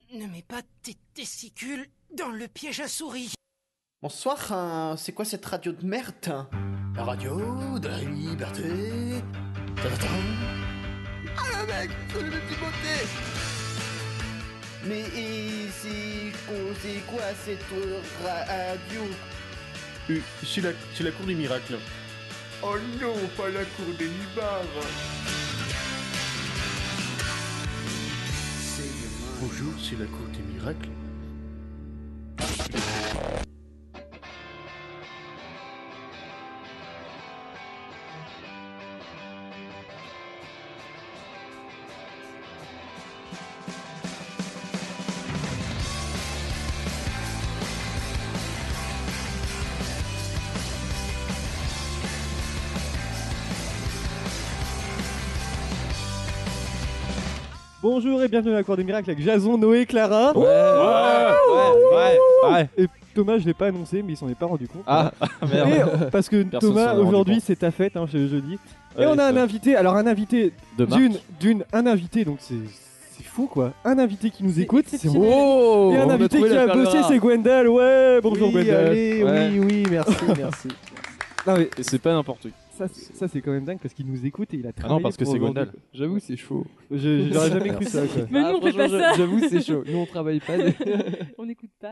Ne mets pas tes testicules dans le piège à souris. Bonsoir, c'est quoi cette radio de merde? La radio de la liberté. Ta-ta-ta. Ah le mec, c'est le petit beauté. Mais c'est quoi cette radio? C'est la cour des miracles. Oh non, pas la cour des libards. Bonjour, c'est la cour des miracles. Bonjour et bienvenue à la Cour des Miracles avec Jason, Noé, Clara. Ouais. Et Thomas, je l'ai pas annoncé, mais il s'en est pas rendu compte. Ah, merde. Et, parce que Personne Thomas, s'en est rendu aujourd'hui, compte. c'est ta fête, jeudi. Et Ouais, on a un ça. invité. Alors, un invité De marque. un invité, donc c'est fou quoi. Un invité qui nous écoute. exceptionnel. Oh, Et un on invité trouvé qui la a perle bossé, rare. c'est Gwendal. Ouais, bonjour Oui, Gwendal. allez, Ouais. oui, merci. Non, mais Et c'est pas n'importe qui. ça, c'est quand même dingue parce qu'il nous écoute et il a Ah travaillé. non, parce que pour c'est aujourd'hui, Gwendal. quoi. J'avoue, c'est chaud. J'aurais jamais cru ça quoi. Mais nous, on fait pas ça. J'avoue, c'est chaud. Nous, on travaille pas. On n'écoute pas.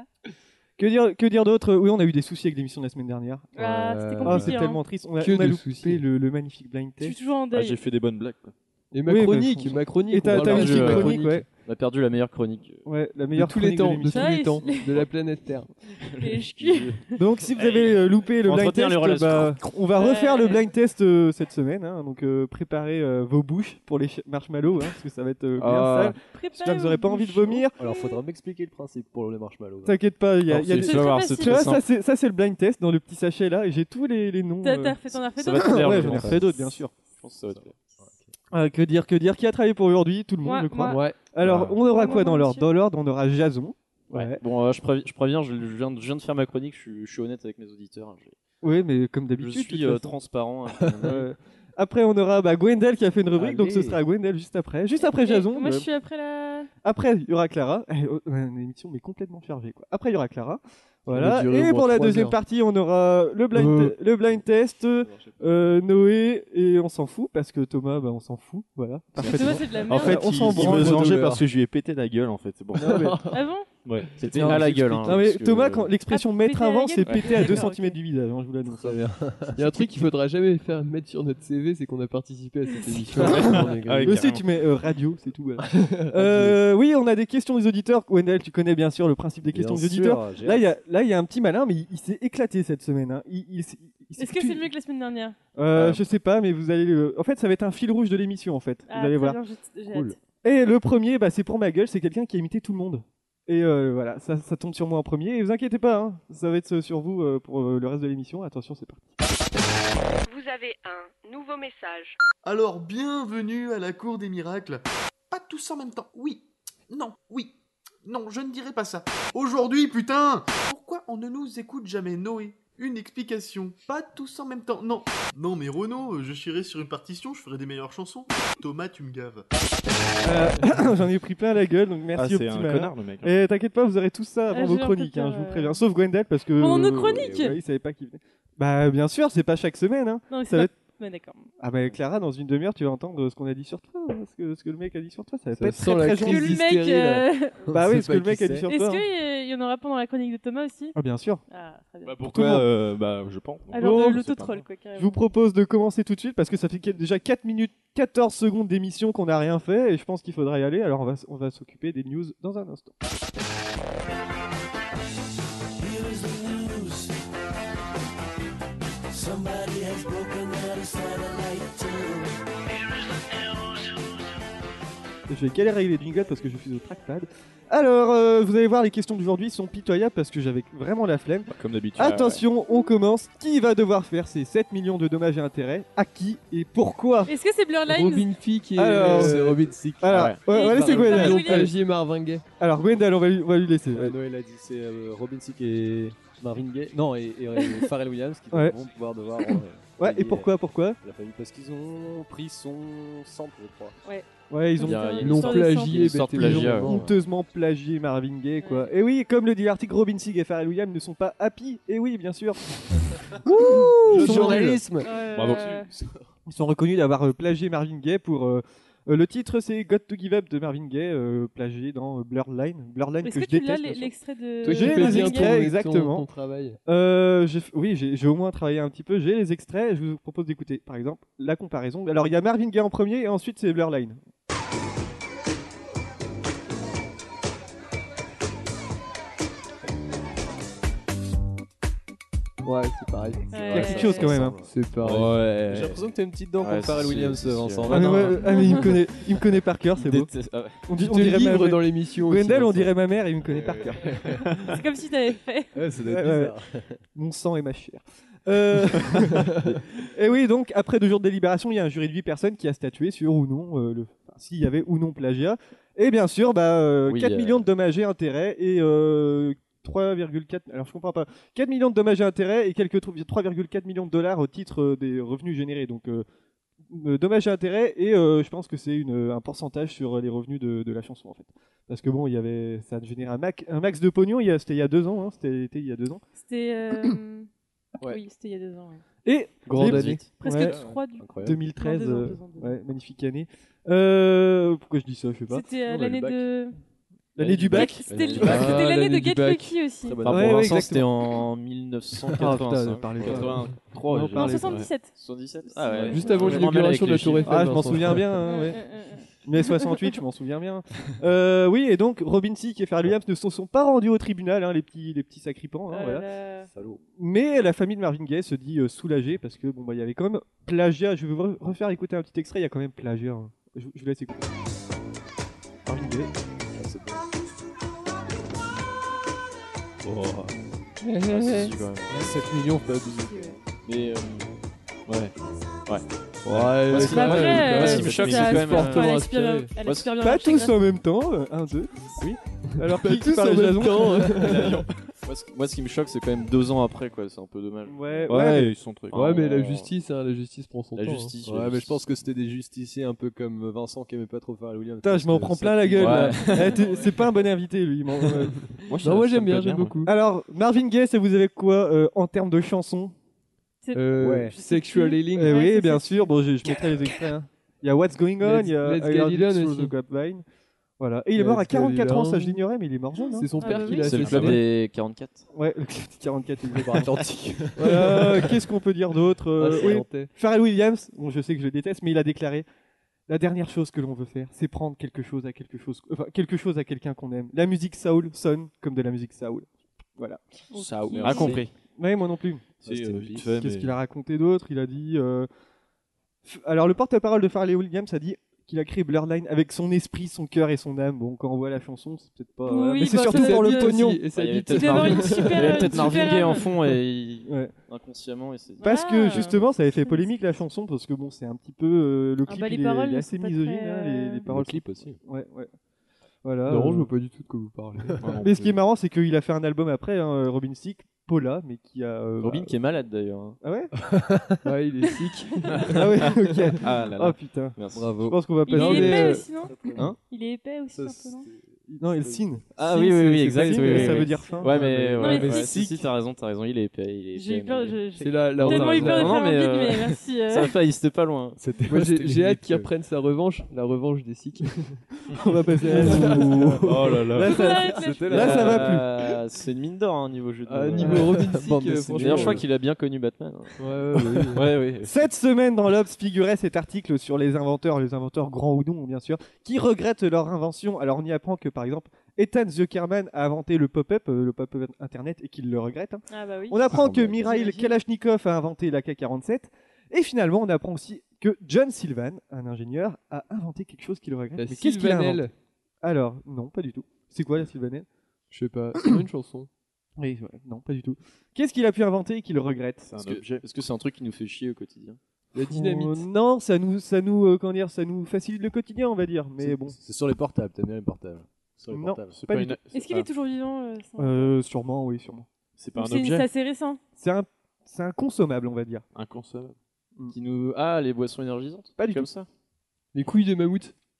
Que dire d'autre? Oui, on a eu des soucis avec l'émission de la semaine dernière. Ah, c'était Ah, compliqué. c'est hein. tellement triste. On a Que de loupé soucis. le magnifique blind Je suis test. toujours en Ah, deuil. j'ai fait des bonnes blagues. Quoi. Et Oui, bah, ma chronique. Et t'as on va une parler petite de chronique, ouais. On a perdu la meilleure chronique. Ouais, la De meilleure tous les chronique temps, de de l'émission. tous Ouais, les temps, il- de la planète Terre. Et je cul. Donc si vous avez loupé le Faut blind entretenir test, les relations. on va refaire Ouais. le blind test cette semaine. Donc préparez vos bouches pour les marshmallows, parce que ça va être bien Ah. sale. J'espère que vous n'aurez pas envie de vomir. Alors faudra m'expliquer le principe pour les marshmallows. T'inquiète pas, il y a C'est- des... C'est tu vas très voir, facile. c'est Tu vois, très simple. ça c'est le blind test dans le petit sachet là, et j'ai tous les noms. T'en as refait Ça va te d'autres plaire, Ouais, je j'en ai pense. refait d'autres, bien sûr. Je pense que ça va te plaire. Que dire Qui a travaillé pour aujourd'hui? Tout le monde, Moi, je crois. moi. Ouais. Alors, on aura Moi, quoi dans moi, l'ordre? monsieur. Dans l'ordre, on aura Jason. Ouais. Bon, je préviens, je viens de faire ma chronique, je suis honnête avec mes auditeurs. hein. Oui, mais comme Je d'habitude. suis de toute façon. transparent. Après, on aura Gwendal qui a fait une rubrique, donc ce Allez. sera Gwendal juste après. Juste après Et Jason. Moi, je suis après la. Après, il y aura Clara. Une émission mais complètement chargée quoi. Après, il y aura Clara. Voilà. va durer au Et moins pour la 3 deuxième heures. partie, on aura le blind test, Noé, et on s'en fout parce que Thomas, on s'en fout. Voilà. Thomas, Parfaitement. c'est de la En merde. fait, on s'en il branle me de vengeait douleur. parce que je lui ai pété la gueule en fait. C'est bon. Non, mais- Ah bon? Ouais, c'était Non, à la gueule. Non, mais parce que- Thomas, quand l'expression Ah, mettre péter un à la vent, c'est gueule. péter à 2 D'accord, cm du visage, je vous l'annonce. Très bien. Il y a un truc qu'il faudra jamais mettre sur notre CV, c'est qu'on a participé à cette émission. Ah oui, Aussi, carrément. tu mets radio, c'est tout. Voilà. Oui, on a des questions des auditeurs. Wendell, tu connais bien sûr le principe des questions des auditeurs. Là, il y a un petit malin, mais il s'est éclaté cette semaine. Hein. Il s'est Est-ce que foutu- c'est mieux que la semaine dernière? Je sais pas, mais vous allez. En fait, ça va être un fil rouge de l'émission, en fait. Ah, vous allez très voir. bien, j'ai Cool. hâte. Et le premier, c'est pour ma gueule. C'est quelqu'un qui a imité tout le monde. Et voilà, ça tombe sur moi en premier. Et vous inquiétez pas, hein, ça va être sur vous pour le reste de l'émission. Attention, c'est parti. Vous avez un nouveau message. Alors, bienvenue à la cour des miracles. Pas tous en même temps. Oui. Non. Oui. Non, je ne dirai pas ça. Aujourd'hui, putain. Pourquoi on ne nous écoute jamais, Noé? Une explication. Pas tous en même temps. Non. Non, mais Renaud, je chierai sur une partition, je ferai des meilleures chansons. Thomas, tu me gaves. J'en ai pris plein la gueule, donc Ah, merci au c'est petit un malin. connard le mec. hein. Et t'inquiète pas, vous aurez tout ça avant Ah, vos j'ai un chroniques, peu peur, je vous préviens. Sauf Gwendal parce que. Pendant nos chroniques il savait pas qui venait. Bah, bien sûr, c'est pas chaque semaine. Hein. Non, mais Ça c'est va pas. être- Ouais, d'accord. Ah, bah, Clara, dans une demi-heure, tu vas entendre ce qu'on a dit sur toi. Ce que le mec a dit sur toi, ça va Ça pas être sent très la très Est-ce que crise gentil. le mec. d'hystérie, là. Bah, oui, On ce sait que le pas mec qui a dit c'est. sur Est-ce toi. hein. qu'il y en aura pendant la chronique de Thomas aussi? Ah, bien sûr. Ah, très bien. Bah Tout le pourquoi monde. je pense. Alors, Bon, de c'est pas l'autotroll, mal. quoi, Je carrément. vous propose de commencer tout de suite parce que ça fait déjà 4 minutes 14 secondes d'émission qu'on n'a rien fait et je pense qu'il faudra y aller. Alors, on va s'occuper des news dans un instant. Je vais galérer avec les jingles parce que je suis au trackpad. Alors, vous allez voir, les questions d'aujourd'hui sont pitoyables parce que j'avais vraiment la flemme. Comme d'habitude. Attention, on commence. Qui va devoir faire ces 7 millions de dommages et intérêts? À qui et pourquoi? Est-ce que c'est Blur Lines? Robin Fick et Alors, c'est Robin Sick. Alors, ouais. on va Et laisser Pharrell Gwendal. Williams. Algier Marvin Gaye. Alors, Gwendal, on va lui laisser. Noël a dit c'est Robin Thicke et Marvin Gaye. Non, et Pharrell Williams qui Ouais. vont pouvoir devoir. Ouais, et pourquoi la famille parce qu'ils ont pris son centre, je crois. Ouais, ils ont Ils l'ont plagié, une sorte de plagiat, ouais. honteusement plagié Marvin Gaye, quoi. Et oui, comme le dit l'article, Robin Thicke et Pharrell Williams ne sont pas happy. Et oui, bien sûr. Le Ils sont journalisme. Bravo. Ils sont reconnus d'avoir plagié Marvin Gaye pour. Le titre, c'est Got to Give Up de Marvin Gaye, plagié dans Blurred Line. Blurred Line Est-ce que que je tu l'as déteste. bien sûr. l'extrait de. Toi qui J'ai fais les bien extraits, ton exactement. travail. Oui, j'ai au moins travaillé un petit peu. J'ai les extraits. Je vous propose d'écouter, par exemple, la comparaison. Alors, il y a Marvin Gaye en premier et ensuite c'est Blurred Line. Ouais, c'est pareil. Il y a quelque chose quand même. Hein. C'est pareil. Ouais. J'ai l'impression que t'as une petite dent Ouais, contre Pharrell c'est- Williams, c'est sûr. Vincent. Ah, mais, mais il me connaît par cœur, c'est beau. Ah ouais. On, Tu on te dirait livres ma- dans l'émission aussi. Gwendal, on Vincent. dirait ma mère, et il me connaît par cœur. C'est comme si t'avais fait. Ouais, ça doit être Ouais, bizarre. Mon sang et ma chair. Et oui, donc après 2 jours de délibération, il y a un jury de 8 personnes qui a statué sur ou non s'il y avait ou non plagiat. Et bien sûr, 4 millions de dommages et intérêts et 3,4. Alors je comprends pas. 4 millions de dommages et intérêts et 3,4 millions de dollars au titre des revenus générés. Donc dommages et intérêts et je pense que c'est un pourcentage sur les revenus de la chanson en fait. Parce que bon, ça a généré un max de pognon. C'était il y a 2 ans. Hein, c'était il y a 2 ans. C'était. Ouais. Oui, c'était il y a 2 ans. Ouais. Et Grande les- année. Presque Ouais. 3 du coup. Incroyable. 2013, Non, 2 ans. ouais, magnifique année. Pourquoi je dis ça, je sais pas. C'était Non, l'année le bac. de. L'année du bac. C'était L'année du bac. c'était Ah, l'année de l'année du Get bac. Lucky aussi. Très bonne Ouais, Pour ouais, Vincent, exactement. c'était en Ah, 1985. putain, parlez pas. 83, Non, j'ai- parlez En pas. 77. 77. Ah ouais. Juste avant Je m'en mêle avec l'inauguration de la les Tour chiffres. Eiffel. Ah, je m'en Vincent. souviens bien, hein, ouais. Mais 68, je m'en souviens bien. Oui, et donc Robin Thicke et Pharrell Williams ne se sont pas rendus au tribunal, hein, les petits sacripants. Hein, voilà. Salaud. Mais la famille de Marvin Gaye se dit soulagée parce que il y avait quand même plagiat. Je vais vous refaire écouter un petit extrait. Il y a quand même plagiat. Hein. Je vous laisse écouter. Marvin Gaye. Oh. Ah, si, si, quand même. 7 millions, pas 12. Mais ouais. Ouais, Moi, ce qui- moi, ce qui me ça- choque, ça- c'est quand même, elle a euh, super bien- inspiré. elle a Moi, super bien Pas marché, tous grâce- en même temps. 1, 2. Oui. Alors qui tous parle en de même Jason temps. Moi, ce qui me choque, c'est quand même 2 ans après, quoi. C'est un peu dommage. Ouais, Ouais, ils sont très. Ouais, mais la justice prend son La temps. justice. Ouais, mais je pense que c'était des justiciers un peu comme Vincent qui aimait pas trop Pharrell Williams. Putain, je m'en prends plein la gueule. Ouais. Là. C'est pas un bon invité, lui. Moi, Non, moi j'aime bien, j'aime beaucoup. Alors, Marvin Gaye, ça vous avez quoi en termes de chansons? Ouais. Sexual Healing. Eh Ouais, oui, c'est bien ça. sûr. Bon, je mettrai les extraits. Hein. Il y a What's Going On, il y a Let's I Get Heard It It On Through aussi. the Grapevine. Voilà. Et il est mort à Let's Get 44 It ans, On. ça je l'ignorais, mais il est mort jeune. Hein. C'est son Ah, père bah qui oui. l'a C'est le assassiné. club des 44. Ouais, le 44 exactement. Atlantique. Voilà, qu'est-ce qu'on peut dire d'autre Ah, c'est oui, hanté. Pharrell Williams, bon, je sais que je le déteste, mais il a déclaré la dernière chose que l'on veut faire, c'est prendre quelque chose à quelqu'un qu'on aime. La musique soul sonne comme de la musique soul. Voilà. Ça, Ok. rien compris. Ouais, moi non plus. Vite fait, Qu'est-ce mais- qu'il a raconté d'autre? Il a dit. Alors, le porte-parole de Pharrell Williams a dit qu'il a créé Blurline avec son esprit, son cœur et son âme. Bon, quand on voit la chanson, c'est peut-être pas. Oui, mais c'est bah, surtout ça pour le dit pognon. aussi, et ça Il y avait dit peut-être Il doit avoir Marvin- une super. il y avait peut-être une Marvin super Gaye en âme. fond et Ouais. inconsciemment. Et c'est- Parce que Ah. justement, ça avait fait polémique la chanson parce que bon, c'est un petit peu le clip, bah, les il est paroles assez sont pas misogyne. très, Hein, les Le paroles. clip aussi. Ouais, ouais. Voilà. Non, je vois pas du tout de quoi vous parlez. Mais ce qui est marrant, c'est qu'il a fait un album après, hein, Robin Thicke, Paula, mais qui a. Robin qui est malade d'ailleurs. hein. Ah ouais. Ouais, il est sick. Ah ouais. Ok. Ah là là. Oh putain. Merci. Je Bravo. pense qu'on va Il passer. est épais mais, aussi, non Hein Il est épais aussi, un peu, non Non, il signe. Ah oui, oui, oui, exact. Signe, oui, oui, ça oui. veut dire fin. Ouais, mais Non, ouais, mais ouais, si. si, t'as raison, il est épais. J'ai eu peur. C'est la Tellement eu peur de Non, faire un mais, bide, mais merci. Ça va pas, il était pas loin. Moi j'ai hâte qu'il reprenne sa revanche, la revanche des sick. On va passer à la Oh là là. Là, ça, C'était là, ça va plus. C'est une mine d'or, hein, niveau jeu de Ah, mots. niveau Robin Thicke, Bande dessinée. franchement. D'ailleurs, je crois qu'il a bien connu Batman. hein. Ouais, Ouais, oui. Cette semaine dans l'Obs figurait cet article sur les inventeurs grands ou non bien sûr, qui regrettent leur invention. Alors on y apprend que par exemple Ethan Zuckerman a inventé le pop-up internet et qu'il le regrette. Hein. Ah bah oui. On apprend que bah, Mikhail j'imagine. Kalachnikov a inventé l'AK-47 et finalement on apprend aussi que John Sylvan, un ingénieur, a inventé quelque chose qu'il regrette. La Mais qu'est-ce qu'il a inventé Sylvanelle. Alors non, pas du tout. C'est quoi la Sylvanelle? Je sais pas, c'est une chanson. Oui, ouais, non, pas du tout. Qu'est-ce qu'il a pu inventer et qu'il regrette? C'est un Est-ce que- objet. Est-ce que c'est un truc qui nous fait chier au quotidien? La dynamite. Non, ça nous comment dire, ça nous facilite le quotidien, on va dire. Mais C'est- bon, C'est sur les portables, t'aimes bien les portables. Sur les Non, portables. C'est pas pas du une. Est-ce qu'il est toujours vivant ça sûrement, oui, sûrement. C'est pas un C'est objet. assez récent. C'est un consommable, on va dire. Inconsommable. Qui nous. Ah, les boissons énergisantes? Pas du Comme tout. ça? Les couilles de mammouth.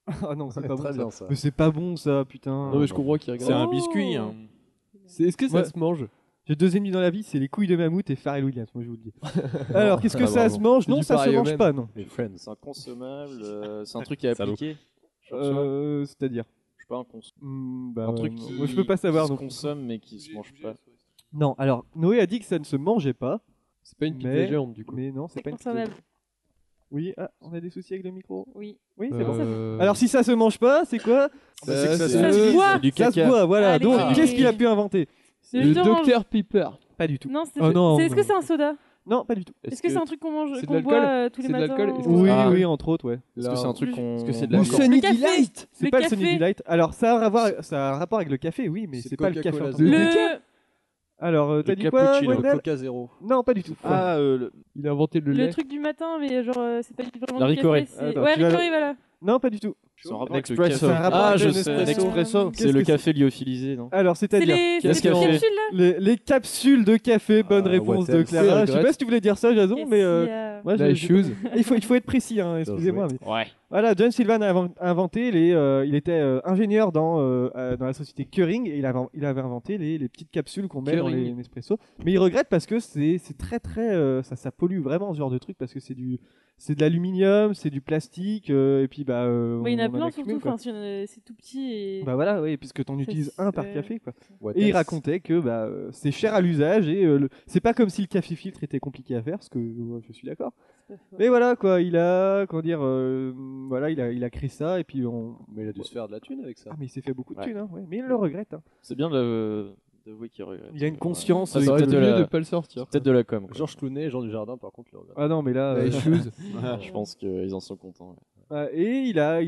Ah non, c'est pas bon Très bien, ça. ça. Mais c'est pas bon ça, putain. Non, mais je comprends qu'il regarde. C'est un biscuit. Hein. Est-ce que ça Ouais. se mange? J'ai 2 ennemis dans la vie, c'est les couilles de mammouth et Pharrell Williams, moi je vous le dis. Alors, qu'est-ce que Ah, ça bravo. se mange? C'est Non, du ça se pareil au mange même. pas, non. Les Friends. C'est un consommable. C'est un truc à Salaud. appliquer. C'est-à-dire Je sais pas, bah, un truc qui, moi je peux pas savoir. qui se Donc. consomme mais qui se mange pas. Non, alors Noé a dit que ça ne se mangeait pas. C'est pas une pizza Mais- géante du coup. Mais non, c'est pas une pizza. Consommable. Oui, on a des soucis avec le micro. Oui. Oui, c'est bon. Euh, Alors si ça se mange pas, c'est quoi? ça, c'est que ça Ça se boit. C'est du Ça se caca. boit, voilà. Allez. Donc, Ah. qu'est-ce qu'il a pu inventer? C'est le jus d'orange. Dr Pepper. Pas du tout. Non, c'est Oh non, est-ce que c'est un soda? Non, pas du tout. Est-ce que c'est un truc qu'on mange, c'est de qu'on l'alcool boit tous les C'est de matins l'alcool Est-ce que Oui, Ah. oui, entre autres, ouais. Est-ce que c'est un truc qu'on. Est-ce que c'est de la Ou viande Sunny Le café. Delight. C'est Le pas le café. Sunny Delight. Alors ça a un rapport avec le café, oui, mais C'est c'est pas le café. Coca-Cola en tant que Zero. tel. Le Alors, t'as Le dit quoi, cappuccino, Gwenel Coca Zéro. Non, pas du tout. Ah, Il a inventé le lait. truc du matin, mais genre c'est pas vraiment La du Ricoré. café, c'est- Attends, Ouais, tu vas- Ricoré, voilà. Non, pas du tout. C'est en rapport avec le Expresso. café. C'est un rapport Ah, avec je le sais. Nespresso. C'est le café lyophilisé, non? Alors, C'est c'est-à-dire les Qu'est-ce c'est les qu'il y a capsules là. les capsules de café. Bonne Ah, réponse what de else Clara. Je sais regrette. pas si tu voulais dire ça, Jason, mais moi, La shoes. il faut être précis, hein, excusez-moi. Mais... Ouais. Voilà, John Sylvan a inventé il était ingénieur dans la société Keurig et il avait inventé les petites capsules qu'on met dans Keurig. les Nespresso. Mais il regrette parce que c'est très très ça pollue vraiment ce genre de truc parce que c'est de l'aluminium, c'est du plastique et puis bah Il y en a on plein accumule, surtout, quoi. enfin, c'est tout petit et. Bah voilà, oui, puisque t'en utilises un par ouais. café quoi. What Et il else racontait que c'est cher à l'usage et c'est pas comme si le café filtre était compliqué à faire, parce que je suis d'accord. C'est pas faux. Mais voilà quoi, il a voilà, il a créé ça et puis Mais il a dû se faire de la thune avec ça. ah mais il s'est fait beaucoup de Ouais. thunes, hein, ouais. Mais il le regrette. Hein. C'est bien d'avouer qu'il regrette. Il a une conscience. Ah, Ça c'est aurait peut-être été de mieux la- de pas le sortir. Peut-être de la com. quoi. Georges Clooney et Jean Dujardin, par contre, le regrettent. Ah non mais là. Les shoes. Je pense qu'ils en sont contents. ouais. Et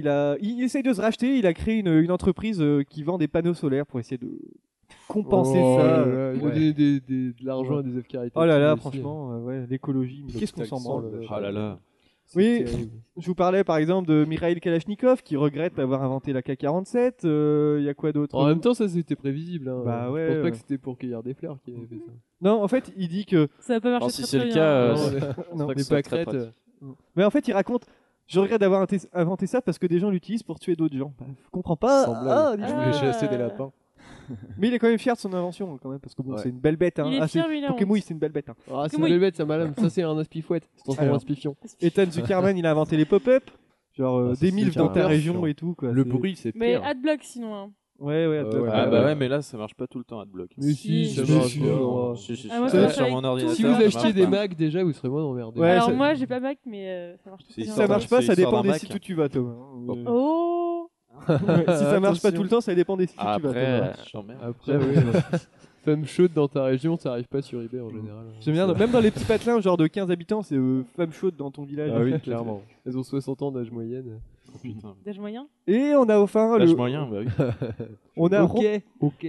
il essaye de se racheter. Il a créé une entreprise qui vend des panneaux solaires pour essayer de compenser Oh ça. là là, il a Ouais. donné de l'argent à des œuvres caritatifs. Oh là là, aussi. franchement, ouais, l'écologie. Mais qu'est-ce qu'on s'en branle Ah là là. C'est Oui, terrible. je vous parlais par exemple de Mikhail Kalachnikov qui regrette d'avoir inventé la K-47. Il y a quoi d'autre En même temps, ça c'était prévisible. Hein. Bah ouais, Je pense pas ouais. que c'était pour cueillir des fleurs qu'il avait fait ça. Non, en fait, il dit que. Ça va pas marcher Alors, si très, c'est très le bien. cas, Non, Non, vrai que les c'est très pâquerettes. pratique. mais en fait, il raconte. Je regrette d'avoir inventé ça parce que des gens l'utilisent pour tuer d'autres gens. Bah, je comprends pas. Semblable. Ah, dis Je donc. voulais chasser des lapins. Mais il est quand même fier de son invention, quand même, parce que bon, Ouais. c'est une belle bête. Hein. Il est Ah, fier, c'est- mais il a honte. Pokémon, c'est une belle bête. Hein. Ah, c'est Comment une il- bête, ça malade. Ça c'est un aspifouette. C'est transformé en Alors. aspifion. Ethan Zuckerman, il a inventé les pop-up. Genre Ah, des c'est milfs super dans ta chiant. région et tout. Quoi. Le C'est- bruit, c'est Mais pire. Adblock sinon. Hein. Ouais, ouais. Ouais. Ah, Ah bah ouais, mais là, ça marche pas tout le temps, Adblock. Mais si, Si, ça si, marche. si, bien. Si, Ah, moi, ça ça marche marche sur avec mon tout. ordinateur. Si vous ça achetiez marche des pas. Mac déjà, vous serez moins emmerdés. Ouais, Alors ça- moi j'ai pas Mac mais ça marche Si, très Si bien. ça marche pas, c'est ça histoire dépend d'un des Mac. sites où tu vas, Thomas. Hein. Oh. Ouais, si ça marche pas tout le temps, ça dépend des sites où tu vas. Après, Thomas. J'emmerde. Après, oui. Femme chaude dans ta région, ça arrive pas sur eBay en général. J'aime bien, même dans les petits patelins, genre de 15 habitants, c'est femme chaude dans ton village. Ah oui, clairement. Elles ont 60 ans d'âge moyenne. Oh, putain. D'âge moyen. Et on a enfin L'âge le. moyen, bah oui. On a Ok, ok.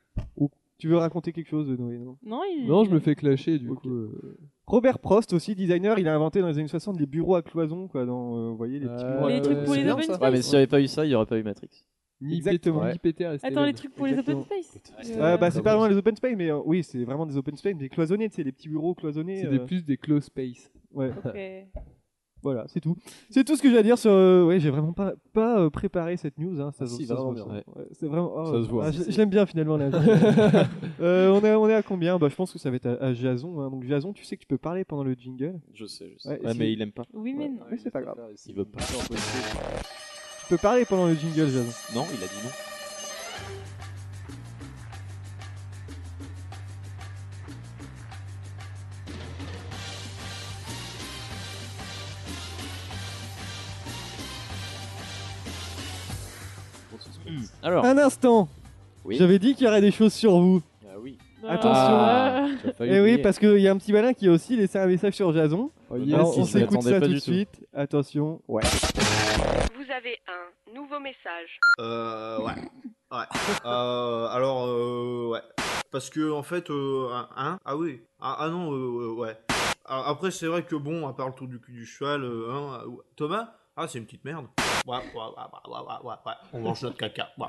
Tu veux raconter quelque chose, Noé, non Non, il. Non, je me fais clasher du Ok. coup. Robert Prost, aussi designer, il a inventé dans les années 60 les bureaux à cloison, quoi. Vous voyez, les petits bureaux à Les cloison. trucs pour c'est les bien, open ça. space. Ouais, mais s'il n'y avait pas eu ça, il n'y aurait pas eu Matrix. Ni Exactement. Ni Peter et Steven. Attends, les trucs pour les Exactement. open space. Bah, c'est pas vraiment les open space, mais oui, c'est vraiment des open space, des cloisonnés, tu sais, les petits bureaux cloisonnés. C'est plus des close space. Ouais, Ok. voilà, c'est tout. C'est tout ce que j'ai à dire sur. Ouais, j'ai vraiment pas préparé cette news. Hein, ça, Ah si, ça se vraiment voit, bien. ça. Ouais, c'est vraiment. oh, Ça se voit. je l'aime bien finalement là. On est à combien Bah, je pense que ça va être à Jason. Hein. Donc Jason, tu sais que tu peux parler pendant le jingle. Je sais. Ouais, Ouais, si- mais il aime pas. Oui, mais non. Mais c'est pas grave. Il veut pas. Tu peux parler pendant le jingle, Jason. Non, il a dit non. Alors, Un instant. Oui. J'avais dit qu'il y aurait des choses sur vous. ah oui. Attention. Ah. Tu as failli Et oui, oublier. parce qu'il y a un petit malin qui a aussi laissé un message sur Jason. Oh, Alors, on je m'y s'écoute attendais ça pas tout de du tout. suite. Attention. Vous avez un nouveau message. Ouais. Ouais. Parce que, en fait, hein. Ah oui. Ah non, ouais. Après, c'est vrai que bon, à part le tour du cul du cheval, Thomas, ah, c'est une petite merde. Ouais. On mange notre caca. Ouais.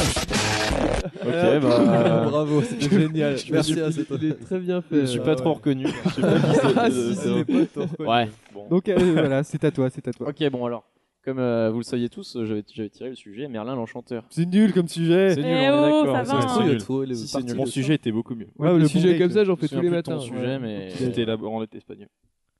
Ok, bah. Bravo, c'était génial. Merci à cette Il est très bien fait. Je suis pas trop reconnu. Je sais pas qui c'est. Ah si, c'est des potes. Ouais, bon. Donc voilà, c'est à toi. Ok, bon alors. Comme vous le saviez tous, j'avais tiré le sujet Merlin l'Enchanteur. C'est nul comme sujet. C'est nul, Eh on est oh, d'accord. ça va, C'est hein. nul. Si, c'est nul. Mon sujet était beaucoup mieux. Ouais, le le sujet bon comme mec, ça, j'en Je fais me tous souviens les plus de ton matins. sujet, mais... C'était élaboré en espagnol.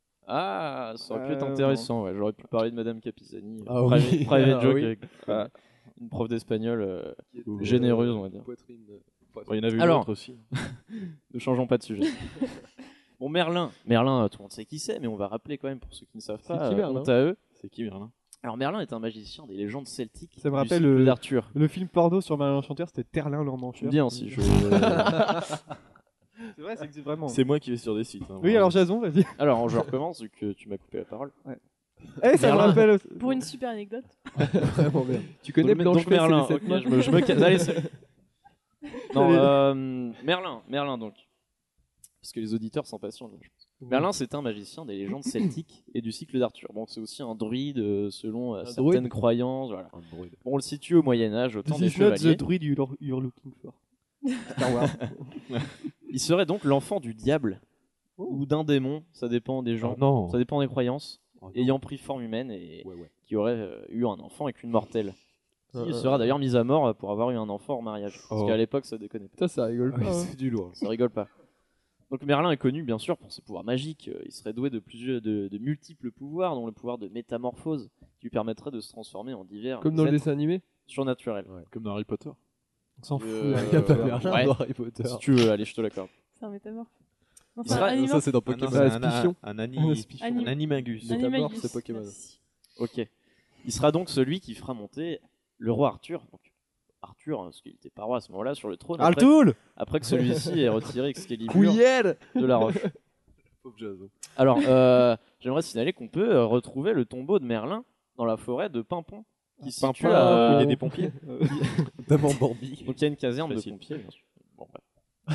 Ah, ça aurait pu être intéressant. Ouais. J'aurais pu parler de Madame Capisani. Ah oui. Private Ah joke oui. avec une prof d'espagnol généreuse, on va dire. Il y en avait Alors. d'autres aussi. Ne changeons pas de sujet. Bon, Merlin, tout le monde sait qui c'est, mais on va rappeler quand même pour ceux qui ne savent C'est pas. qui, Merlin Honte à eux. C'est qui Merlin? Alors Merlin est un magicien des légendes celtiques. Ça me du rappelle cycle d'Arthur. Le film porno sur Merlin l'Enchanteur, c'était Terlin l'Emmancheur. Bien si je. C'est vrai, c'est que c'est vraiment. C'est moi qui vais sur des sites. Oui, alors Jason, vas-y. Alors je recommence vu que tu m'as coupé la parole. Eh, ça me Merlin. rappelle. Pour une super anecdote. Vraiment bien. Tu connais Donc Blanche-Fesse et Merlin. les sept Ok, mains je me casse. Allez, c'est... Non, Merlin donc. Parce que les auditeurs s'impatientent. Je pense. Merlin, c'est un magicien des légendes celtiques et du cycle d'Arthur. Bon, c'est aussi un druide selon certaines druide croyances. Voilà. Bon, on le situe au Moyen-Âge, au temps This des is not chevaliers. the druid you're looking for. Star Wars. Il serait donc l'enfant du diable ou d'un démon, ça dépend des gens, non. ça dépend des croyances, Oh, non. ayant pris forme humaine et Ouais. qui aurait eu un enfant avec une mortelle. Qui sera d'ailleurs mis à mort pour avoir eu un enfant hors mariage. Parce Oh. qu'à l'époque, ça déconnait pas. Putain, ça rigole pas. hein. C'est du lourd. Ça rigole pas. Donc Merlin est connu bien sûr pour ses pouvoirs magiques. Il serait doué de multiples pouvoirs, dont le pouvoir de métamorphose, qui lui permettrait de se transformer en divers Comme dans le êtres dessin animé. surnaturels. Comme dans Harry Potter. On s'en fout. Il y a pas Merlin ouais. dans Harry Potter. Si tu veux, allez, je te l'accorde. C'est un métamorphe. Non, Il c'est un sera- animorphe. c'est dans Ah non, Pokémon. c'est Spichion. un Anim- animagus. Animagus. c'est Pokémon. Merci. Ok. Il sera donc celui qui fera monter le roi Arthur. Donc, Arthur, parce qu'il était pas roi à ce moment-là, sur le trône. Artoul Après que celui-ci ait retiré Excalibur Couillère. de la roche. Pauvre Jason. Alors, j'aimerais signaler qu'on peut retrouver le tombeau de Merlin dans la forêt de Pimpon, qui se situe Pimpin, à... où il y a des pompiers. D'abord Bambi. Donc il y a une caserne de Facile. pompiers, bien sûr. Bon, bref.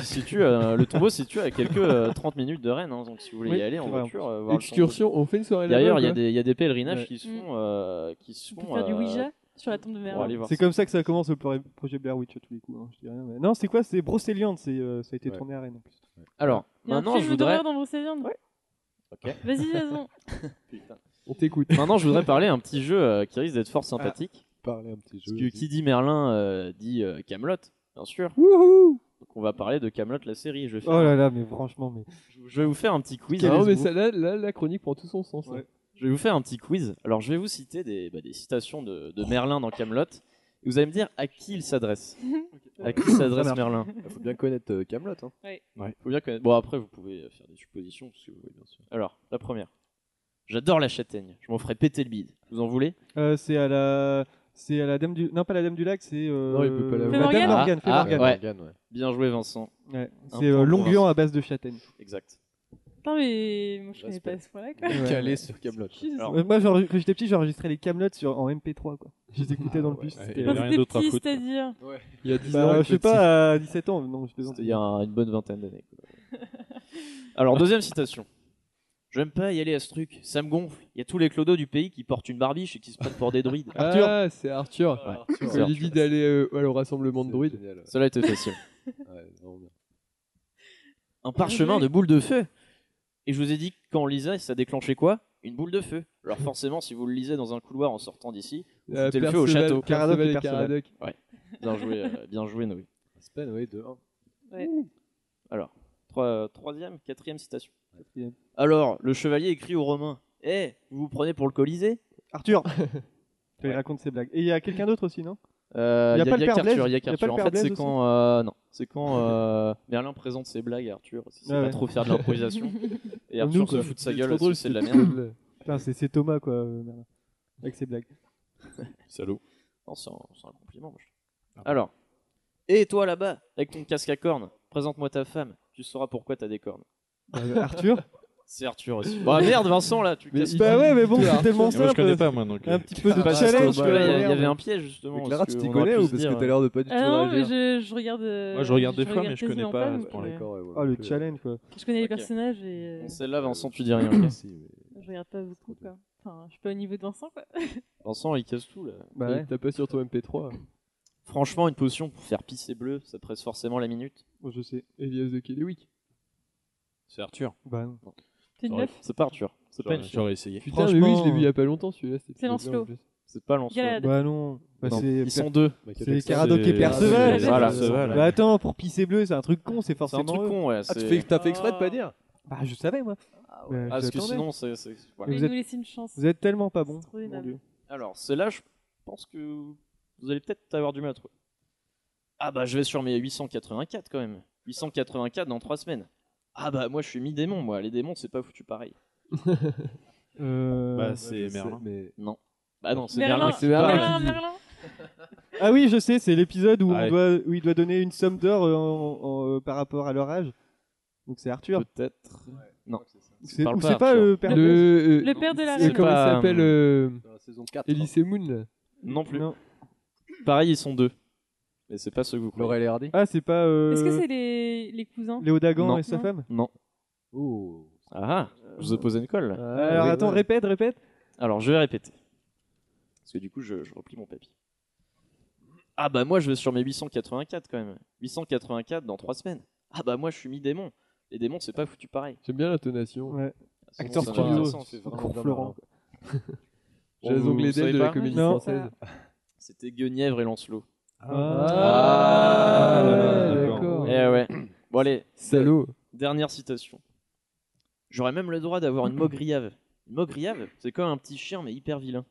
Le tombeau se situe à quelques 30 minutes de Rennes, hein, donc si vous voulez Oui, y aller en c'est vrai, voiture, voir le tombeau. Excursion, on fait une soirée là-bas. D'ailleurs, ou il y a quoi des- il y a des pèlerinages Ouais. qui se Mm. font... On peut faire du Ouija sur la tombe de pour Merlin. aller voir C'est ça. comme ça que ça commence le projet Blair Witch à tous les coups. Hein, je dis rien, mais... Non, c'est quoi? C'est Brocéliande. Ça a été Ouais. tourné à Rennes en plus. Alors, Il y a un maintenant je film voudrais... d'horreur dans Brocéliande. Ouais. Ok. Vas-y, Jason. Putain. On t'écoute. Maintenant, je voudrais parler un petit jeu qui risque d'être fort sympathique. Parler un petit Parce que qui dit Merlin dit Camelot, bien sûr. Wouhou! Donc on va parler de Camelot la série. Je vais, faire Oh là là, mais franchement, mais. je vais vous faire un petit quiz. Ah non, Quel mais esbrouf. ça, là, la chronique prend tout son sens. hein. Ouais. Je vais vous faire un petit quiz. Alors je vais vous citer des citations de Merlin dans Camelot. Et vous allez me dire à qui il s'adresse. À qui s'adresse marche. Merlin. Il faut bien connaître Camelot. Hein. Faut bien connaître. Bon après vous pouvez faire des suppositions si vous voulez bien sûr. Alors la première. J'adore la châtaigne. Je m'en ferai péter le bide. Vous en voulez? C'est à la. C'est à la Dame du. Non, pas la Dame du Lac, c'est. Non, il peut pas l'avoir. la Dame Morgane. Fée Morgane. ouais. Bien joué Vincent. Ouais. Un C'est point pour l'onguent Vincent. à base de châtaigne. Exact. Non, mais moi je connais Respect. pas ce point-là. Quoi. Ouais. Calé sur Camelot. Jesus. Alors, Moi, quand j'étais petit, j'enregistrais les Camelots en MP3, quoi. Je les écoutais dans le bus. ouais. C'était- Il y Quand avait rien t'étais d'autre à petit, foutre. c'est-à-dire. Il y a 10 Bah, ans. je sais pas, à 17 ans, non, je plaisante. C'était il y a une bonne vingtaine d'années. quoi. Alors, deuxième citation. J'aime pas y aller à ce truc, ça me gonfle. Il y a tous les clodos du pays qui portent une barbiche et qui se prennent pour des druides. Arthur. Ah, c'est Arthur. Ouais, c'est Quand il Arthur. dit d'aller au rassemblement de druides. Cela était facile. Un parchemin de boules de feu. Et je vous ai dit que quand on lisait, ça déclenchait quoi? Une boule de feu. Alors forcément, si vous le lisez dans un couloir en sortant d'ici, vous foutez le feu au château. Caradoc et Perceval et Perceval. Caradoc. Bien joué Noé. Spen, oui, 2-1. Ouais. Alors, troisième, quatrième citation. Quatrième. Alors, le chevalier écrit aux Romains. Eh, vous vous prenez pour le Colisée? Arthur. Il raconte ses blagues. Et il y a quelqu'un d'autre aussi, non? Il y a pas le père qu'Arthur. Blaise Il y a Y a pas qu'Arthur. le En père fait, Blaise c'est aussi quand non, c'est quand Merlin présente ses blagues à Arthur. Il sait Ouais, pas ouais. trop faire de l'improvisation. Et Comme Arthur nous, se quoi. fout de sa C'est gueule trop drôle, parce que c'est de la cette merde. blague. Putain, c'est Thomas, quoi, Merlin. Avec ses blagues. Salaud. Non, c'est un compliment. Moi, je trouve. Alors, et toi là-bas, avec ton casque à cornes, présente-moi ta femme. Tu sauras pourquoi t'as des cornes. Arthur. C'est Arthur aussi. Bah merde, Vincent là, tu Mais casses. il Bah dit ouais, mais bon, Arthur. c'est tellement Et moi je connais simple. pas moi donc. Un petit peu de Pas challenge. parce que là, il y merde. avait un piège justement. Mais Clara, parce tu que t'y on aurait connais pu ou se parce que dire, t'as l'air de pas du tout Ah non, mais réagir je regarde. Moi je regarde des fois mais je connais quasiment pas. donc, Bon, d'accord, ouais, Oh, le plus, challenge, quoi. Je connais les Ok. personnages et Bon, celle-là, Vincent, tu dis rien. Ok. si, mais- je regarde pas beaucoup. Quoi. Enfin, je suis pas au niveau de Vincent. Quoi. Vincent, il casse tout là. Bah Mais ouais. T'as pas sur ton MP3. Franchement, une potion pour faire pisser bleu, ça presse forcément la minute. Oh, je sais. Elias de Kellywick. C'est Arthur. Bah non. C'est une J'aurais- meuf. C'est pas Arthur. C'est pas une fille. J'aurais essayé. Putain, mais Franchement, oui, je l'ai vu il y a pas longtemps celui-là. c'était C'est bien, en Lancelot. plus. C'est pas Lancelot. Galade. Bah non. Bah, Non, c'est ils sont deux. c'est Caradoc et Perceval. Voilà. Bah attends, pour pisser bleu, c'est un truc con, c'est C'est un forcément truc eux. con, ouais. Ah, c'est- t'as fait exprès de pas dire? Bah je savais moi. Ah, parce que sinon, c'est. Voilà. Mais Vous nous êtes- laisser une chance. Vous êtes tellement pas bon. C'est trop Mon aimable. Dieu. Alors, celle-là, je pense que vous allez peut-être avoir du mal à trouver. Ah bah, je vais sur mes 884 quand même. 884 dans 3 semaines. Ah bah, moi, je suis mi-démon, moi. Les démons, c'est pas foutu pareil. Bah, c'est je sais, Merlin. mais... Non. Bah non, c'est Merlin. Merlin. C'est Merlin. Merlin. Ah oui, je sais, c'est l'épisode où, Allez. où il doit donner une somme d'or par rapport à leur âge. Donc c'est Arthur. Peut-être. Non. C'est parle ou pas, c'est pas Arthur. le père Le père de la C'est reine. comment il pas, s'appelle Dans la saison 4. Elise Moon là. Non plus. Non. Pareil, ils sont deux. Mais c'est pas ceux que vous croyez. Laurel et Hardy. Ah, c'est pas Est-ce que c'est les cousins? Léo Dagan Non. et sa Non. femme. Non. Oh. Ah, je vous ai posé une colle. là. Alors oui, attends, ouais. répète. Alors, je vais répéter. Parce que du coup, je replie mon papier. Ah bah moi, je vais sur mes 884 quand même. 884 dans 3 semaines. Ah bah moi, je suis mi-démon. Les démons, c'est pas foutu pareil. J'aime bien l'intonation. Ouais. Sinon, Acteur ça va- studio. ça en fait vraiment Cours bien Florent. Jason Vous Gledel savez de la pas comédie Non. française. C'était Guenièvre et Lancelot. Ah, d'accord. Eh ouais. Bon allez, Salaud. dernière citation. J'aurais même le droit d'avoir une mogriave. Une mogriave, c'est comme un petit chien mais hyper vilain.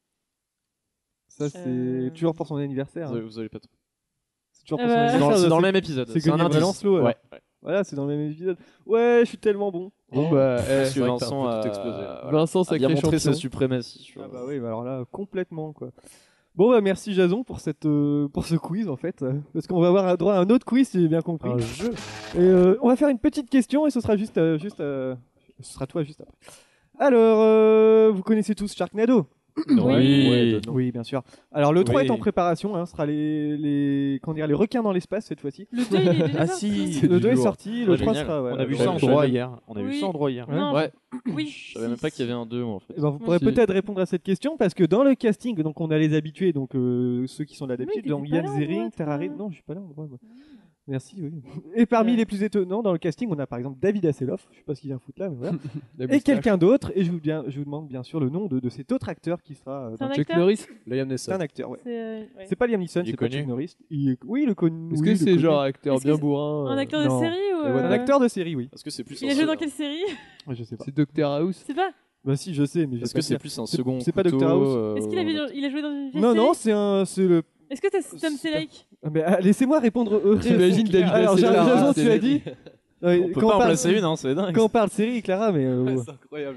Ça c'est toujours pour son anniversaire. hein. Vous avez pas trop. C'est toujours Ah pour son bah. anniversaire. C'est dans le c'est- même épisode. c'est C'est un Guenièvre et indice. Lancelot, alors. Ouais. Voilà, c'est dans le même épisode. Ouais, je suis tellement bon. Bon bah, Parce que vrai que t'as un Vincent peu tout a, explosé, là. voilà, Vincent a bien sacré montré sa champion. suprématie. Ah bah oui, bah alors là, complètement quoi. Bon bah merci Jason pour pour ce quiz en fait, parce qu'on va avoir droit à un autre quiz si j'ai bien compris. Un jeu. Et on va faire une petite question et ce sera ce sera toi juste après. Alors, vous connaissez tous Sharknado? Oui. Oui, bien sûr. Alors le 3 Oui. est en préparation, hein, ce sera les requins dans l'espace cette fois-ci. Le 2, il est déjà Ah sorti. si. Le 2 est lourd. sorti, le Ouais, 3 génial. sera. Ouais, On a vu ouais. ça en enchaîne. droit hier. On a vu Oui. ça en droit hier. Non, Ouais. Oui. Je savais même pas qu'il y avait un 2 moi en fait. Eh ben, vous pourrez si. peut-être répondre à cette question parce que dans le casting, donc on a les habitués, donc ceux qui sont là Mais d'habitude, t'étais donc pas Yann là, en Zering, droit, toi. Tarare. Non, je suis pas là en droit. Moi. Merci, oui. Et parmi Ouais. les plus étonnants dans le casting, on a par exemple David Hasselhoff, je sais pas ce qu'il vient foutre là, mais voilà. La Et moustache. quelqu'un d'autre, et je vous demande bien sûr le nom de cet autre acteur qui sera. C'est un Chuck acteur. Norris. Liam C'est Neeson. un acteur, ouais. Ouais. C'est pas Liam Neeson, Il est c'est pas connu Chuck Norris. Oui, il est connu. Est-ce oui, que il est c'est connu. genre acteur Est-ce bien que bourrin Un acteur de non. série ou Un acteur de série, oui. Est-ce que c'est plus Il un a joué dans second- quelle série? Je sais pas. C'est Doctor House. C'est pas. Bah si, je sais, mais je Est-ce vais que pas c'est dire. plus un C'est- second c'est pas couteau, Dr House. Est-ce qu'il il a joué dans une vieille Non, série? non, c'est le. Est-ce que c'est Tom Selleck? Ah, mais, laissez-moi répondre. J'imagine David Alors, Hasselhoff. Jason, C'est tu as la dit. On peut pas en placer une, hein, c'est dingue. Quand on parle série, Clara, mais. C'est incroyable.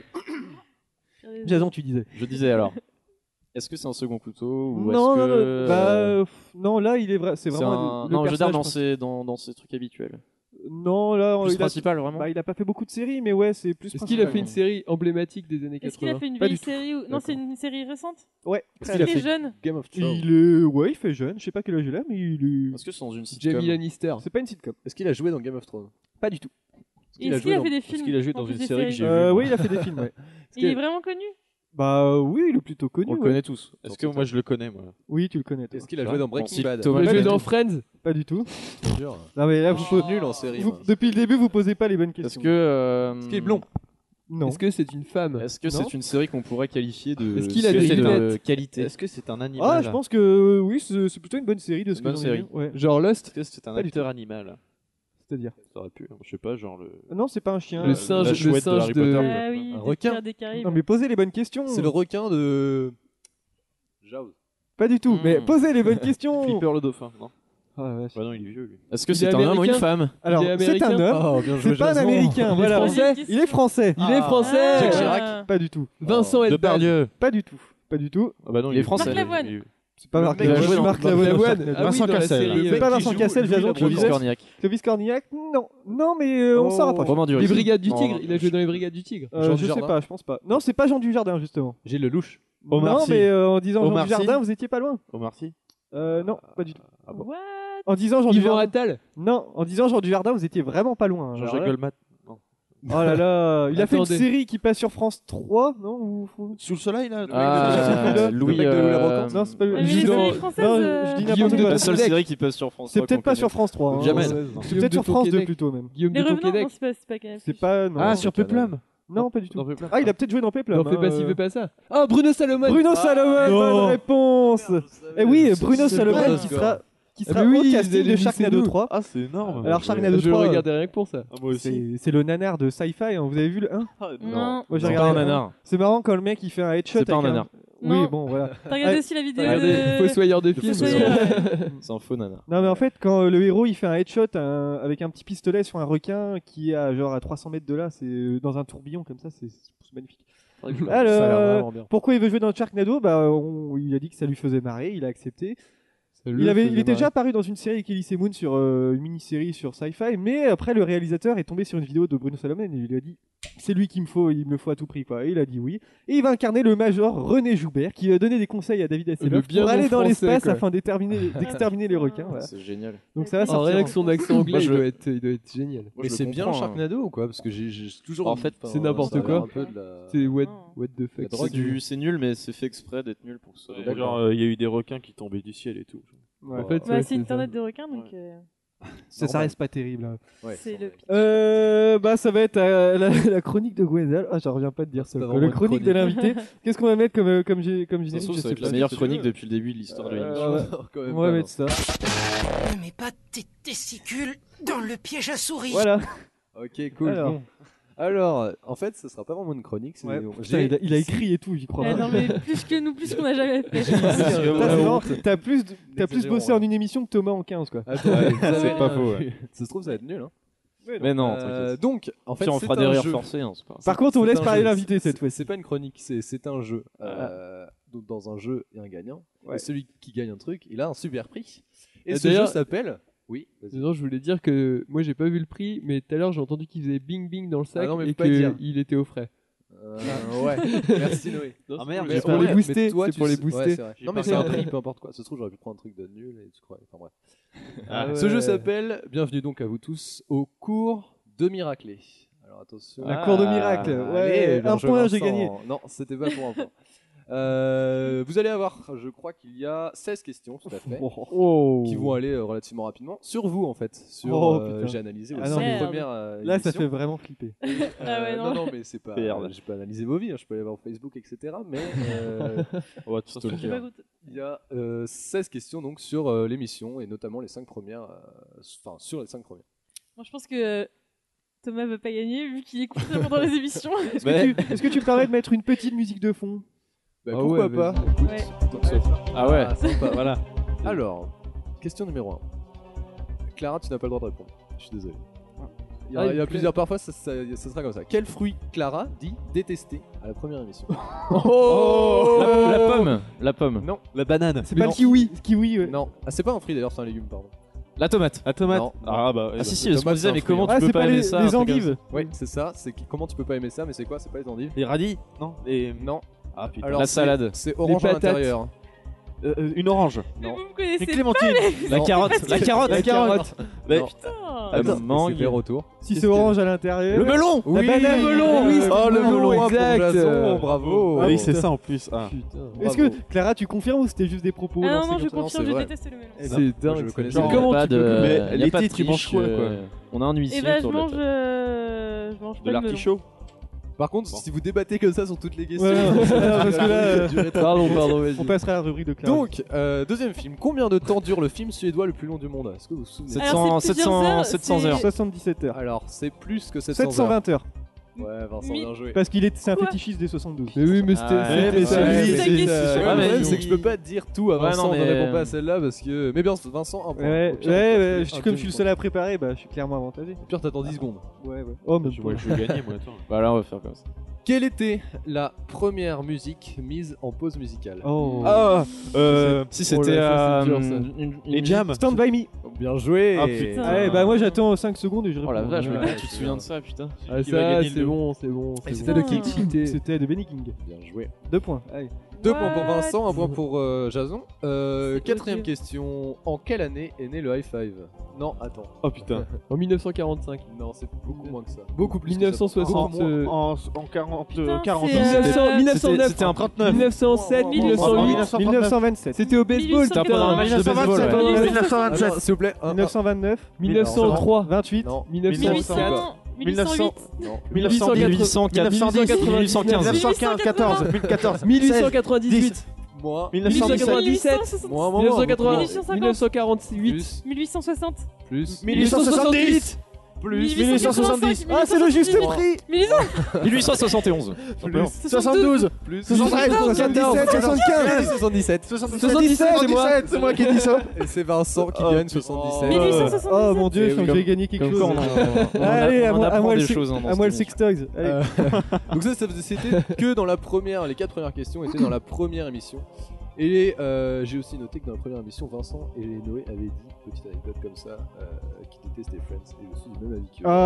Jason, tu disais. Je disais alors. Est-ce que c'est un second couteau ou Non, est-ce non, que non, bah, non, là, il est vrai. C'est c'est vraiment. un... le Non, je veux dire personnage dans ces trucs habituels. Non, là, Plus il a... principal vraiment. Bah, il a pas fait beaucoup de séries, mais ouais, c'est plus. Est-ce qu'il a principal. fait une série emblématique des années Est-ce qu'il a 80? fait une Pas vieille du tout. série ou... Non, c'est une série récente. Ouais. Est-ce Il qu'il a est fait jeune. Game of Thrones? Ouais, il fait jeune. Je sais pas quel âge il a, mais il est. Est-ce que c'est dans une sitcom? Jamie Lannister. C'est pas une sitcom. Est-ce qu'il a joué dans Game of Thrones? Pas du tout. Est-ce qu'il a fait des Est-ce films? qu'il a joué en dans plus une des série que séries j'ai vue? Oui, il a fait des films, ouais. Il est vraiment connu? Bah oui, il est plutôt connu. On le ouais. connaît tous. Est-ce que moi je le connais moi? Oui, tu le connais. toi. Est-ce qu'il a joué dans Breaking si Bad? Thomas Il a joué le dans connaît. Friends. Pas du tout. Je te jure. Non, mais là, Je suis nul en série. moi. depuis le début, vous posez pas les bonnes questions. Est-ce que Est-ce qu'il est blond? Non. Est-ce que c'est une femme? Est-ce que Non. c'est une série qu'on pourrait qualifier de Est-ce qu'il a des série de lunettes qualité? Est-ce que c'est un animal? Ah, je pense que oui, c'est plutôt une bonne série de ce Une que bonne j'en ai série. vu. Ouais. Genre Lost? Est-ce que c'est un Pas du acteur animal? C'est-à-dire. Ça aurait pu. Je sais pas, genre le. Non, c'est pas un chien. Le singe, la le chouette de singe Harry de. Potter. Ah oui, Un des requin. Pirates des Caraïbes. Non, mais posez les bonnes questions. C'est le requin de. Jaws. Pas du tout. Hmm. Mais posez les bonnes questions. Flipper le dauphin, non? Ah, la vache. Bah non, il est vieux lui. Est-ce que Il c'est est un homme ou une américain femme? Alors, Il est c'est un américain. homme. Oh, bien joué, C'est pas un Jason. américain. Voilà. Français Il est français. Il est français. Jacques Chirac. Pas du tout. Vincent Elbaz. Depardieu. Pas du tout. Pas du tout. Ah bah non, Il est français. Marc Lavoine. il est- C'est pas Le Marc mec qui Lavoine. joue C'est dans Marc Marc Lavoine. Lavoine. Ah oui, Vincent dans la Cassel. série, C'est pas qui Vincent joue Cassel, Louis Jason, la tu Clovis disais. Cornillac. Clovis Cornillac. Non. Non, mais on s'en rapproche. Romain Duris. Les Brigades du Non, Tigre. Il a joué dans les Brigades du Tigre. Jean Je sais Dujardin. pas, je pense pas. Non, c'est pas Jean Dujardin justement. J'ai le louche. Omar Non, Sy. mais en disant Jean Omar Dujardin, Sy. vous étiez pas loin. Omar Sy. Non, pas du tout. Ah bon. What? En disant Jean Yvan Dujardin. Attal. Non, en disant Jean Dujardin, vous étiez vraiment pas loin. Alors Jean-Jacques là- Goldman. Oh là là, il a fait une Attendez. série qui passe sur France 3, non ou... Sous le soleil là. Ah, Le Louis. mec de Louis la Brocante. Non, c'est pas Mais je les dis dans- séries non, françaises. non, je dis Guillaume n'importe de quoi. La seule Tonquédec. série qui passe sur France C'est 3 peut-être qu'on pas connaît. sur France 3. hein. Jamel. C'est Guillaume peut-être de sur France 2 Tonquédec. plutôt même. Guillaume Les de Revenants? Non, Tonquédec. c'est pas Canal+. C'est pas non. Ah, sur Peplum. Non, pas du tout. Dans Peplum. Ah, il a peut-être joué dans Peplum. Non, fais pas ci, fais pas ça. Ah, Bruno Salomon. Bruno Salomon, bonne réponse. Eh oui, Bruno Salomon qui sera au casting de Sharknado 3. Ah, c'est énorme. Alors Sharknado Je le 3, regardais rien que pour ça. moi aussi. c'est le nanar de Sci-Fi. Hein. Vous avez vu le 1 Non. Moi j'ai C'est pas regardé un le 1. nanar. C'est marrant quand le mec il fait un headshot. C'est pas un avec nanar. Oui, Non. bon voilà. T'as regardé aussi la vidéo Regardez, de... Fossoyeur de film. Fossoyeur. C'est un faux nanar. Non mais en fait quand le héros il fait un headshot avec un petit pistolet sur un requin qui est à 300 mètres de là, c'est dans un tourbillon comme ça, c'est magnifique. Ça a l'air Alors, vraiment bien. pourquoi il veut jouer dans Sharknado? Il a dit que ça lui faisait marrer, il a accepté. Il était déjà apparu dans une série avec Elise Moon sur une mini-série sur Sci-Fi, mais après le réalisateur est tombé sur une vidéo de Bruno Salomon et il lui a dit c'est lui qu'il me faut, il me le faut à tout prix quoi. Et il a dit oui. Et il va incarner le major René Joubert qui va donner des conseils à David Hasselhoff bien pour aller bon dans français, l'espace quoi. afin d'exterminer les requins. Voilà. C'est génial. Donc ça va En sortir. rien que son accent anglais, Moi, je il doit être génial. Moi, Mais je c'est le bien comprends, Sharknado ou quoi? Parce que j'ai toujours. En fait, c'est n'importe ça a l'air quoi. un peu de la- C'est what the La fuck. drogue. C'est nul, mais c'est fait exprès d'être nul pour que ce soit drôle. Genre, il y a eu des requins qui tombaient du ciel et tout. Ouais. En fait, Bah, ouais, c'est une ça. tornade de requins, donc Ça reste pas terrible. Hein. Ouais, c'est le... Ça va être la chronique de Gwendal. Ah, j'en reviens pas de dire ça. pas Le vraiment une chronique de l'invité. Qu'est-ce qu'on va mettre comme Ça générique? se trouve, Je ça sais va être la pas. meilleure si tu chronique veux. depuis le début de l'histoire de l'émission. Quand même On va pas, mettre ça. Ne mets pas tes testicules dans le piège à souris. Voilà. non. Ok, cool. Alors. Bon. Alors, en fait, ce sera pas vraiment une chronique. Ouais. J'ai- Putain, il a écrit et tout, j'y crois Eh, pas. non mais plus que nous, plus qu'on a jamais fait. Putain, c'est marrant. T'as plus bossé ouais. en une émission que Thomas en 15 quoi. Attends, C'est pas faux, ouais. Ça se trouve, ça va être nul. Hein. Mais non, t'inquiète. Donc, en fait, Puis on c'est fera des un rires jeu. forcés, hein, c'est pas grave. Par contre, on vous C'est laisse un parler jeu. l'invité cette C'est- fois-ci. C'est pas une chronique, c'est un jeu. Donc, dans un jeu, il y a un gagnant. Ouais. Et celui qui gagne un truc, il a un super prix. Et Et ce jeu d'ailleurs- s'appelle. Oui, vas-y. Non, je voulais dire que moi j'ai pas vu le prix, mais tout à l'heure j'ai entendu qu'il faisait bing bing dans le sac Ah non, mais et faut pas dire. qu'il était au frais. Ouais, merci Noé. Ah merde, Mais j'ai pour pas les rien. booster, Mais toi, c'est tu pour les sais- booster. ouais, c'est vrai. J'ai Non, pas mais c'est un regardé. prix, peu importe quoi. Ça se trouve, j'aurais pu prendre un truc de nul et tu crois. Enfin bref. Ah Ce ouais. jeu s'appelle, bienvenue donc à vous tous, au cours de Miraclé. Alors attention. La cour de miracle. Ouais, Allez, bien un joué, point, j'ai Vincent. gagné. Non, c'était pas pour un point. Vous allez avoir, je crois qu'il y a 16 questions, tout à fait, Oh. qui vont aller relativement rapidement sur vous en fait. Sur, Oh, putain. j'ai analysé Ah aussi non, les mais- premières Là, ça émissions. fait vraiment flipper. Ah ouais, non. non, mais c'est pas. Merde. J'ai pas analysé vos vies, hein, je peux aller voir Facebook, etc. Mais On va tout J'ai stalker. pas goûté. il y a 16 questions donc sur l'émission et notamment les 5 premières. Enfin, sur les 5 premières. Moi, je pense que Thomas veut pas gagner vu qu'il écoute vraiment dans les émissions. Est-ce que tu me permets de mettre une petite musique de fond? Bah, Ah pourquoi ouais, pas vas-y. Écoute, Ouais. donc ça- Ah ouais, sympa. voilà. Alors, question numéro 1. Clara, tu n'as pas le droit de répondre. Je suis désolé. Il y Ah, a, il il y a plaît. plusieurs parfois, ça sera comme ça. Quel fruit Clara dit détester à la première émission? La pomme. La pomme. Non, La banane. C'est pas le kiwi. Kiwi, ouais. non. Ah, c'est pas un fruit d'ailleurs, c'est un légume, pardon. La tomate. La tomate. Non. Ah bah. Ah si, si, la parce qu'on tomate, disait, c'est mais un fruit, comment hein. Ah, tu peux c'est pas pas aimer les ça un truc comme endives. Oui, c'est ça. C'est comment tu peux pas aimer ça, mais c'est quoi? C'est pas les endives? Les radis. Non. Les. Non. Ah putain. Alors, La c'est- salade. C'est orange à patates. l'intérieur. Une orange. Mais Non. vous me Une connaissez clémentine. La carotte. La carotte. La carotte. Bah, Non. pas. La C'est mangue. fait retour. Si c'est orange à l'intérieur. Le melon. Oui, banane. le melon. Oui, Oh, le melon, exact. pour Jason, bravo. Ah oui, c'est ça en plus. Ah. Putain. Est-ce que Clara, tu confirmes ou c'était juste des propos Ah non, lancés non, je comme ça confirme, c'est je vrai. déteste le melon. Eh ben, C'est je dingue. le ça. connaissais. Genre, Il y a comment pas tu peux de- Mais il y a les pas de titres, ils mangent triche, quoi, quoi On a un Et huissier bah, je sur le mange table. je mange De pas de melon. l'artichaut. Par contre, si vous débattez comme ça sur toutes les questions, Ouais, non, parce que là, durer très Pardon, longtemps. pardon, vas-y. on passera à la rubrique de Clara. Donc, deuxième film. Combien de temps dure le film suédois le plus long du monde? Est-ce que vous vous souvenez? Alors, c'est plusieurs heures, 700 c'est- heures. 77 heures. Alors, c'est plus que 700 heures. 720 heures. Ouais, Vincent, Mi- bien joué. Parce c'est un Quoi fétichiste des 72. Mais oui, mais c'était. Ah, c'était mais ça, c'est lui, lui, c'est c'est- sa question. Le Ouais, problème, mais c'est que je peux pas dire tout à Ouais, Vincent, non, on ne mais- répond pas à celle-là parce que. Mais bien, Vincent, un point. Ouais, Au pire, ouais, un comme je suis le seul demi-point. à préparer, bah je suis clairement avantagé. Au pire, t'attends 10 secondes. Ouais, ouais. Oh, mais Je vois que je vais gagner, moi. Attends. Bah là, on va faire comme ça. Quelle était la première musique mise en pause musicale? Oh. Ah. Si Oh c'était là, ça, c'est dur, ça. Les jams. Stand by me. Bien joué. Ah, putain. Ouais, bah moi j'attends 5 secondes et je réponds. Oh la vache, mais Ouais, comment tu te c'est souviens bien. de ça, putain? Ah, Qui va ça, gagner c'est le- bon, c'est bon. Et c'est c'était bon. de qui cité? C'était de Benny King. Bien joué. 2 points. Allez. 2 points pour What? Vincent, 1 point pour Jason. Quatrième odieux. question. En quelle année est né le high five? Non, attends. Oh putain. En 1945. Non, c'est beaucoup moins que ça. Beaucoup plus. 1960. Que ça. Beaucoup moins. En 40. Putain, 40. c'est, 1909. C'était un 39. 1907, 1908. 1927. C'était au baseball. C'était C'était pendant un match de baseball. ouais. 1927. Alors, s'il vous plaît. 1929. 1903. 28. Non. 1904. 1808. Non. 1810, 1815. 1914. 1014. 1898. Moins. 1997. Moins. 1850. 1948. 1860. Plus. 1870. Plus 1870. Ah, c'est le juste prix. 1871. Plus. 72. Plus. 73. 77. 75. 77. 77. C'est moi qui ai dit ça. Et c'est Vincent qui gagne 77. 1877. Oh mon dieu, Eh je crois oui. que je vais gagner quelque chose. Allez, à moi le Six Togs. Allez. Donc ça c'était que dans la première, les 4 premières questions étaient dans la première émission. Et j'ai aussi noté que dans la première émission, Vincent et Noé avaient dit, petite anecdote comme ça, qu'ils détestaient Friends. Et je suis du même avis qu'eux.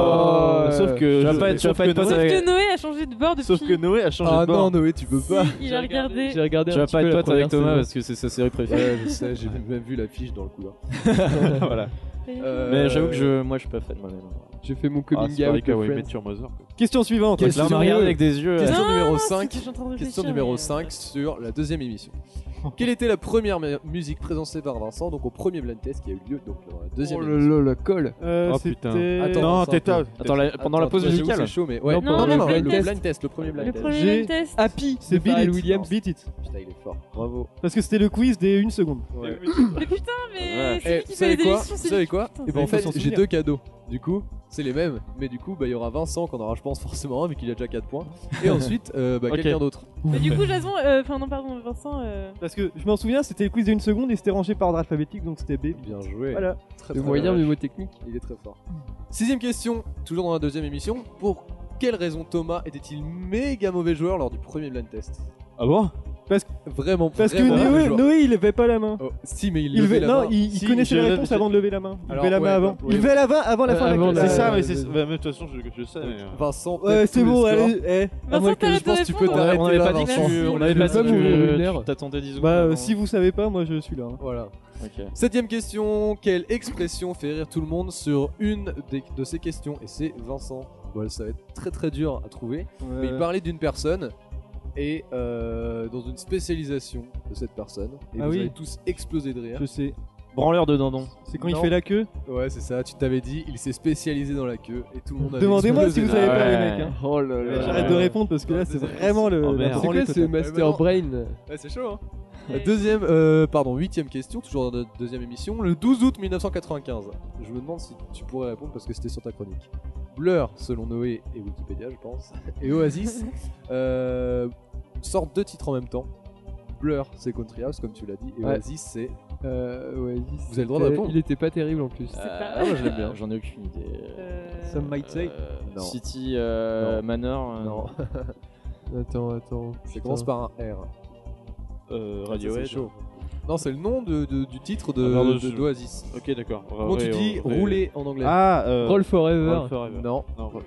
Sauf que tu vas pas être pote Sauf avec. que Noé a changé de bord depuis. Sauf que Noé a changé Ah de bord. non, Noé, tu peux pas. Il a regardé. J'ai regardé Tu un vas petit pas peu être la pote avec première Thomas saison. parce que c'est sa série préférée. Ouais, je sais, j'ai même vu l'affiche dans le couloir. Voilà. Mais j'avoue que moi je suis pas fan moi-même. J'ai fait mon Ah, coming c'est pareil out qu'à de Way Friends. Met Your Mother. Question suivante. Question Là on m'a regardé avec des yeux. Question Non, numéro non, 5. je suis en train de réfléchir, Question numéro mais- 5 sur la deuxième émission. Quelle était la première musique présentée par Vincent donc au premier blind test qui a eu lieu donc dans la deuxième émission. la colle. Oh, putain. C'était. Attends, Non, Vincent, t'es top. Attends, pendant la pause j'avoue que musicale. c'est chaud mais ouais. Non, le blind le test. blind test, le premier blind Le test. premier J'ai- blind test. Happy, C'est Pharrell Beat It. Williams. Beat It. Putain, il est fort. Bravo. Parce que c'était le quiz des 1 seconde. Mais putain, mais Ouais. c'est lui Eh, qui vous fait savez les quoi émissions. Vous c'est savez lui. quoi Putain, Et ben en il faut fait, s'en j'ai souvenir. 2 cadeaux. Du coup, c'est les mêmes, mais du coup, bah il y aura Vincent qu'on aura je pense forcément un vu qu'il a déjà 4 points. Et ensuite, Ok. quelqu'un d'autre. Mais du coup, Jason, enfin non, pardon, Vincent. Parce que je m'en souviens, c'était le quiz des 1 seconde et c'était rangé par ordre alphabétique, donc c'était B. Bien joué. Voilà. Très, Le très moyen bien. mnémotechnique. Il est très fort. 6ème question, toujours dans la deuxième émission. Pour quelle raison Thomas était-il méga mauvais joueur lors du premier blind test? Ah bon? Vraiment, Parce que vraiment mauvais Noé, joueur. Noé, il levait pas la main. Oh, si, mais il Il levait levait, la non, main. il Si, connaissait je les lève- réponses je- avant de lever la main. Il Alors, levait la ouais, main avant. oui. Il levait la main avant la fin de Avant la la- C'est ça, ouais, mais c'est. ouais. Bah, mais de toute façon, je sais. mais, Vincent, Ouais, c'est bon, allez. allez. Vincent, À moins que je t'arrêtes de pense que tu peux répondre. t'arrêter On avait là, pas dit Vincent. que On avait pas mourir lunaire. tu t'attendais 10 secondes. Bah, avant. si vous savez pas, moi je suis là. hein. Voilà. Ok. 7ème question, quelle expression fait rire tout le monde sur une de ces questions? Et c'est Vincent. Voilà, ça va être très très dur à trouver. Mais il parlait d'une personne et dans une spécialisation de cette personne. Et Ah vous oui. avez tous explosé de rire. Je sais. Branleur de dindon. C'est quand il Non. fait la queue. Ouais, c'est ça, tu t'avais dit, il s'est spécialisé dans la queue et tout le monde avait Demandez-moi si explosé vous de savez rire. pas, les Ouais. mecs. hein. Oh là là. J'arrête de répondre parce que là, c'est vraiment le. Oh, la merde. C'est branlée quoi ce totale. Master Brain? Ouais, c'est chaud, hein. Ouais. Huitième question, toujours dans notre deuxième émission, le 12 août 1995. Je me demande si tu pourrais répondre parce que c'était sur ta chronique. Blur, selon Noé et Wikipédia, je pense, et Oasis sortent 2 titres en même temps. Blur, c'est Country House, comme tu l'as dit, et Ouais. Oasis, c'est. Ouais, Vous avez le droit de répondre. Il était pas terrible en plus. Ah, moi je l'aime bien. J'en ai aucune idée. Some might say. Non. City Non. Manor. Non, Attends. ça putain. commence par un R. Radiohead. C'est chaud. Non, c'est le nom du titre Ah, pardon, d'Oasis. Ok, d'accord. Comment tu dis rouler en anglais? Ah, Roll Forever. Roll Forever. Non,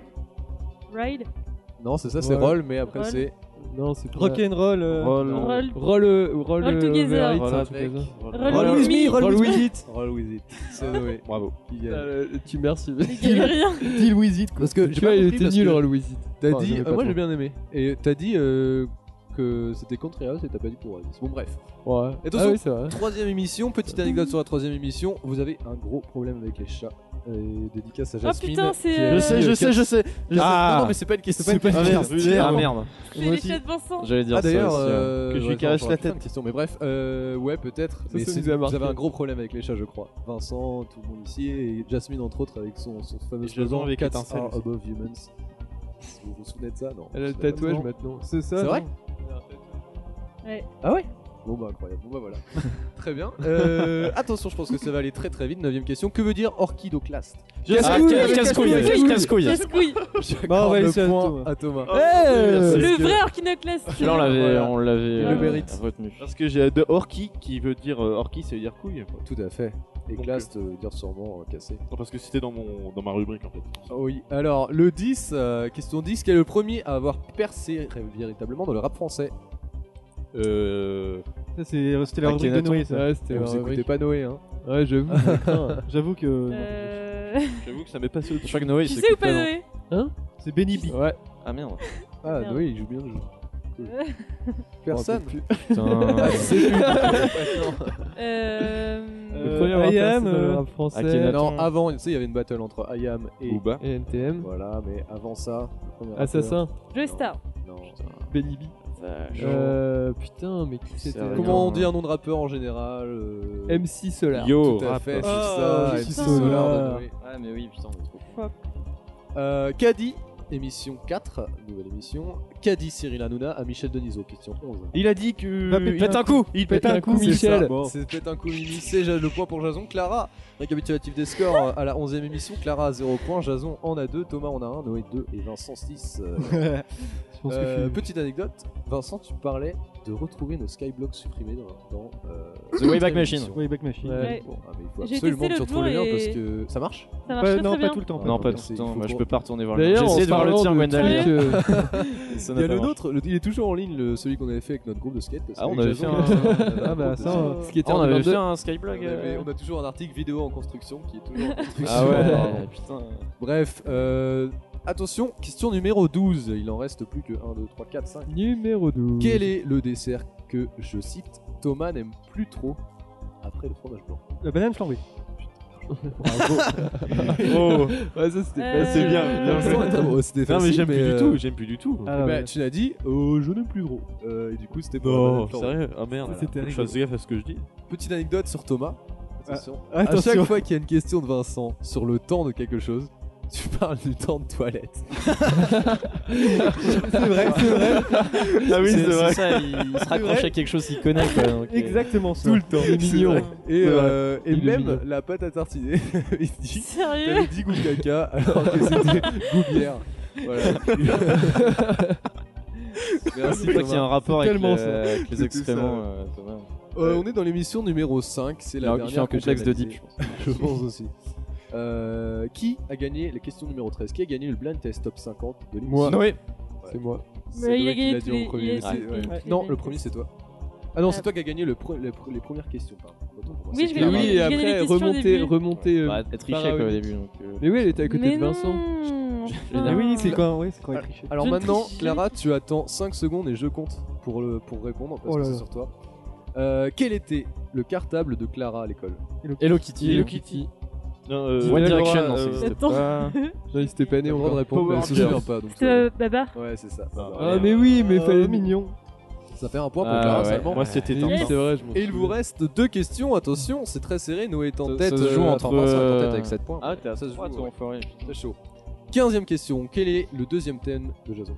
Ride. non, c'est ça, c'est Ouais. Roll, mais après Roll. c'est. Non, c'est pas. Rock'n'roll. Roll. Roll Together. Over It, Roll un truc avec. comme ça. Roll with me. Roll with it. Roll with it. C'est Noé. Bravo. Qui Ah, gagne. Tu merci. Il y a rien. Deal with it. quoi. Parce que Tu j'ai vois, pas il compris était parce nul que Roll With It. T'as Enfin, dit, j'aimais pas moi trop. j'ai bien aimé. Et t'as dit que c'était Country House et t'as pas dit pour Oasis. Bon, bref. Ouais. Et attention, Ah oui, c'est vrai. Troisième émission, petite anecdote sur la troisième émission. Vous avez un gros problème avec les chats. Dédicace à Jasmine. putain, c'est, qui a Je dit, sais, je sais. Non, non, mais c'est pas une question. C'est pas une Ah, merde. question. Ah merde. C'est les chats de Vincent. J'allais dire Ah ça d'ailleurs, aussi. que je lui caresse j'aurais la plein de tête. questions, mais bref, ouais peut-être. Mais ça c'est- nous a vous marqué. avez un gros problème avec les chats, je crois. Vincent, tout le monde ici, et Jasmine entre autres avec son fameux Et Jason slogan avec Cats étincelle are aussi. above humans. Vous vous souvenez de ça? Non. Elle a le Je sais pas. tatouage Non. maintenant. C'est ça. C'est non vrai? Ouais. Ah ouais? Bon bah incroyable, bon bah voilà. Très bien. Attention, je pense que ça va aller très très vite. 9ème question, que veut dire orchidoclaste? Casse-couille. Casse-couille. Casse-couille. Casse-couille. Bah, on va laisser à point Thomas. à Thomas. Le vrai orchinoclaste. Celui-là, on l'avait Il le mérite. retenu. Parce que j'ai de orki qui veut dire orki, ça veut dire couille. Tout à fait. Et Donc, classe veut dire sûrement cassé. Non, parce que c'était dans ma rubrique en fait. Oui, alors le 10, question 10, quel est le premier à avoir percé véritablement dans le rap français? Ça, c'était la rubrique de Noé, ça. Ouais, c'était Vous un écoutez mec. pas Noé, hein? Ouais, j'avoue. ça craint. J'avoue que. J'avoue que ça m'est passé au Chaque Noé, Tu il sais ou s'écoute pas pas, non. Noé? C'est Benny B. Ouais. Ah merde. Ah, Merde. Noé, il joue bien le jeu. Personne. Putain. Ah, tu sais plus. Le premier rap IAM, dans le rap français. Akhenaton. Non, avant, tu sais, il y avait une battle entre IAM et Booba. Et NTM. Voilà, mais avant ça, le premier rappeur- Assassin. Joe Star. Non. Benny B. Vache. Putain, mais qui c'était Sérieux. Comment on dit un nom de rappeur en général MC Solar. Yo, Tout à rap. fait, c'est Ah, ça. MC MC Solar. Solar de Noé. Ah, mais oui, putain, on est trop. Caddy, émission 4, nouvelle émission. Caddy Cyril Hanouna à Michel Denisot, question 11. Il a dit que. Va pète un coup. Il pète un coup, Michel. Michel. Bon. C'est peut-être un coup Mimi, c'est le point pour Jason. Clara, récapitulatif des scores à la 11e émission. Clara a 0 points, Jason en a 2, Thomas en a 1, Noé 2 et Vincent 6. Je pense que Petite anecdote, Vincent, tu parlais de retrouver nos Skyblocks supprimés dans The Wayback Machine. Wayback Machine. Ouais. Bon, ah, mais il faut J'ai absolument testé que tu l'autre retrouves le jour lien parce et- que ça marche. Ça marche très, Non, très bien. pas tout le temps. Non, pas temps. tout le temps. Il faut Moi, je qu'on- peux pas retourner voir le D'ailleurs, J'ai en essayé de voir le parlant tien, de Gwendal. trucs, Ça Il n'a y a pas le marché. nôtre, il est toujours en ligne, celui qu'on avait fait avec notre groupe de skate. parce Ah, on qu'avec avait fait Jason, un. Ah, bah, ça, ce qui était Ah, on en avait 2022. fait un Skyblog. on a toujours un article vidéo en construction qui est toujours en construction. Ah ouais, putain. Bref, attention, question numéro 12. Il en reste plus que 1, 2, 3, 4, 5. Numéro 12. Quel est le dessert que, je cite, Thomas n'aime plus trop après le fromage blanc? La banane flambée. Oh, Ouais, ça c'était Euh, pas c'est bien. C'était Non, mais facile, j'aime plus du euh, tout, j'aime plus du tout. Ah, bah, ouais. tu l'as dit, je n'aime plus trop. Et du coup, c'était pas la Non, banane flambée. sérieux? Ah merde, C'était faut que je rigolo. fasse gaffe à ce que je dis. Petite anecdote sur Thomas. Attention. À Attention. chaque fois qu'il y a une question de Vincent sur le temps de quelque chose, tu parles du temps de toilette. C'est vrai, c'est vrai. Ah oui, c'est vrai. ça, il se raccroche vrai. à quelque chose qu'il connaît, quoi. donc, Exactement ça. tout le temps. C'est mignon. Et, C'est vrai. et Il est même mignon. la pâte à tartiner, il dit Sérieux? t'avais dit goût caca alors que c'était goût bière. Voilà. Merci Je crois qu'il y a un Thomas. rapport avec, tellement ça. avec les C'est tout excréments, ça. Thomas. On est dans l'émission numéro 5, c'est la Il dernière fait un que complexe j'ai d'Oedipe, analysée. je pense. Je pense aussi. Qui a gagné la question numéro 13? Qui a gagné le blind test top 50 de l'émission? Moi. Noé. C'est moi. C'est Mais il Noé a qui gagné l'a dit tous en les- premier. il a mais c'est- gagné ouais. tous les Non, blind le premier tests. c'est toi. Ah non, c'est Ah. toi qui as gagné les premières questions. Pardon. Autant pour moi. Oui, C'est je Clara. vais Oui, gagner et les après questions au remonter. début. Bah, elle trichait, quoi, au début. Donc, Mais oui, elle était à côté Mais de Vincent. non. Ah oui, c'est quand il trichait. Alors Je ne maintenant, triche Clara, tu attends 5 secondes et je compte pour répondre parce Oh là que c'est là. sur toi. Quel était le cartable de Clara à l'école? Hello Kitty. Hello Kitty. Non, One Direction, non, euh, ça existe Attends. pas. Non, il s'était pas né T'as le droit de encore. répondre, mais elle se Power souvient Girls. pas. Donc C'était Baba. ouais, c'est ça. Ah, mais oui, mais fallait. Mignon. Ça fait un point pour Ah, Clara ouais. seulement. Moi, c'était Oui, Tintin. c'est vrai, je m'en Et il souviens. vous reste 2 questions, attention, c'est très serré, Noé est en Ça- tête. ça se joue attends, entre, Vincent est en tête avec 7 points. Ah, t'es à Ça se 3, joue, toi, ouais. enfoiré. Très chaud. 15e question, quel est le deuxième thème de Jason?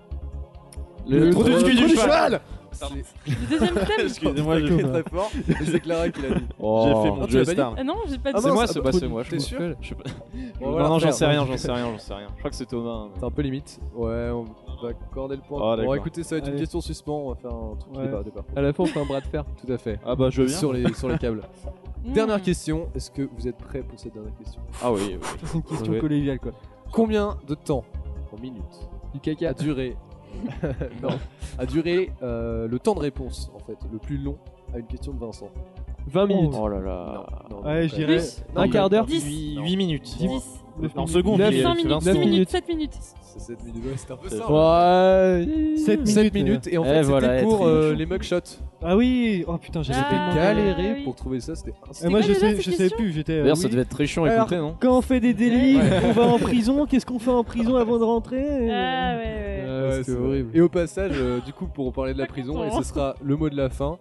Le trou du cul du cheval. Le deuxième thème. Excusez-moi, Très très fort, et c'est Clara qui l'a dit. J'ai fait mon Non, tu jeu l'as pas dit star. Ah non, j'ai pas dit. Ah C'est mince, moi, ah c'est bah, pas c'est moi. t'es je sûr? crois. Je sais pas. Bon, voilà, Non, non, j'en frère, sais rien, donc, j'en sais rien. Je crois que c'est Thomas. hein. C'est un peu limite. Ouais, on va accorder le point. Ah, Bon, d'accord. écoutez, ça va être une Allez. question suspens, on va faire un truc Ouais. débat. À la fin, on fait un bras de fer. Tout à fait. Ah bah je veux bien. Sur les câbles. Mmh. Dernière question, est-ce que vous êtes prêts pour cette dernière question? Ah oui. C'est une question Ouais. collégiale quoi. Combien de temps, en minutes, Du caca. a duré non, a duré le temps de réponse en fait, le plus long à une question de Vincent? 20 minutes. Oh là là. Non, Ouais, je pas. dirais. Plus. Un quart d'heure. 10. 8 minutes. 10. En seconde, Neuf, il est- 5 c'est minutes. 20 6 minutes. minutes. 7 minutes. C'est 7 minutes, ouais, c'est un peu C'est ça. Ouais. 7 minutes et en fait Eh, voilà, c'était elle pour triche. les mugshots. Ah oui. Oh putain, j'avais Ah, tellement. Galéré oui. pour trouver ça, c'était Et moi quoi déjà, je cette savais question plus, j'étais. D'ailleurs, oui. ça devait être très chiant à Alors, écouter, non? Quand on fait des délits, on va en prison. Qu'est-ce qu'on fait en prison avant de rentrer Ah ouais, ouais. Ouais, Ouais, c'était c'est horrible. Et au passage, du coup, pour parler de la Pas prison, content. et ce sera le mot de la fin.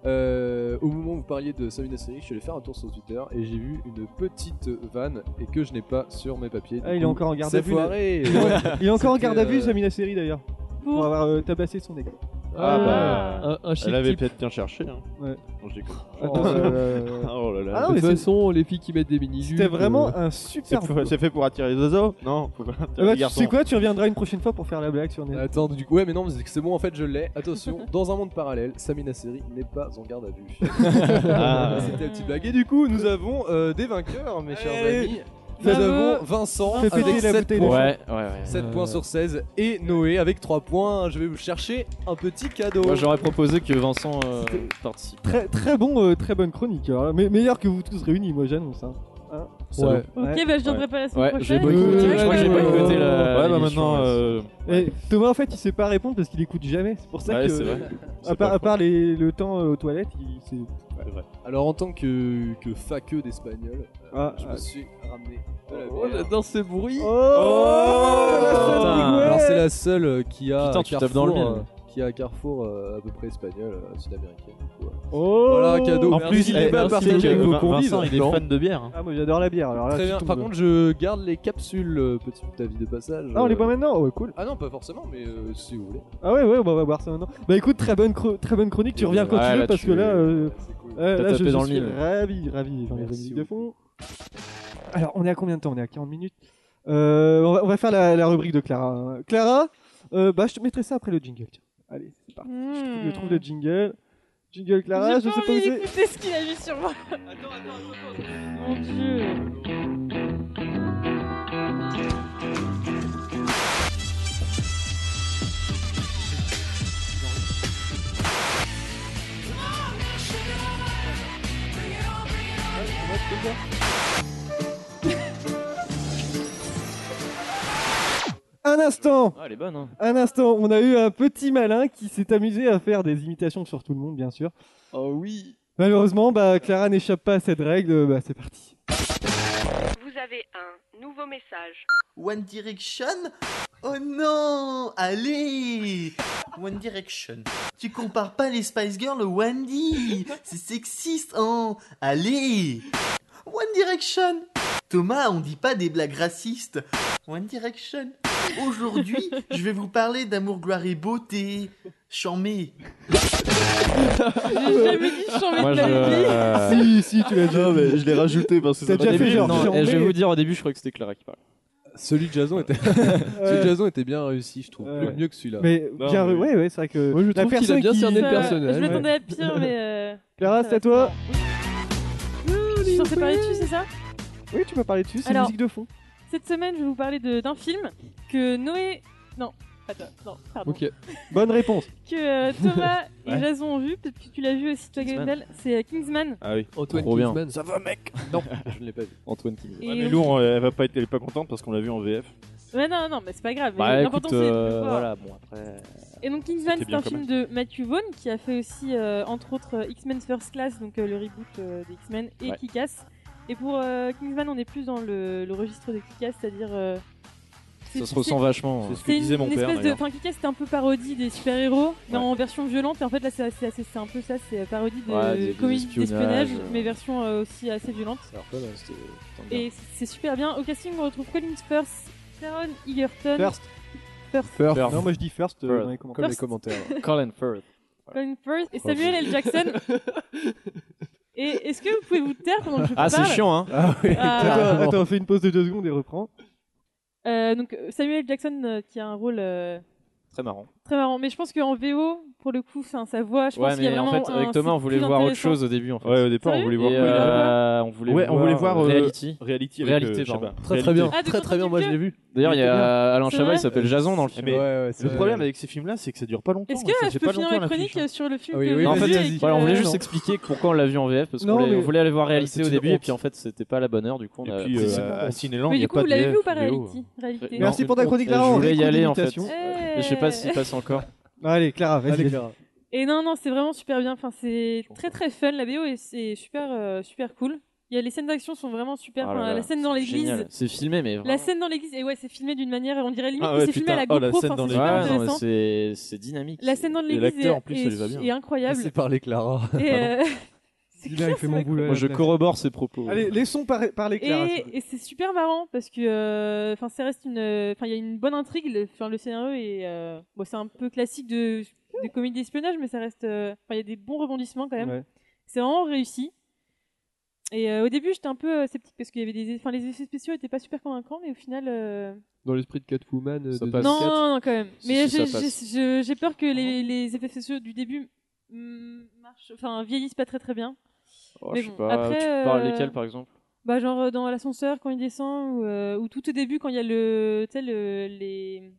Au moment où vous parliez de Samina Seri, je suis allé faire un tour sur Twitter et j'ai vu une petite vanne et que je n'ai pas sur mes papiers. Du Ah, il est coup, encore en garde à c'est vue. foiré. Il est encore en C'était, garde à vue, Samina Seri d'ailleurs. Pour Pour- avoir tabassé son ex. Ah bah. Ah. Un chic Elle avait type. peut-être bien cherché. Hein. Ouais. Non, je déconne. Oh là là. Oh là là. Ah non, De mais toute c'est- façon, les filles qui mettent des mini C'était vraiment un super. C'est fait pour attirer les oiseaux? Non, faut pas Ah attirer bah, les tu garçons. sais quoi, tu reviendras une prochaine fois pour faire la blague sur Net. Attends, du coup, ouais, mais non, mais c'est bon, en fait, je l'ai. Attention, dans un monde parallèle, Samina Seri n'est pas en garde à vue. Ah. C'était la petite blague. Et du coup, nous avons des vainqueurs, mes chers Allez. amis. Nous Bravo. avons Vincent Fais avec péter la 7 bouteille de points. Ouais, ouais. 7 points sur 16 et Noé avec 3 points. Je vais vous chercher un petit cadeau. Moi, j'aurais proposé que Vincent participe. Très, très bon, très bonne chronique. Alors, meilleur que vous tous réunis, moi j'annonce. Hein. salaud. Ok, bah je viendrai pas la semaine prochaine. J'ai boycotté. Je crois que j'ai boycotté la. Ouais, bah l'émission, maintenant. Et Thomas, en fait, il sait pas répondre parce qu'il écoute jamais. C'est pour ça Ouais, que. c'est vrai. À part le temps aux toilettes, c'est vrai. Alors en tant que faqueux d'espagnol, je me ah. suis ramené de la Oh, bière. j'adore ces bruits. Alors c'est la seule qui a Putain, à tu tapes dans le Carrefour, mille. qui a à Carrefour à peu près espagnol, sud-américaine. Du coup, Oh voilà un cadeau. En plus, il est pas Vincent, partagé avec vos Vincent, convives. il est Non. fan de bière. Ah, moi j'adore la bière. Alors là, Très tu bien. tombes. Par contre, je garde les capsules, petit avis de passage. Ah, on les boit maintenant? Oh, ouais, cool. Ah non, pas forcément, mais si vous voulez. Ah ouais, on va boire ça maintenant. Bah écoute, très bonne chronique, tu reviens quand Ouais, tu veux là, parce tu- que là, T'as là tapé dans le suis mille. ravi, j'en ai la Merci musique de fond. Alors, on est à combien de temps? On est à 40 minutes. On va faire la rubrique de Clara. hein. Clara, bah je te mettrai ça après le jingle. Tiens. Allez, c'est parti. Je trouve le jingle. Jingle Clara, je sais pas où J'ai c'est. pas envie d'écouter ce qu'il a vu sur moi. Mon Dieu. Un instant. Ah, elle est bonne, hein. Un instant, on a eu un petit malin qui s'est amusé à faire des imitations sur tout le monde, bien sûr. Oh oui. Malheureusement, bah, Clara n'échappe pas à cette règle, bah, c'est parti. Vous avez un nouveau message. One Direction? Oh non! Allez! One Direction. Tu compares pas les Spice Girls au Wendy! C'est sexiste, hein! Allez! One Direction! Thomas, on dit pas des blagues racistes. One Direction. Aujourd'hui, je vais vous parler d'amour, gloire et beauté. Chambé. J'ai jamais dit chambé Moi, de ma vie. Si, tu l'as dit. Non, mais je l'ai rajouté parce que T'as ça déjà m'a fait fait genre. Non, Chambé. je vais vous dire, au début, je croyais que c'était Clara qui parlait. Celui de Jason était, celui de Jason était bien réussi, je trouve. Ouais. Mieux que celui-là. Mais Non, bien, mais- ouais, c'est vrai que. Moi, je la trouve qu'il a personne bien qui- cerné le Ça, personnage. Je m'attendais à pire, mais. Clara, c'est à toi. Je suis censée parler dessus, c'est ça? Oui, tu peux parler dessus, c'est Alors- musique de fond. Cette semaine, je vais vous parler d'un film que Noé. Non, attends, non, pardon. Ok. Bonne réponse. Que Thomas et Ouais. Jason ont vu, peut-être que tu l'as vu aussi, toi, Kingsman. Gabriel. C'est Kingsman. Ah oui. Antoine Trop bien. Kingsman. Ça va, mec? Non, je ne l'ai pas vu. Antoine qui. Et Ouais, mais Lou, elle est pas contente parce qu'on l'a vu en VF. Ouais, non, mais c'est pas grave. Bah, L'important, écoute, c'est de le voir. voilà, bon, après. Et donc Kingsman, C'était c'est bien un quand film de Matthew Vaughn qui a fait aussi, entre autres, X-Men First Class, donc le reboot des X-Men, et Ouais. Kick-Ass. Et pour Kingsman, on est plus dans le registre de Kick-Ass, c'est-à-dire... Ça se ressent vachement. C'est ce que C'est disait une mon père. espèce de... d'ailleurs. Enfin, Kick-Ass, c'était un peu parodie des super-héros, mais Ouais. en version violente. Et en fait, là, c'est un peu ça, c'est parodie de Ouais, des comédie espionnages, d'espionnage, mais version aussi assez violente. Alors, pas mal, c'était bien. Et c'est super bien. Au casting, on retrouve Colin Firth, Taron Egerton... First. Firth. Non, moi je dis first First. dans les commentaires. Comme les First. commentaires. Colin Firth. Colin Firth et Samuel L. Jackson. Et est-ce que vous pouvez vous taire pendant que je Ah, parle? c'est chiant, hein. Ah oui. Attends, fais une pause de 2 secondes et reprends. Donc Samuel L. Jackson qui a un rôle Très marrant. très marrant, mais je pense qu'en VO, pour le coup, sa voix, je Ouais, pense qu'il y a mais en vraiment fait, avec Thomas, on voulait plus voir autre intéressant. chose au début, en fait. Ouais, au départ, on Sérieux voulait voir. Et quoi, on voulait Ouais, on voulait voir Reality. Reality avec Réalité, Chabat. pardon. Très très bien. Ah, de Très très bien, moi je l'ai vu. D'ailleurs, il y était a Alain C'est Chabat, vrai il s'appelle Jason dans le film. Mais c'est le problème avec ces films-là, c'est que ça dure pas longtemps. Est-ce et ça que fait je peux pas finir longtemps la l'affiche, chronique hein. sur le film Ah oui, que oui, j'ai En vu fait, et que- voilà, on voulait juste expliquer pourquoi on l'a vu en VF parce Non, qu'on mais- voulait aller voir Réalité c'est au une début et honte. puis en fait c'était pas la bonne heure du coup on Et a puis pris à Cinéland, Mais il y du a coup, pas vous de l'avez vu ou pas VO. Reality Réalité. Merci Non, pour ta chronique, Clara. je on voulais y écoute aller en fait. l'imitation. Je sais pas s'il passe encore. Allez, Clara, vas-y. Allez, vas-y. Clara. Et non, c'est vraiment super bien. Enfin, c'est très très fun la BO et c'est super cool. Il y a les scènes d'action sont vraiment super. Oh là Enfin, là, la scène dans l'église. Génial. C'est filmé mais La vraiment. scène dans l'église, et ouais, c'est filmé d'une manière, on dirait limite Ah que ouais, c'est filmé à la putain. Oh, la GoPro. scène Enfin, dans c'est l'église. super Ouais, non, mais intéressant. c'est dynamique. La scène dans Et l'église l'acteur, en plus, elle va bien. est incroyable. Laissez parler Clara. Et c'est Dis bien, il clair, fait c'est mon pas boulot. Moi je corrobore ses propos. Allez, laissons parler Clara. Et c'est super marrant parce que enfin ça reste enfin il y a une bonne intrigue, le scénario est bon, c'est un peu classique de comédie d'espionnage, mais ça reste il y a des bons rebondissements quand même. Ouais. C'est vraiment réussi. Et au début j'étais un peu sceptique parce qu'il y avait les effets spéciaux étaient pas super convaincants, mais au final Dans l'esprit de Catwoman. Ça de passe. 2004. non, quand même. Si, Mais si, ça passe. j'ai peur que les effets spéciaux du début vieillissent pas très très bien. Oh, Mais je sais bon, pas. après, Tu parles lesquels par exemple? Bah genre dans l'ascenseur quand il descend ou tout au début quand il y a tu sais les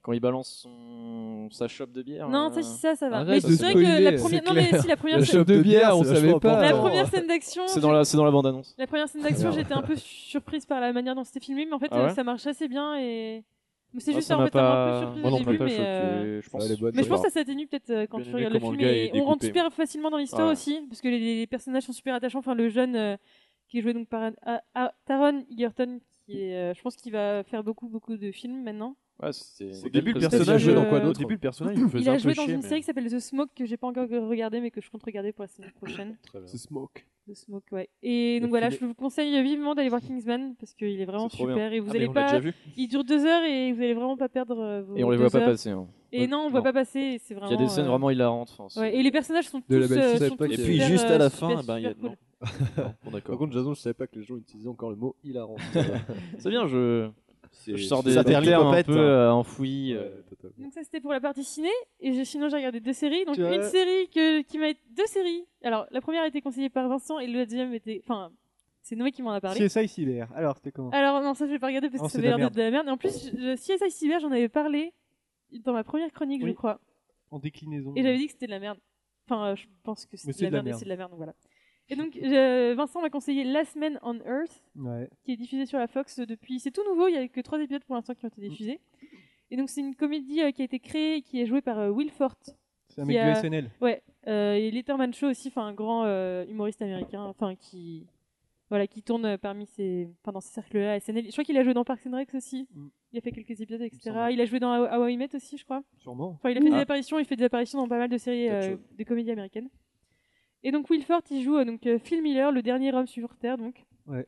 Quand il balance sa chope de bière. Non, ça va. Arrête Mais de c'est vrai que la spoiler, première. c'est Non, mais clair. si, la première La scène. chope de bière, on c'est savait vachement pas. La important. première scène d'action. C'est dans la bande-annonce. La première scène d'action, j'étais un peu surprise par la manière dont c'était filmé, mais en fait, Ah ouais ça marche assez bien et. Mais c'est Ah, juste ça en m'a fait, ça m'a un pas- peu surprise Moi au non, début, pas mais. choqué, je pense. Ouais, les boîtes, Mais je pense d'accord. que ça s'atténue peut-être quand Bien tu aimé regardes le comment film le gars est et on rentre découpé, super facilement dans l'histoire Ouais. aussi parce que les personnages sont super attachants. Enfin, le jeune qui est joué donc par Taron Egerton, qui est, je pense qu'il va faire beaucoup de films maintenant. Ouais, c'est Au début, le Parce que personnage, je- dans quoi d'autre Au début, le personnage, il me faisait Il a un joué peu dans chier, une mais- série qui s'appelle The Smoke que j'ai pas encore regardé mais que je compte regarder pour la semaine prochaine. Très bien. C'est Smoke. The Smoke, ouais. Et donc voilà, je vous conseille vivement d'aller voir Kingsman parce qu'il est vraiment C'est trop super et vous Ah, mais allez on l'a pas. déjà vu. Il dure 2 heures et vous allez vraiment pas perdre vos Et on les 2 voit pas heures. passer. Hein. Et non, on voit pas passer. Et c'est Il vraiment. y a des scènes vraiment hilarantes. Enfin, c'est- Ouais, et les personnages sont De la tous. belle sont savais pas tous qu'il y Et puis super, juste à la super, fin, ben, il y a... super cool. non. Bon, Par d'accord. contre, Jason, je savais pas que les gens utilisaient encore le mot hilarant. C'est bien, je sors des ça termine termes un popette, peu hein. enfouis. Donc ça c'était pour la partie ciné et sinon j'ai regardé 2 séries. Donc Tu vois. une série qui m'a 2 séries. Alors la première a été conseillée par Vincent et la deuxième était enfin c'est Noé qui m'en a parlé. CSI Cyber. Alors, c'était comment? Alors non, ça je vais pas regarder parce Non, que ça c'est avait de la l'air d'être de la merde. Et en plus CSI Cyber, j'en avais parlé dans ma première chronique, Oui. je crois. En déclinaison. Et j'avais dit que c'était de la merde. Enfin, je pense que Mais c'était de la merde et merde. c'est de la merde, donc voilà. Et donc Vincent m'a conseillé Last Man on Earth Ouais. qui est diffusé sur la Fox depuis. C'est tout nouveau, il y a que 3 épisodes pour l'instant qui ont été diffusés. Et donc c'est une comédie qui a été créée, qui est jouée par Will Forte. C'est un qui mec du a- SNL. Ouais, et Letterman Show aussi, enfin un grand humoriste américain, enfin qui tourne dans ces cercles-là à SNL. Je crois qu'il a joué dans Parks and Rec aussi. Il a fait quelques épisodes, etc. Il a joué dans How I Met aussi, je crois. Sûrement. Enfin, il a fait des apparitions. Il fait des apparitions dans pas mal de séries de comédies américaines. Et donc Will Forte, il joue donc Phil Miller, le dernier homme sur Terre, donc. Ouais.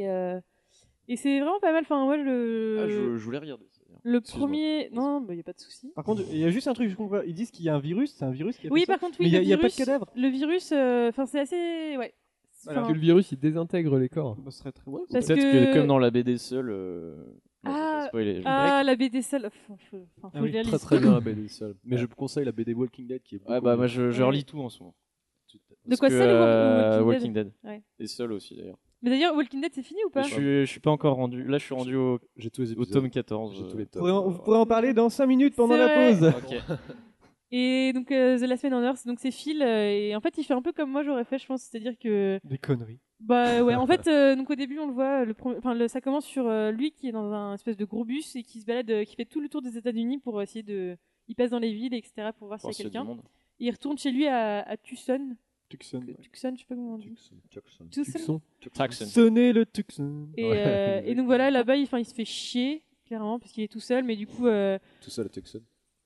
Et c'est vraiment pas mal. Enfin, moi, Je voulais regarder ça. d'ailleurs. le Excuse-moi. premier, non, bah, y a pas de souci. Par contre, il y a juste un truc, je comprends pas. Ils disent qu'il y a un virus, c'est un virus qui a Oui, fait ça. par contre, oui, Mais il le y a pas de virus- cadavre. Le virus, enfin, c'est assez, ouais. Alors Enfin, que le virus il désintègre les corps. Ça serait très ouais. Parce Peut-être que- que comme dans la BD seule. Non, je vais pas spoiler, je vais Ah, la BD seule. Enfin, faut Ah que je la très lise. très bien la BD seule. Mais je conseille la BD Walking Dead qui est beaucoup Ouais, bah moi mieux. je relis tout en ce moment. De quoi, Parce Seul que, ou Walking Walking Dead Dead. Ouais. Et seul aussi d'ailleurs. Mais d'ailleurs, Walking Dead, c'est fini ou pas Je suis pas encore rendu. Là, je suis rendu au J'ai tous les au épisodes. tome 14. J'ai tous les tomes. Vous pourrez en parler dans 5 minutes pendant C'est la vrai. pause. Ok. Et donc, The Last Man on Earth, donc c'est Phil, et en fait, il fait un peu comme moi j'aurais fait, je pense, c'est-à-dire que. Des conneries. Bah ouais, en fait, donc au début, on le voit, ça commence sur lui qui est dans un espèce de gros bus et qui se balade, qui fait tout le tour des États-Unis pour essayer de. Il passe dans les villes, etc., pour voir s'il y a s'il y a du quelqu'un. monde. Et il retourne chez lui à Tucson. Tucson. Tucson, je sais pas comment on dit. Tucson. Tucson. Tucson. Sonnez le Tucson. Et donc voilà, là-bas, il se fait chier, clairement, parce qu'il est tout seul, mais du coup. Tout seul à Tucson.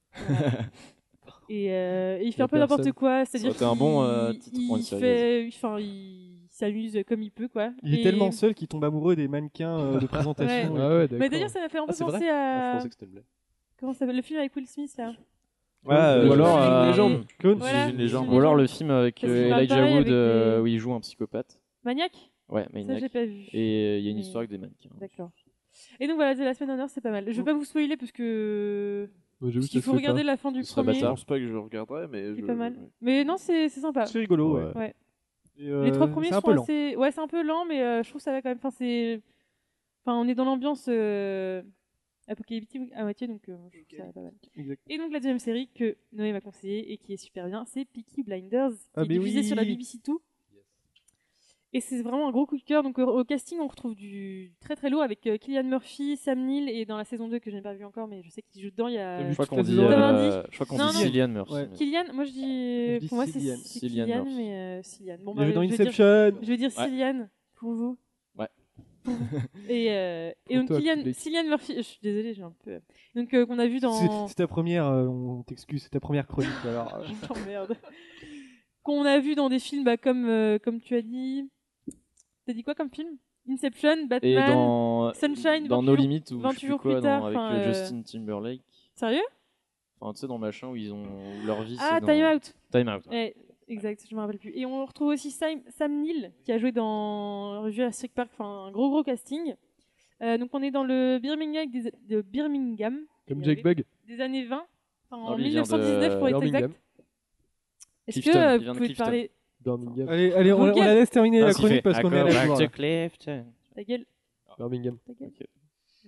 Et il fait Y a un peu n'importe personne. quoi, c'est-à-dire Ça aurait été un bon titre pour une série, il s'amuse comme il peut, quoi. Il est Et- tellement seul qu'il tombe amoureux des mannequins de présentation. Ouais. Ah ouais, d'accord. Mais d'ailleurs, ça m'a fait un peu Ah, c'est vrai penser Ah, je à. pensais que c'était une blague. Comment ça s'appelle le film avec Will Smith là Ouais, ou alors, avec une des- légende. Clone. Voilà, Une légende. une Ou alors légende. le film avec Parce qu'il parle Elijah pareil Wood avec des- où il joue un psychopathe. Maniac Ouais, Ça, Maniac. j'ai pas vu. Et il y a une Mais- histoire avec des mannequins. D'accord. Et donc voilà, The Last Man on Earth, c'est pas mal. Je vais pas vous spoiler parce que. Ouais, j'avoue, Parce qu'il ça faut se fait regarder pas. la fin du Ce serait premier. Je pense pas que je regarderai, mais C'est je... pas mal. ouais. Mais non, c'est sympa. C'est rigolo, ouais. Ouais. Et, Les 3 premiers c'est sont un peu lent. assez. Ouais, c'est un peu lent, mais je trouve que ça va quand même. Enfin, on est dans l'ambiance apocalyptique à moitié, donc je trouve que ça va pas mal. Exact. Et donc la deuxième série que Noé m'a conseillée et qui est super bien, c'est Peaky Blinders, qui Ah, est mais diffusée oui. sur la BBC Two. Et c'est vraiment un gros coup de cœur. Donc au casting, on retrouve du très très lourd avec Cillian Murphy, Sam Neill et dans la saison 2 que je n'ai pas vu encore, mais je sais qu'il joue dedans. Il y a. Je crois qu'on toute la dit, saison Non, non. Cillian Murphy. Ouais. mais- Cillian, moi je dis. dis Pour moi Cillian. c'est Cillian Cillian, Murphy. mais Cillian. Bon, Il a joué dans je vais dire- Inception. Je vais dire Ouais. Cillian pour vous. Ouais. Et Pour donc toi, Cillian, public. Cillian Murphy, je suis désolée, j'ai un peu. Donc qu'on a vu dans. C'est ta première, on t'excuse, c'est ta première chronique. Alors, J'emmerde. Qu'on a vu dans des films bah, comme tu as dit. T'as dit quoi comme film Inception, Et Batman, dans Sunshine, dans 20 No jours- Limit ou 20 je sais plus jours quoi plus tard, avec enfin, Justin Timberlake. Sérieux Enfin, tu sais dans machin où ils ont où leur vie Ah, c'est dans... Time Out. Time Out. Ouais, exact, je me rappelle plus. Et on retrouve aussi Sam Neill qui a joué dans Jurassic Park, enfin un gros casting. Donc on est dans le Birmingham Comme Jake Bug. des années 20, enfin, en lui, il vient 1919 pour être Birmingham. exact. Est-ce Clifton, que il vous vient de pouvez Clifton. parler Birmingham. allez, on Vos la gueules. laisse terminer la Ah, s'il chronique fait, parce qu'on est à I la go joie. back to Clifton. ta gueule, Birmingham. ta gueule.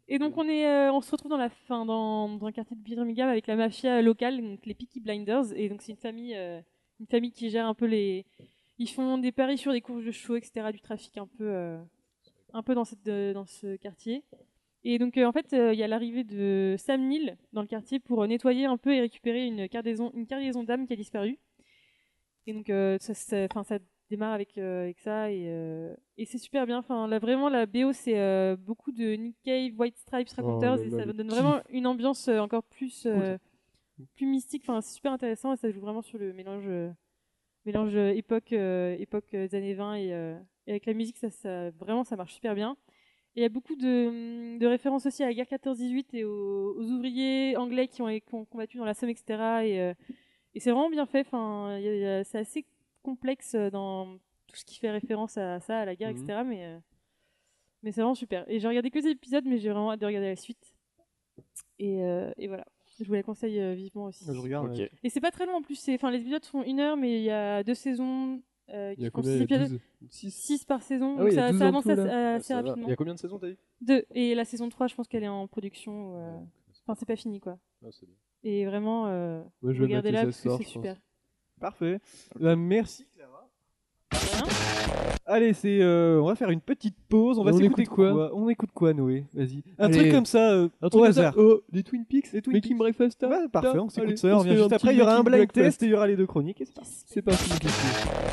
Et donc on se retrouve dans un quartier de Birmingham avec la mafia locale, donc les Peaky Blinders, et donc c'est une famille qui gère un peu ils font des paris sur des courses de chevaux, etc., du trafic un peu dans ce quartier. Et donc en fait il y a l'arrivée de Sam Neill dans le quartier pour nettoyer un peu et récupérer une cargaison d'âme qui a disparu. Et donc ça démarre avec ça et c'est super bien. Enfin là vraiment la BO c'est beaucoup de Nick Cave, White Stripes Raconteurs et ça donne vraiment une ambiance encore plus mystique. Enfin c'est super intéressant et ça joue vraiment sur le mélange époque des années 20 et avec la musique ça vraiment ça marche super bien. Et il y a beaucoup de références aussi à la guerre 14-18 et aux ouvriers anglais qui ont combattu dans la Somme, etc. Et c'est vraiment bien fait. Enfin, c'est assez complexe dans tout ce qui fait référence à ça, à la guerre, etc. Mais c'est vraiment super. Et j'ai regardé que des épisodes, mais j'ai vraiment hâte de regarder la suite. Et voilà. Je vous la conseille vivement aussi. Je regarde. Ok. Et c'est pas très long en plus. Les épisodes font 1 heure, mais il y a 2 saisons. Il y a font combien 6 épisodes. 6 6 par saison. Ah oui, donc il y a 12 ça en avance tout, là. assez Ça va. rapidement. Il y a combien de saisons, t'as dit 2. Et la saison 3, je pense qu'elle est en production. Enfin, c'est pas fini, quoi. Ah, c'est bien. Et vraiment, Moi, je vais regardez-la mater parce ça ce que soir, c'est je super. Parfait. Merci Clara. Rien. Allez, on va faire une petite pause. On va Et on s'écouter écoute quoi On écoute quoi, Noé? Vas-y. Un Allez. truc comme ça, Un au truc comme ça. hasard. Oh, les Twin Peaks, Les Twin Making Breakfast. Ouais, parfait, on s'écoute Allez, ça. On se revient fait juste un après. petit Il y aura un Making blind Breakfast. test et il y aura les 2 chroniques. Et c'est parti. C'est parti, mon kiki.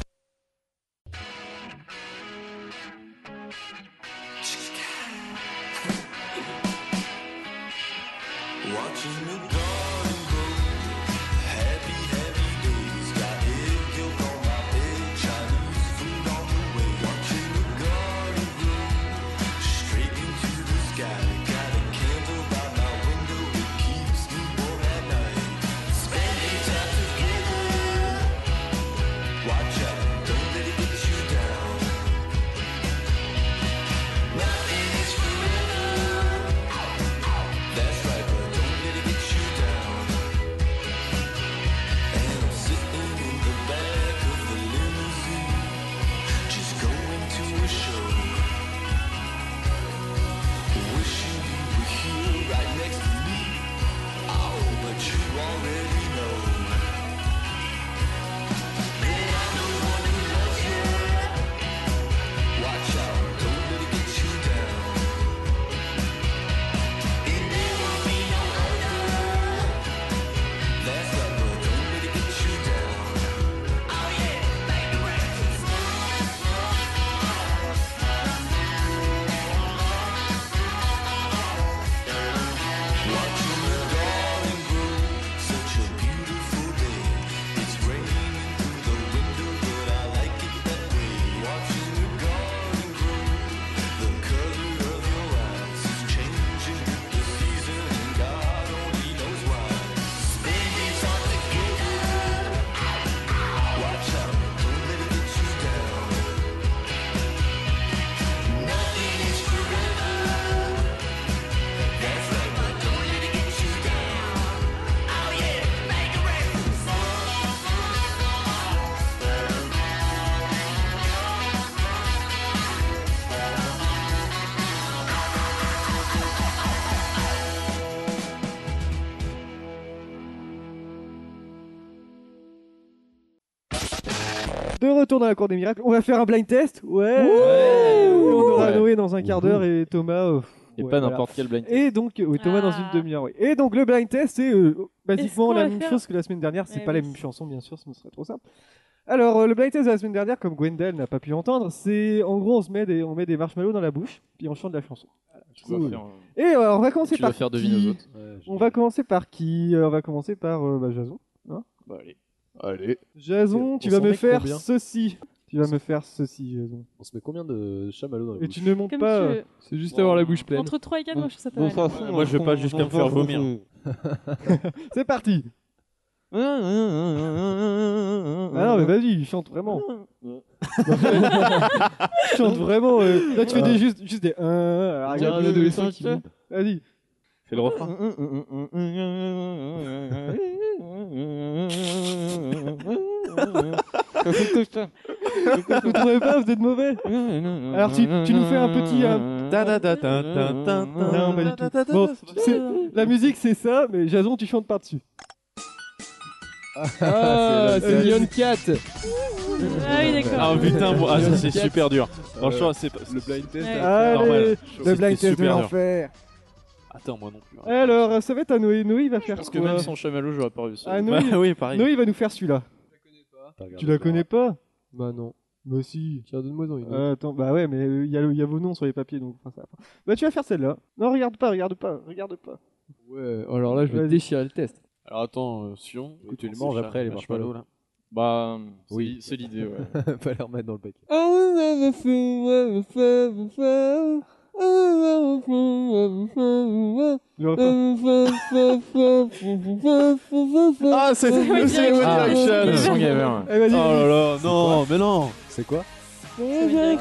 De retour dans la cour des miracles, on va faire un blind test. Ouais. On aura Noé dans un quart d'heure et Thomas. Et ouais, pas voilà. n'importe quel blind test. Et donc, Thomas dans une demi-heure. Oui. Et donc, le blind test, c'est basiquement qu'on la va même faire chose que la semaine dernière. C'est Ouais, pas oui. la même chanson, bien sûr, ce serait trop simple. Alors, le blind test de la semaine dernière, comme Gwendal n'a pas pu entendre, c'est en gros, on met des marshmallows dans la bouche, puis on chante la chanson. Tu vas faire, Et on va commencer tu par vas faire deviner aux autres. On va commencer par qui On va commencer par Jason. Hein Bah allez. Allez. Jason, On tu vas s'en me met faire combien ceci. Tu vas me faire ceci, Jason. On se met combien de chamallows dans la Et bouche tu ne montes Comme pas. tu veux. C'est juste avoir la bouche pleine. Entre 3 et 4, moi je trouve ça pas Bon, mal. façon, Moi, je vais pas jusqu'à me faire vomir. C'est parti. Ah non, mais vas-y, chante vraiment. Chante vraiment. Là, tu fais juste des. On dirait un adolescent qui vit. Vas-y. Fais le refrain. Vous trouvez pas, vous êtes mauvais. Alors tu nous fais un petit... Non, pas du tout. Bon, la musique c'est ça, mais Jason tu chantes par-dessus. Ah, c'est Neon Cat. Ah oui, d'accord. Ah putain, moi, ça c'est super dur. Franchement, c'est pas. Le blind test. Ouais. Allez, le C'était blind test de super dur. l'enfer. Attends, moi non plus. Alors, ça va être à Noé. Noé il va faire Parce que quoi même sans chamallow, j'aurais pas réussi. Ah, Noé, Bah oui, pareil. Noé il va nous faire celui-là. Tu la connais pas? Bah non. Bah si. Tiens, donne-moi donc. Attends, bah ouais, mais il y a vos noms sur les papiers donc. Enfin, ça... Bah tu vas faire celle-là. Non, regarde pas. Ouais, alors là, je vais Vas-y. déchirer le test. Alors attends, Sion. Et tu le manges après, les marshmallows. là. Bah, Oui. c'est l'idée, ouais. Pas les remettre dans le paquet. Le refrain. Ah, c'est One Direction. Le Son gamer. Eh, vas-y. Oh là là, non, mais non. C'est quoi? Jamais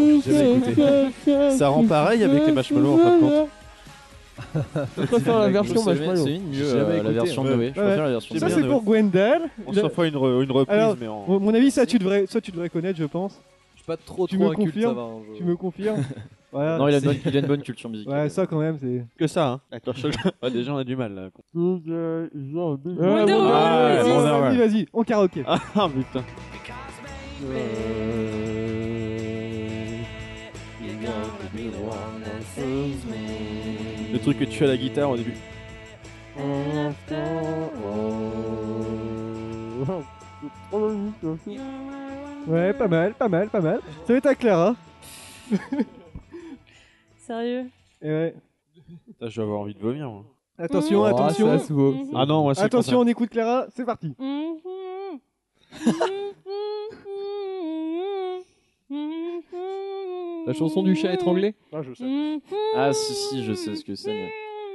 Ça rend pareil avec les marshmallows en fin de compte. Je préfère la version marshmallow. C'est mieux J'ai jamais la écouté, version hein. de Noé. Je Ouais. préfère la version de Ça Noé. c'est pour Gwendal. On s'en fera une reprise, Alors, mais en. Mon avis, ça tu devrais connaître, je pense. Je suis pas trop Tu me inculte, ça confirmes va. hein, je- Tu me confirmes? Voilà. Non, il a une bonne culture musicale. Ouais, ça quand même, c'est. Que ça, hein. Ouais, déjà, on a du mal là. Wonder Ah, Woman. Woman. Vas-y, on karaoké. Ah putain. Le truc que tu fais à la guitare au début. Ouais, pas mal. Ça va être à Clara. Sérieux? Et ouais. Putain, je vais avoir envie de vomir. Moi. Attention, Oh, attention. ça se vaut. Ah non, moi c'est Attention, on écoute Clara, c'est parti. La chanson du chat étranglé. Ah, je sais. Ah si, je sais ce que c'est. Mais...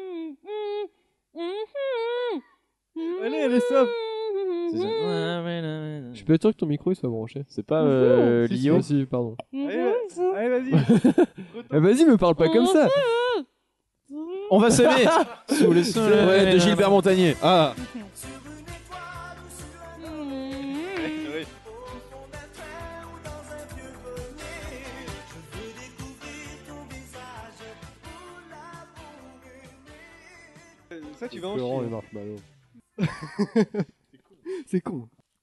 Allez, elle somme. C'est ça. Je suis pas sûr que ton micro il soit branché. C'est pas Si, Lio. Ah, si, pardon. Allez, vas-y. Eh, vas-y, me parle pas comme ça. On va s'aimer sous les Ouais, de Gilbert Montagnier. Ah. Ça, tu vas en Florent, chier. les marshmallows. C'est con.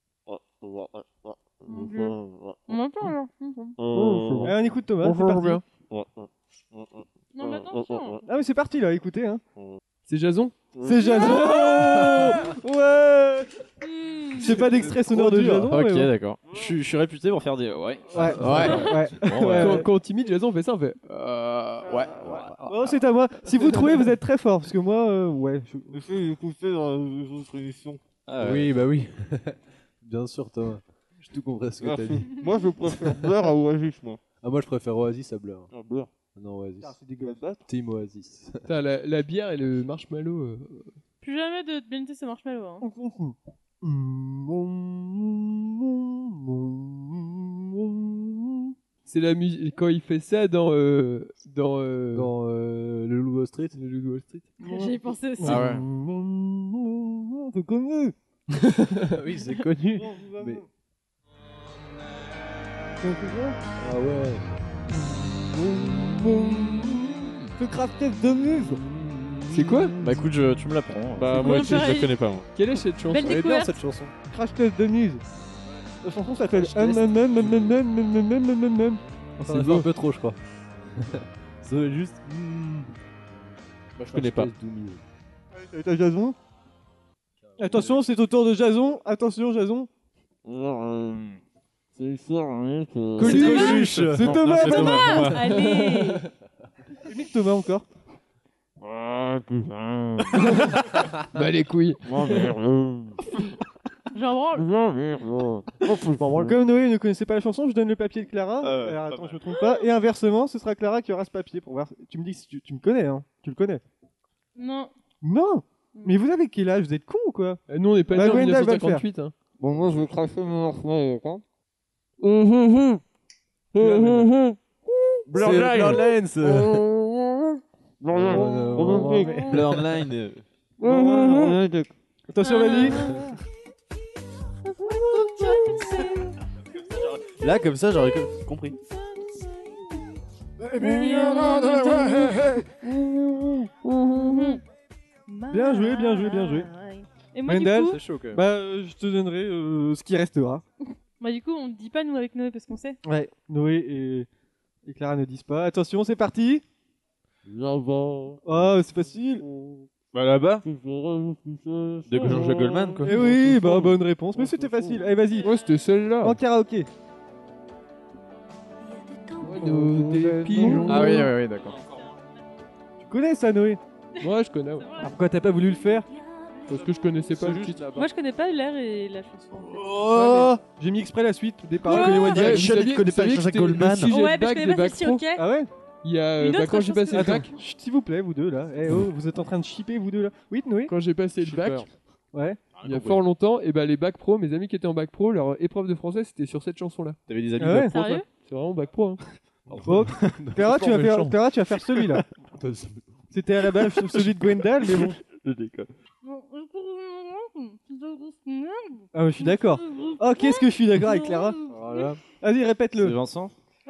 Allez, on écoute Thomas, c'est parti. Non, mais attention. Ah, mais c'est parti là, écoutez. Hein. C'est Jason. C'est Jason. Ouais. C'est pas d'extrait sonore de Jason. Ok, mais bon. d'accord. Je suis réputé pour faire des. Ouais. Ouais. Bon, ouais. Quand on timide, Jason fait ça, on fait. Ouais. Oh, c'est à moi. Si vous trouvez, vous êtes très fort. Parce que moi, ouais. Je fais écouter dans les autres émissions. Oui, bah oui. Bien sûr, Thomas. J'ai tout compris ce que t'as dit. Moi, je préfère Blur à Oasis, moi. Ah, moi, je préfère Oasis à Blur. Blur. Non, Oasis. C'est dégueulasse. Team Oasis. Putain, la bière et le marshmallow. Plus jamais de BNT ce marshmallow. Hein. C'est la musique quand il fait ça dans Le Loup Wall Street. le Loup de Wall Street. J'y ai pensé aussi. Ah ouais. C'est connu. Oui, c'est connu. Mais... Ah ouais. Ce craft-test de muse. C'est quoi? Bah écoute, tu me l'apprends. Bah, moi aussi, je la connais pas, moi. Quelle est cette chanson? Belle Elle est bien découverte. cette chanson. Crash test de muse. La chanson s'appelle Je te laisse. C'est C'est beau. un peu trop, je crois. C'est juste. Bah, je connais pas. C'est Jason. Attention, c'est au tour de Jason. Attention, Jason. C'est l'histoire Coluche. C'est Thomas. C'est Thomas. Allez. Limite Thomas encore. Ah putain. Bah, les couilles. J'en branle. Comme Noé ne connaissait pas la chanson, je donne le papier de Clara. Alors pas attends, je me trompe pas. Et inversement, ce sera Clara qui aura ce papier pour voir. Tu me dis si tu me connais, hein. Tu le connais. Non. Non. Mais vous avez quel âge? Vous êtes con ou quoi? Nous, on est pas Bah, nés en Gwendal va le 1958. Hein. Bon, moi, je vais cracher mon marshmallow, d'accord? Bloodlines. Attention, vas-y. Là, comme ça, j'aurais compris. Bien joué, bien joué, bien joué. Et moi, Wendell, du coup, C'est chaud quand même. bah, je te donnerai ce qui restera. bah, du coup, on dit pas nous avec Noé parce qu'on sait. Ouais, Noé et Clara ne disent pas. Attention, c'est parti. Oh, c'est facile. Bah là-bas. Des Jean-Jacques Goldman, quoi. Eh oui, bah bonne réponse, mais c'était facile. Allez, vas-y. Ouais, c'était celle-là. En karaoké. Des pigeons. Ah oui, oui, d'accord. Tu connais ça, Noé? Moi, je connais. Ouais. Alors pourquoi t'as pas voulu le faire? Parce que je connaissais pas le titre. Moi, je connais pas l'air et la chanson. En fait. Oh, j'ai mis exprès la suite des paroles. Ouais, que les One vous Direction, saviez- il connaît vous pas saviez Jean-Jacques que c'était le Goldman. sujet Oh, ouais, de parce bac que je des connais pas bacs si pro. ok. Ah ouais? Il y a Une bah, autre quand j'ai chanson, passé le Attends, bac, chut, s'il vous plaît, vous deux là. Eh oh, vous êtes en train de shipper, vous deux là. Oui, Noé? quand j'ai passé le bac, Ouais. il y a fort longtemps, et bah les bacs pro, mes amis qui étaient en bac pro, leur épreuve de français c'était sur cette chanson-là. T'avais des amis Ah ouais? bac pro, toi Sérieux? C'est vraiment bac pro. Hein. Bon, Clara, tu vas faire celui-là. C'était à la base celui de Gwendal, mais bon. Je déconne. Ah, mais je suis d'accord. Oh, qu'est-ce que je suis d'accord avec Clara. Voilà. Vas-y, C'est répète-le. Vincent?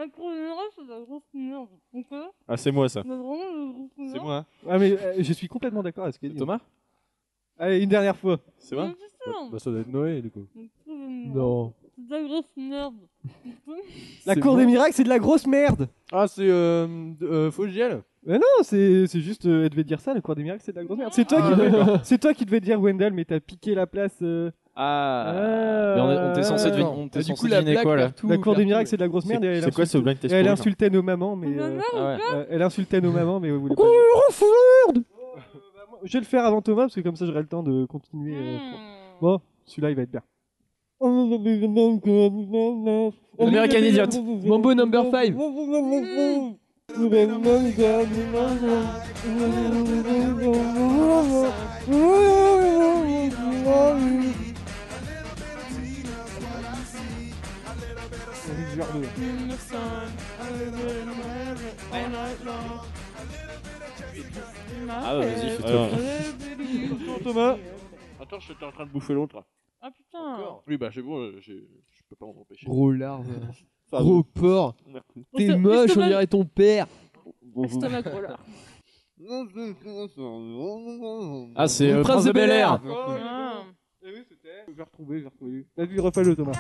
Ah, c'est moi ça. C'est C'est moi. Ah, mais je suis complètement d'accord avec ce qu'elle dit. Thomas? Allez, une dernière fois. C'est moi. Bah, ça doit être Noé, du coup. Non. C'est de la grosse merde. La C'est cour bon. des miracles, c'est de la grosse merde. Ah, c'est Fogiel. Mais non, c'est juste, elle devait dire ça, la cour des miracles, c'est de la grosse merde. C'est toi qui devais dire Wendell, mais t'as piqué la place. Ah. Mais on était censé deviner, on était Ah, du censé coup, la deviner blague quoi là? partout. La cour des miracles, c'est de la grosse merde. Et elle C'est quoi ce blind test Elle pour insultait nos mamans, mais. Ah ouais. Elle insultait nos mamans, mais vous voulez pas. Je vais le faire avant Thomas, parce que comme ça j'aurai le temps de continuer. Bon, celui-là il va être bien. American Idiot. Mambo number 5. Ah bah vas-y, fais Alors, Thomas. Attends, j'étais en train de bouffer l'autre. Ah putain. Oui, bah c'est bon, je peux pas m'en empêcher. Gros larve. Enfin, Gros porc. T'es moche, on dirait ton père. Estomac gros là. Ah, c'est Le Prince de Bel-Air. Ah. Eh oui, c'était. Je vais retrouver. Vas-y, refais-le, Thomas.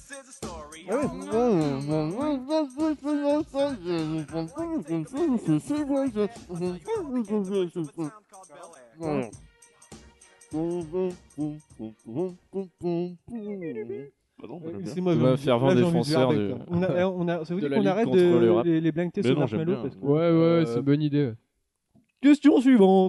Pardon, moi, j'aime bien. Laissez-moi Tu vas faire vendre là, des j'ai envie de défenseurs faire de- avec, ça vous de dit la qu'on Ligue arrête contre le rap. les blind tests Mais sur non, j'aime Marshmallow bien. parce que... Ouais, c'est une bonne idée. Question suivante.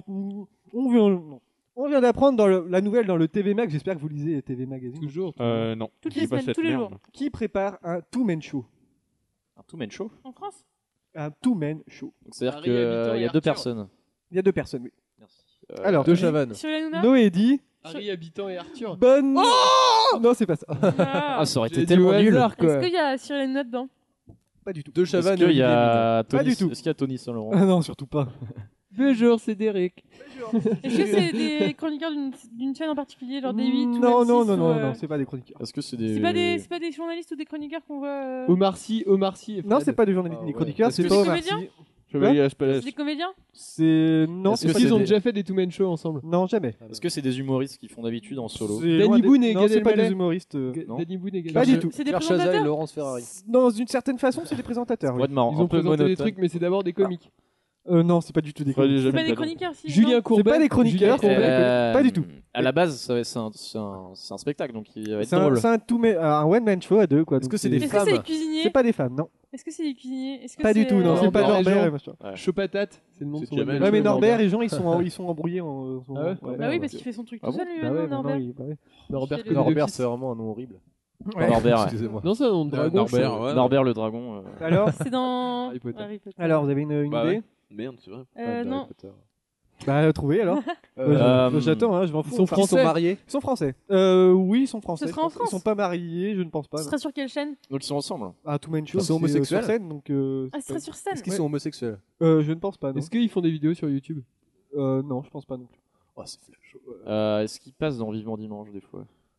On vient d'apprendre dans la nouvelle dans le TV Mag. J'espère que vous lisez TV Magazine. Toujours. Non. Toutes Dis les pas semaines, cette tous les merde. jours. Qui prépare un two-man show? Un two-man show. En France? Un two-man show. Donc c'est-à-dire Harry qu'il Habitant et y a deux Arthur. personnes. Il y a deux personnes, oui. Merci. Alors, De Chavannes. Sur la Luna? Noé dit Harry Habitant et Arthur. bonne. non, c'est pas ça. Ah. Ah, ça aurait J'ai été dit au tellement nul. hasard, quoi. Est-ce qu'il y a Cyril Hanouna dedans? Pas du tout. De Est-ce Chavannes. qu'il y Olivier a Pas Tony du tout. Est-ce qu'il y a Tony Saint-Laurent? Ah non, surtout pas. Bonjour, c'est Derek. Est-ce que c'est des chroniqueurs d'une chaîne en particulier, genre D8 ou Non, M6 non, ou, non, non, non, c'est pas des chroniqueurs. Est-ce que c'est des. C'est pas des journalistes ou des chroniqueurs qu'on voit. Omar Sy et Non, Fred. c'est pas des journalistes ni des chroniqueurs, c'est C'est pas des Omar comédiens Sy. Chevalier C'est Aspalès. des comédiens? C'est. Non, Est-ce c'est que pas Est-ce qu'ils ont des- déjà fait des two-man shows ensemble? Non, jamais. Est-ce que c'est des humoristes qui font d'habitude en solo? C'est Danny loin des- Boone et Non, Gad c'est pas des Elmaleh. humoristes. Non. Danny Boone et Gad Pas du Elmaleh. tout. C'est des Claire Chazal et présentateurs? Laurence Ferrari. Dans une certaine façon, c'est des présentateurs. oui. Ouais, de marrant. Ils ont un peu présenté des monotone. trucs, mais c'est d'abord des comiques. Non, c'est pas du tout des Freddy chroniqueurs. C'est pas des Jamais chroniqueurs si. Julien non Courbet. C'est pas des chroniqueurs, Julien Courbet. Pas du tout. À la base, c'est un spectacle, donc il va être C'est un, drôle. c'est un one-man show à deux, quoi. Est-ce donc que c'est des Est-ce que c'est des cuisiniers? C'est pas des femmes, non. Est-ce que c'est des cuisiniers? Est-ce que Pas du tout, non. c'est C'est pas Norbert et Norbert Jean. et machin. Ouais. Chaud patate, c'est le nom de C'est son Jamel. label. Ouais, mais Norbert Norbert. et Jean, ils sont embrouillés en. Ah ouais Bah oui, parce qu'il fait son truc Ah tout bon seul, lui, Bah ouais, maintenant, maintenant, Norbert. il- bah ouais. Norbert Norbert, connaît Norbert, deux c'est fils. vraiment un nom horrible. Norbert, ouais. Excusez-moi. Non, c'est un nom de dragon. Norbert, chaud. ouais. Norbert le dragon. Alors, C'est dans Harry Potter. alors, vous avez une Bah idée ouais. Merde, c'est vrai. Non. Bah, trouvez alors. J'attends, hein, je m'en fous. Ils sont Enfin, français. mariés. Ils sont français. Oui, ils sont français. Ce sera en Ils France sont pas mariés, je ne pense pas. Ce non. sera sur quelle chaîne? Donc ils sont ensemble. Ah, Two Man Show, Ils sont homosexuels. sur scène, donc. Ah, ce sera sur scène. Est-ce qu'ils sont homosexuels? Je ne pense pas, non. Est-ce qu'ils font des vidéos sur YouTube? Non, je pense pas non plus. Oh, c'est flash. Est-ce qu'ils passent dans Vivement Dimanche des fois?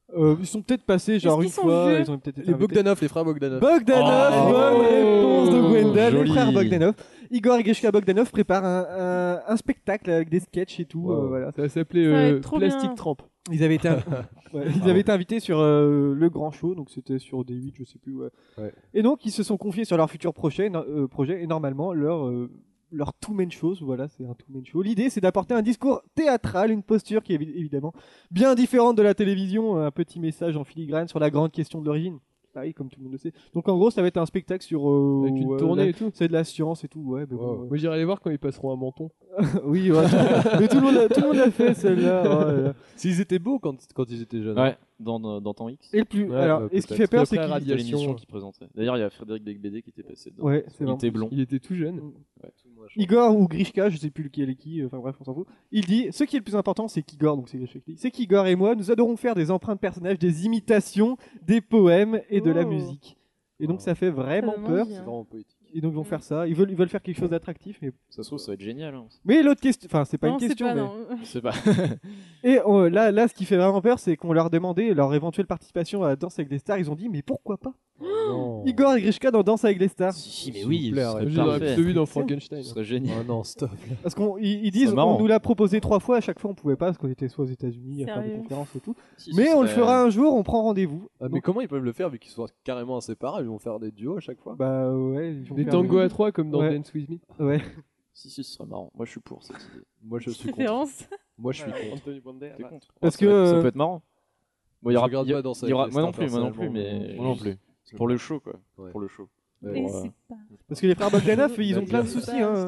Ils sont peut-être passés genre une fois. Ils ont peut-être les Bogdanov, les frères Bogdanov. Bogdanov, bonne réponse de Gwendal, les joli. frères Bogdanov. Igor et Grishka Bogdanov préparent un spectacle avec des sketchs et tout. Voilà. Ça Ça va s'appelait être trop Plastic bien. Tramp. Ils avaient été, ils avaient été invités sur le grand show, donc c'était sur D8, je sais plus. Ouais. Et donc ils se sont confiés sur leur futur projet et normalement leur two-man show, voilà, c'est un two-man show. L'idée, c'est d'apporter un discours théâtral, une posture qui est évidemment bien différente de la télévision, un petit message en filigrane sur la grande question de l'origine. Pareil, comme tout le monde le sait. Donc en gros, ça va être un spectacle sur Avec une tournée et tout. C'est de la science et tout, ouais. Mais bon, Moi j'irai les voir quand ils passeront à Menton. oui, ouais. Mais tout le monde l'a fait celle-là. Ouais, là. S'ils étaient beaux quand ils étaient jeunes. Ouais, dans Temps X. Et le plus, Ouais, alors, bah, et ce qui peut-être. fait peur, c'est Après, qu'il Radiation. C'était l'émission qui présentait. D'ailleurs, il y a Frédéric Becbédé qui était passé dedans. Ouais, c'est Il vrai. était blond. Il était tout jeune. Igor ou Grishka, je sais plus lequel est qui, enfin bref, on s'en fout. Il dit ce qui est le plus important, c'est qu'Igor, donc c'est Grishka qui dit, c'est qu'Igor et moi, nous adorons faire des empreintes de personnages, des imitations, des poèmes et de la musique. Et donc ça fait vraiment Ça peur. donne envie, hein. C'est vraiment poétique. Et donc ils vont faire ça. Ils veulent faire quelque chose d'attractif, mais Ça se trouve, ça va être génial. Hein. mais l'autre question, enfin c'est pas Non, une c'est question, pas, mais non. Je sais pas. et là, ce qui fait vraiment peur, c'est qu'on leur demandait leur éventuelle participation à Danse avec les stars. Ils ont dit mais pourquoi pas Igor et Grishka dans Danse avec les stars. Si, mais oui, S'il vous plaît, ce serait arrête. J'aurais parfait. plutôt vu dans Frankenstein. Ce serait génial. Oh non, stop. Parce qu'ils disent, C'est marrant. on nous l'a proposé 3 fois, à chaque fois on pouvait pas parce qu'on était soit aux États-Unis à faire des Sérieux conférences et tout. Si, Mais ce on le serait- fera un jour, on prend rendez-vous. Ah, mais comment ils peuvent le faire vu qu'ils soient carrément inséparés? Ils vont faire des duos à chaque fois. Bah ouais, ils vont Des faire tangos à 3 comme dans Ouais. Dance With Me. Ouais. Si, ce serait marrant. Moi, je suis pour cette idée. Moi je suis contre. Préférence. Moi je suis contre. T'es contre Parce ça, que, ça peut être marrant. Bon, il y aura Je regarde il y a- pas Danse il y aura- avec les moi non stars, plus, moi non plus, personnellement. mais Moi non plus. pour le show quoi. Ouais. Pour le show. Et Pour, c'est pas. Parce que les frères Bogdanov, ils ont Vas-y. plein de soucis. Hein.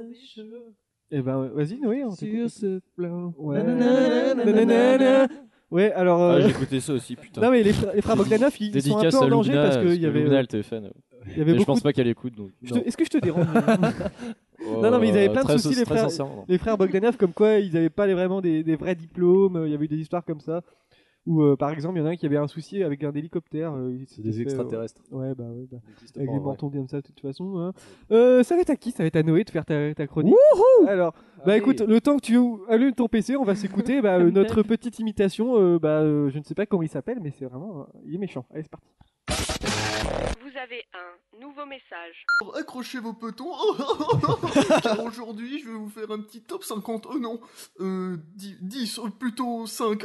Et ben vas-y, Noé. On t'écoute. Ouais. Nanana. Ouais, alors. Ah, j'ai écouté ça aussi, putain. Non mais les frères Bogdanov, ils sont un Dédicace peu en à danger Lumina, parce qu'il y avait. Lumina, elle te fan. Il y avait Mais je beaucoup. pense pas qu'elle écoute donc. Est-ce que je te dérange Non, mais ils avaient plein de Très- soucis, très sincèrement. les frères Bogdanov, comme quoi ils n'avaient pas vraiment des vrais diplômes. Il y avait eu des histoires comme ça. Où, par exemple, il y en a un qui avait un souci avec un hélicoptère. C'est des extraterrestres. Ouais, bah. Ils existent Avec pas, des en vrai. mentons comme ça, de toute façon. Hein. Ça va être à qui? Ça va être à Noé de faire ta chronique. Alors, bah Allez. écoute, le temps que tu allumes ton PC, on va s'écouter notre petite imitation. Je ne sais pas comment il s'appelle, mais c'est vraiment. Il est méchant. Allez, c'est parti. Vous avez un nouveau message. Accrochez vos petons, car aujourd'hui je vais vous faire un petit top 50, non, 10, plutôt 5.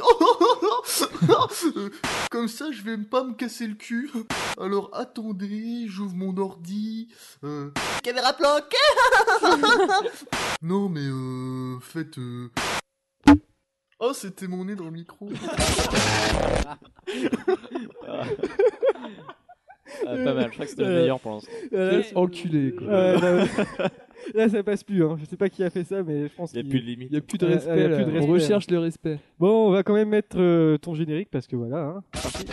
Comme ça je vais pas me casser le cul. Alors attendez, j'ouvre mon ordi. Caméra planquée. Non mais faites... Oh, c'était mon nez dans le micro. Ah, pas mal, je crois que c'était le meilleur pour l'instant. Quel enculé quoi. Là, ça passe plus. Hein. Je sais pas qui a fait ça, mais je pense Il n'y a qu'il plus de limite. Il n'y a plus de Il y a respect. plus là. de On respect, recherche le respect. Bon, on va quand même mettre ton générique parce que voilà. Hein. C'est parti.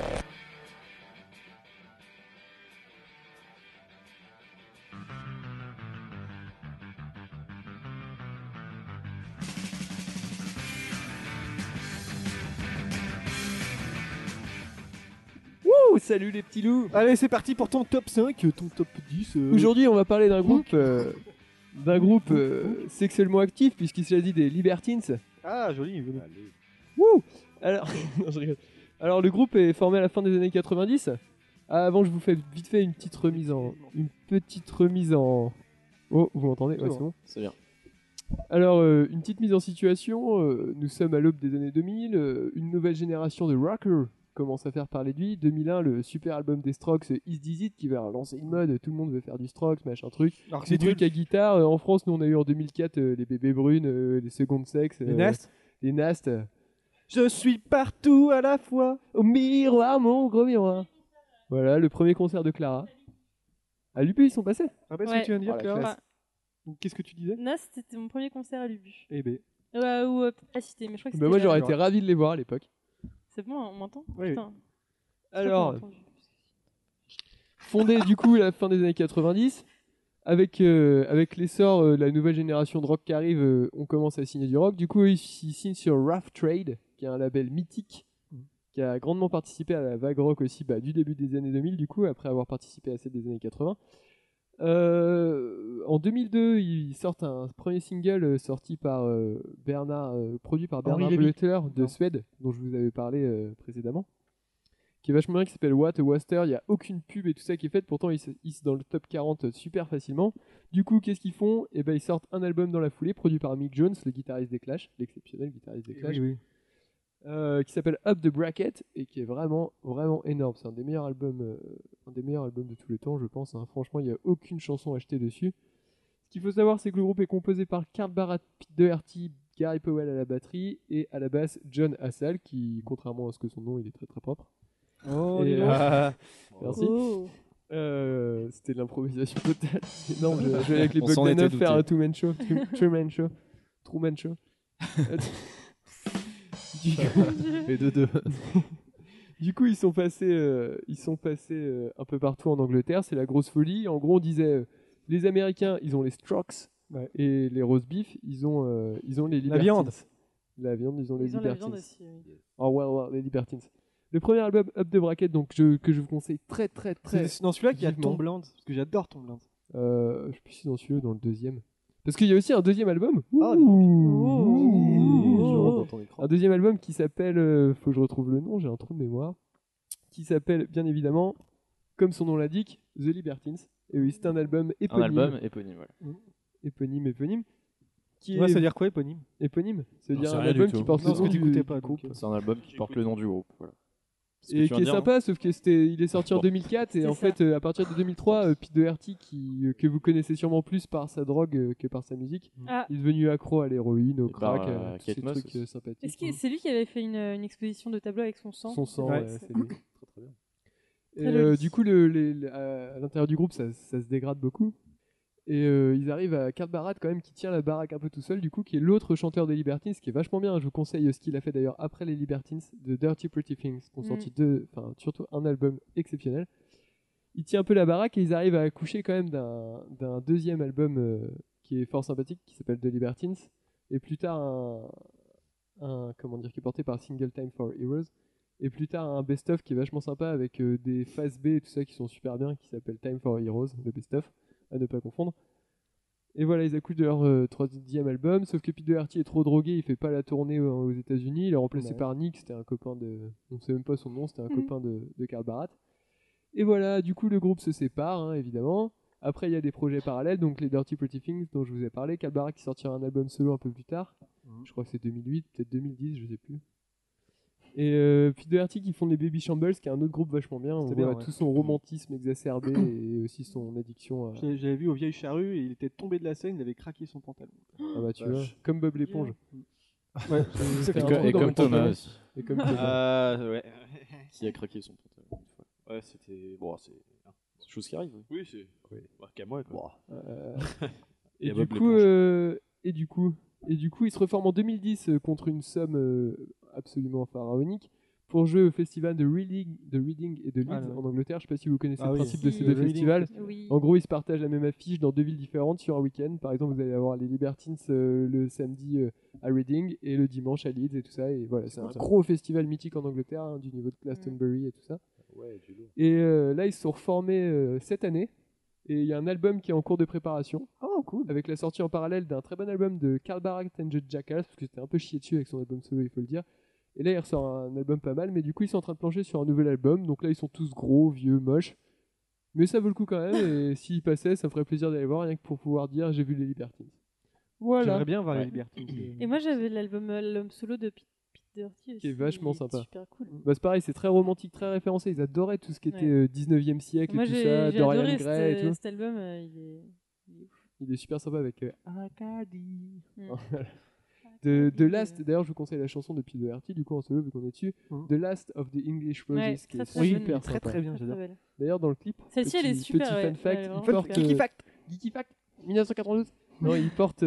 Wouh, salut les petits loups. Allez, c'est parti pour ton top 5, ton top 10. Aujourd'hui, on va parler d'un groupe, sexuellement actif, puisqu'il s'agit des Libertines. Ah, joli. Wouh. Alors, non, je rigole. Alors, le groupe est formé à la fin des années 90. Avant, je vous fais vite fait une petite remise en. Oh, vous m'entendez? Ouais, c'est bon. C'est bien. Alors, une petite mise en situation. Nous sommes à l'aube des années 2000. Une nouvelle génération de rockers commence à faire parler de lui. 2001, le super album des Strokes, Is This It, qui va lancer une mode. Tout le monde veut faire du Strokes, machin truc. Alors que Des c'est trucs à guitare. En France, nous, on a eu en 2004 les Bébés Brunes, les Secondes Sexes. Les Nast. Les Nast. Je suis partout à la fois. Au miroir, mon gros miroir. Voilà, le premier concert de Clara. À l'UP, ils sont passés. Rappelle ce Ouais. que tu viens de dire, Oh, la Clara. classe. Qu'est-ce que tu disais? Nas, c'était mon premier concert à l'Ubu. Eh ben. Ou peut-être pas cité, mais je crois que Bah, c'était. moi, là. j'aurais été ravi de les voir à l'époque. C'est bon, on m'entend? Oui. Putain. Alors, Je crois qu'on m'a entendu. fondé du coup à la fin des années 90, avec l'essor de la nouvelle génération de rock qui arrive, on commence à signer du rock. Du coup, ils signent sur Rough Trade, qui est un label mythique, qui a grandement participé à la vague rock aussi du début des années 2000, du coup, après avoir participé à celle des années 80. En 2002, ils sortent un premier single sorti par produit par Bernard Blutter de Suède, dont je vous avais parlé précédemment, qui est vachement bien, qui s'appelle What a Waster. Il n'y a aucune pub et tout ça qui est faite, pourtant ils sont dans le top 40 super facilement. Du coup, qu'est-ce qu'ils font? Eh ben, ils sortent un album dans la foulée, produit par Mick Jones, le guitariste des Clash, l'exceptionnel guitariste des Clash. Oui. Qui s'appelle Up the Bracket et qui est vraiment vraiment énorme. C'est un des meilleurs albums de tous les temps, je pense, hein. Franchement, il n'y a aucune chanson achetée dessus. Ce qu'il faut savoir, c'est que le groupe est composé par Carl Barat, Pete Doherty, Gary Powell à la batterie et à la basse John Hassall, qui, contrairement à ce que son nom, il est très très propre. Oh, merci. Oh. C'était de l'improvisation totale. Non, je vais avec les Bogdanov faire un Truman Show. Truman Show. Et de deux. Du coup, ils sont passés un peu partout en Angleterre. C'est la grosse folie. En gros, on disait les Américains, ils ont les Strokes, et les roast beef, ils ont les Libertines. La viande, ils ont les Libertines. La viande aussi, oui. Oh well, les Libertines. Le premier album Up the Bracket, donc que je vous conseille très. C'est dans celui-là qu'il y a vivement. Tomberland, parce que j'adore Tomberland. Je sais plus si c'est dans celui-là, dans le deuxième. Parce qu'il y a aussi un deuxième album. Un deuxième album qui s'appelle, faut que je retrouve le nom, j'ai un trou de mémoire, qui s'appelle bien évidemment, comme son nom l'indique, The Libertines. Et oui, c'est un album éponyme. Un album éponyme, voilà. Éponyme. Ça veut dire quoi, éponyme? Éponyme, ça veut Non, dire c'est un rien album du tout. qui porte Non, le parce nom que tu du écoutais pas, groupe. donc, C'est un album qui porte le nom du groupe. Voilà. Et qui est sympa, sauf que il est sorti en Bon. 2004 et en fait à partir de 2003, Pete Doherty, que vous connaissez sûrement plus par sa drogue que par sa musique, Ah. il est devenu accro à l'héroïne, au Et crack, par, tous ces Kate Moss trucs aussi. sympathiques. Est-ce que c'est lui qui avait fait une exposition de tableaux avec son sang? Son sang, Ouais, ouais, c'est lui. Très bien. Et, Très joli. du coup, à l'intérieur du groupe, ça se dégrade beaucoup. Et ils arrivent à Carl Barat quand même, qui tient la baraque un peu tout seul, du coup, qui est l'autre chanteur des Libertines, qui est vachement bien. Je vous conseille ce qu'il a fait d'ailleurs après les Libertines, de Dirty Pretty Things, qui ont sorti surtout un album exceptionnel. Il tient un peu la baraque et ils arrivent à accoucher quand même d'un deuxième album qui est fort sympathique, qui s'appelle The Libertines, et plus tard qui est porté par Single Time for Heroes. Et plus tard, un best-of qui est vachement sympa avec des phases B et tout ça qui sont super bien, qui s'appelle Time for Heroes, le best-of, à ne pas confondre. Et voilà, ils accouchent de leur troisième album, sauf que Pete Doherty est trop drogué, il fait pas la tournée aux États-Unis, il est remplacé par Nick, c'était un copain on sait même pas son nom, c'était un copain de Carl Barat. Et voilà, du coup, le groupe se sépare, hein, évidemment. Après, il y a des projets parallèles, donc les Dirty Pretty Things dont je vous ai parlé, Carl Barat qui sortira un album solo un peu plus tard, je crois que c'est 2008, peut-être 2010, je sais plus. Et Pete Doherty qui font les Baby Shambles, qui est un autre groupe vachement bien. On voit tout son romantisme exacerbé et aussi son addiction à... J'avais vu aux Vieilles Charrues et il était tombé de la scène, il avait craqué son pantalon. Ah bah tu vois, comme Bob l'éponge. Ouais, et comme Thomas aussi. Et comme Thomas. Ouais. Qui a craqué son pantalon une fois. Ouais, c'était. Bon, c'est. C'est des choses qui arrivent. Oui, c'est. Oui. Bah, qu'à moi, quoi. Et, Et du Bob coup, ils se reforment en 2010 contre une somme absolument pharaonique pour jouer au festival de Reading et de Leeds en Angleterre. Je sais pas si vous connaissez le principe de ces deux festivals. Oui. En gros, ils se partagent la même affiche dans deux villes différentes sur un week-end. Par exemple, vous allez avoir les Libertines le samedi à Reading et le dimanche à Leeds et tout ça. Et voilà, c'est un gros festival mythique en Angleterre, hein, du niveau de Glastonbury et tout ça. Ouais, du lourd. Et là, ils se sont reformés cette année. Et il y a un album qui est en cours de préparation. Oh, cool. Avec la sortie en parallèle d'un très bon album de Carl Barat and the Jackals, parce que c'était un peu chié dessus avec son album solo, il faut le dire. Et là, il ressort un album pas mal, mais du coup, ils sont en train de plancher sur un nouvel album. Donc là, ils sont tous gros, vieux, moches. Mais ça vaut le coup quand même. Et s'ils passaient, ça me ferait plaisir d'aller voir, rien que pour pouvoir dire j'ai vu les Libertines. Voilà. J'aimerais bien voir les Libertines. Et moi, j'avais l'album solo de Pete Doherty aussi. Qui est vachement sympa. Super cool. Bah, c'est pareil, c'est très romantique, très référencé. Ils adoraient tout ce qui était 19e siècle Moi, et tout j'ai ça, Dorian adoré Gray et tout. cet album. Il est super sympa avec Arcadie. Mm. The Last, d'ailleurs, je vous conseille la chanson de Pete Doherty, du coup en solo, vu qu'on est dessus. The Last of the English Roses, Ouais, qui est très super très sympa. très bien, j'adore. D'ailleurs, dans le clip, Celle-ci, elle est super. petit ouais. fun fact, Elle est il vraiment porte, super. Geeky Fact 1992. Non, il porte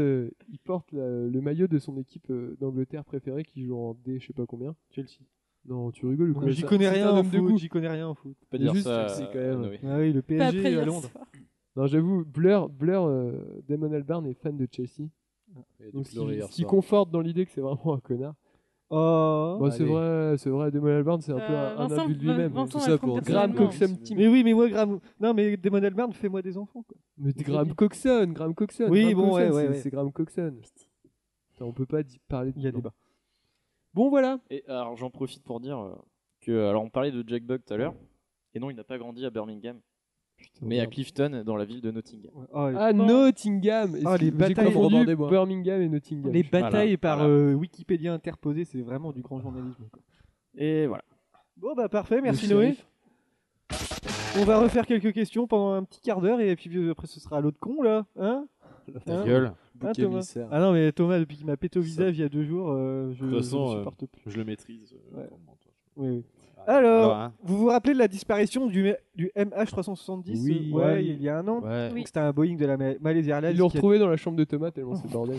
le maillot de son équipe d'Angleterre préférée qui joue en D, je sais pas combien. Chelsea. Non, tu rigoles ou quoi? J'y connais C'est rien un en homme de foot. goût. J'y connais rien en foot. Pas dire Juste ça. Chelsea, quand même. Noé. Ah oui, le Pas après PSG à hier Londres. soir. Non, j'avoue, Blur, Damon Albarn est fan de Chelsea. Il y a du Donc, pleurer hier ce qui soir. conforte dans l'idée que c'est vraiment un connard. Oh. Bon, c'est vrai, Damon Albarn, c'est un peu un Vincent- abus de lui-même. Vincent Tout va ça prendre pour Graham personnellement. Coxon Team. Mais oui, mais moi, Non, mais Damon Albarn, fais-moi des enfants, quoi. Mais Graham Coxon. Oui, Graham bon, Coxon, ouais. c'est Graham Coxon. Attends, on peut pas parler de. Il y a débat. Bon, voilà. Et alors j'en profite pour dire que alors on parlait de Jack Buck tout à l'heure, et non il n'a pas grandi à Birmingham, mais à Clifton dans la ville de Nottingham. Nottingham. Ah, les J'ai batailles confondu Birmingham et Nottingham. Les batailles par voilà. Wikipédia interposées, c'est vraiment du grand journalisme, quoi. Et voilà. Bon, bah parfait, merci Le Noé. shérif. On va refaire quelques questions pendant un petit quart d'heure et puis après ce sera l'autre con là, hein? Ta gueule. Hein, Bouc Thomas émissaire. Ah non mais Thomas depuis qu'il m'a pété au visage il y a 2 jours, je De toute façon, je supporte plus. je le maîtrise. Ouais. Pour toi. Oui. Alors, hein. vous vous rappelez de la disparition du MH370 Oui. ouais, il y a un an. Ouais. Donc c'était un Boeing de la Malaysia Airlines. Ils l'ont qui a- retrouvé dans la chambre de Thomas tellement c'est bordel.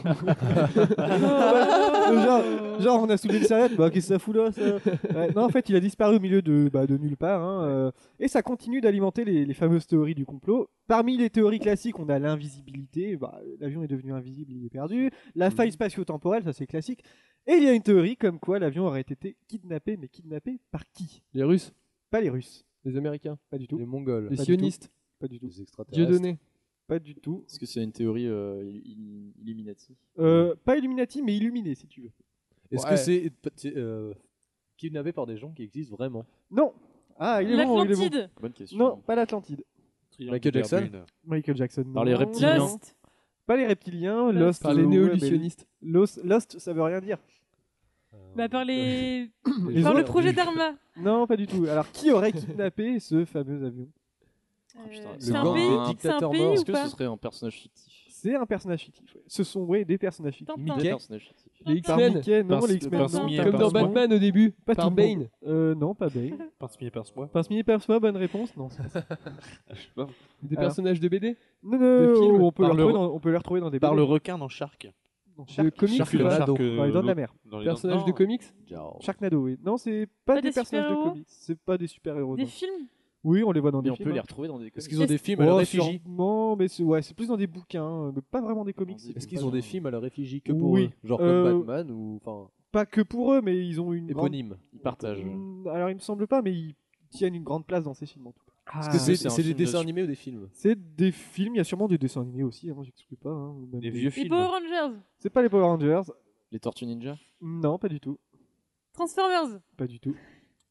genre on a soulevé une serviette, bah qu'est-ce que ça fout là ça Ouais, non en fait il a disparu au milieu de nulle part hein, et ça continue d'alimenter les fameuses théories du complot. Parmi les théories classiques on a l'invisibilité, l'avion est devenu invisible, il est perdu, la faille spatio-temporelle, ça c'est classique, et il y a une théorie comme quoi l'avion aurait été kidnappé, mais kidnappé par qui? Les Russes, Pas les Russes, les Américains, pas du tout, Les Mongols. les Pas du sionistes, pas du tout, Les extraterrestres. Dieudonné. pas du tout. Est-ce que c'est une théorie Illuminati? Pas Illuminati mais illuminé si tu veux. Est-ce Ouais. que c'est kidnappé par des gens qui existent vraiment? Non. Ah il est bon, il est bon. L'Atlantide. Bonne question. Non, pas l'Atlantide. Michael Jackson. Michael Jackson. Par les non. reptiliens. Non. Lost. Pas les reptiliens, Lost. Par les ouais, néolutionnistes. mais Lost, ça veut rien dire. Bah par les... Les par le autres- projet d'Arma. Non, pas du tout. Alors, qui aurait kidnappé ce fameux avion? putain, C'est le un gang pays, des c'est un dictateurs pays morts. ou Est-ce que pas ce serait un personnage fictif? C'est un personnage fictif. Ouais. Ce sont des personnages fictifs. Tintin. Des personnages fictifs. Les Par X-Men. Mickey, non, Pince- les X-Men, Pince non. Mie, Comme dans Pince-moi. Batman au début. Pas Par tout le monde. Bane. Non, pas Bane. Pince-mi et pince-moi. Pince-mi, pince-moi, bonne réponse. Non, Des Alors. personnages de BD. non, De films. on peut, Par les le- retrouver on peut les retrouver dans des Par BD. le requin dans Shark. Dans De comics. Shark- ou pas Shark- dans les dents de la mer. Dans les Personnages dents- de comics. Sharknado, oui. Non, c'est pas Pas des des personnages de super-héros comics. C'est pas des super-héros. Des non. films. Oui, on les voit dans Mais des on films. peut les hein. retrouver dans des Est-ce comics. qu'ils ont des films à leur Oh, effigie? sûrement, mais c'est plus dans des bouquins, mais pas vraiment des comics. Est-ce qu'ils ont des films à leur effigie que pour Oui. eux? Genre Euh, comme Batman ou enfin Pas que pour eux, mais ils ont une grande... éponyme? Ils partagent. Alors, il me semble pas, mais ils tiennent une grande place dans ces films en tout cas. Est-ce que c'est c'est un des film dessins de- animés ou des films? C'est des films, il y a sûrement des dessins animés aussi, hein, j'exclus pas. Hein, même Des des- vieux Les films. Power Rangers. C'est pas les Power Rangers. Les Tortues Ninja? Non, pas du tout. Transformers. Pas du tout.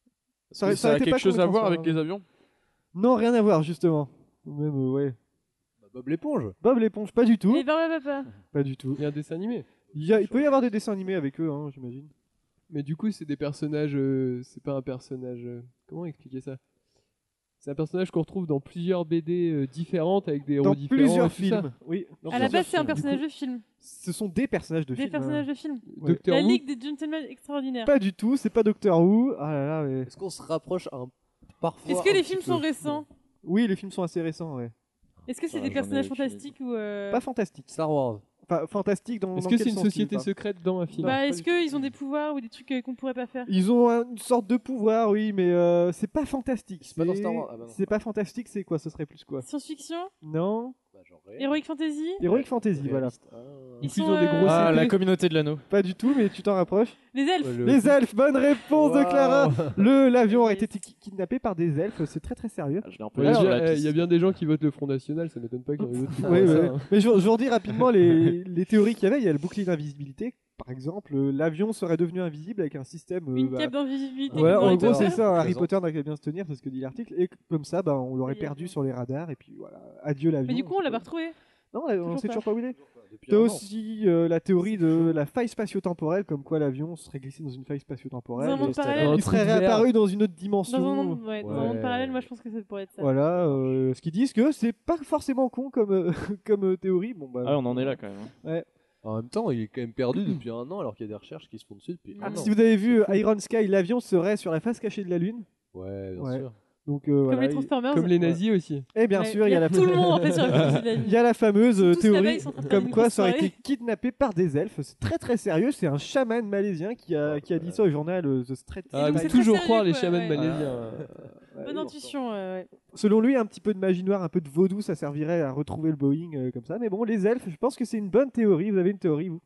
Ça a été quelque pas chose comme à voir avec Transformers. les avions? Non, rien à voir, justement. Même, ouais. Bob l'éponge. Bob l'éponge, pas du tout. Les Barbapapa. Pas du tout. Il y a un dessin animé. Il peut y avoir des dessins animés avec eux, hein, j'imagine. Mais du coup, c'est des personnages. C'est pas un personnage. Comment expliquer ça? C'est un personnage qu'on retrouve dans plusieurs BD différentes avec des héros Dans différents. et plusieurs tout ça. films, oui. Dans À la plusieurs base, c'est un films. personnage de film. Ce sont des personnages de Des films. personnages hein. de film. Ouais. Docteur La Who. Ligue des Gentlemen Extraordinaires. Pas du tout, c'est pas Doctor Who. Ah là là, mais... Est-ce qu'on se rapproche parfois? Est-ce que un les petit films peu sont récents? Oui, les films sont assez récents, ouais. Est-ce que c'est Ah, des j'en ai personnages aucune fantastiques ou Pas fantastique. Star Wars. Enfin, fantastique dans Est-ce dans que quel c'est une sens tu société parles secrète dans un film? Non, Bah, pas est-ce du tout. qu'ils ont des pouvoirs ou des trucs qu'on pourrait pas faire? Ils ont une sorte de pouvoir, oui, mais c'est pas fantastique. C'est pas dans Star Wars. Ah bah non. C'est pas fantastique, c'est quoi? Ce serait plus quoi? Science-fiction? Non. Bah, genre Heroic Fantasy? Heroic Fantasy, voilà. réaliste. Ah. Ils Ils sont, ont des grosses Ah, épées. la communauté de l'anneau. Pas du tout, mais tu t'en rapproches. Les elfes? Les elfes, bonne réponse de Wow. Clara. L'avion aurait été kidnappé par des elfes, c'est très très sérieux. Ah, je l'ai un peu Ouais, mis sur déjà, la il piste. y a bien des gens qui votent le Front National, ça m'étonne pas qu'il y en ait d'autres qui Oui, votent oui, ça, oui. hein. Mais je vous redis rapidement les théories qu'il y avait. Il y a le bouclier d'invisibilité. Par exemple, l'avion serait devenu invisible avec un système. Une bah, cape d'invisibilité. ouais, comme dans en Harry gros, Potter. c'est ça. Harry Présent. Potter n'a qu'à bien se tenir, c'est ce que dit l'article. Et comme ça, bah, on l'aurait Et perdu l'avion. sur les radars. Et puis voilà, adieu l'avion. Mais du coup, on l'a pas retrouvé. Non, on Toujours sait pas. toujours pas où il est. Depuis T'as un an. aussi la théorie de la faille spatio-temporelle, comme quoi l'avion serait glissé dans une faille spatio-temporelle. Dans un monde et parallèle. Un il trou serait de verre. réapparu dans une autre Dans dimension. un monde, ouais, dans un monde Ouais. parallèle, moi je pense que ça pourrait être ça. Voilà, ce qu'ils disent que c'est pas forcément con comme, comme théorie. Bon, bah, Ah, on en est là quand même. hein. En même temps, il est quand même perdu depuis un an alors qu'il y a des recherches qui se font dessus depuis un an. Si vous avez vu Iron Sky, l'avion serait sur la face cachée de la Lune. Ouais, bien Ouais. sûr. Donc, Comme voilà, les Transformers. Comme les nazis aussi. Et bien Ouais, sûr, il y a la tout le monde en fait sur la face de la il Lune. y a la fameuse Tous là-bas, théorie ils sont en train de faire comme une quoi grosse ça aurait soirée. été kidnappé par des elfes. C'est très très sérieux. C'est un chaman malaisien qui a dit ça au journal The Strait Ah, donc mais c'est toujours très croire les sérieux, quoi, chamans ouais. malaisiens. Bonne intuition, ouais. Selon lui, un petit peu de magie noire, un peu de vaudou, ça servirait à retrouver le Boeing comme ça. Mais bon, les elfes, je pense que c'est une bonne théorie. Vous avez une théorie, vous?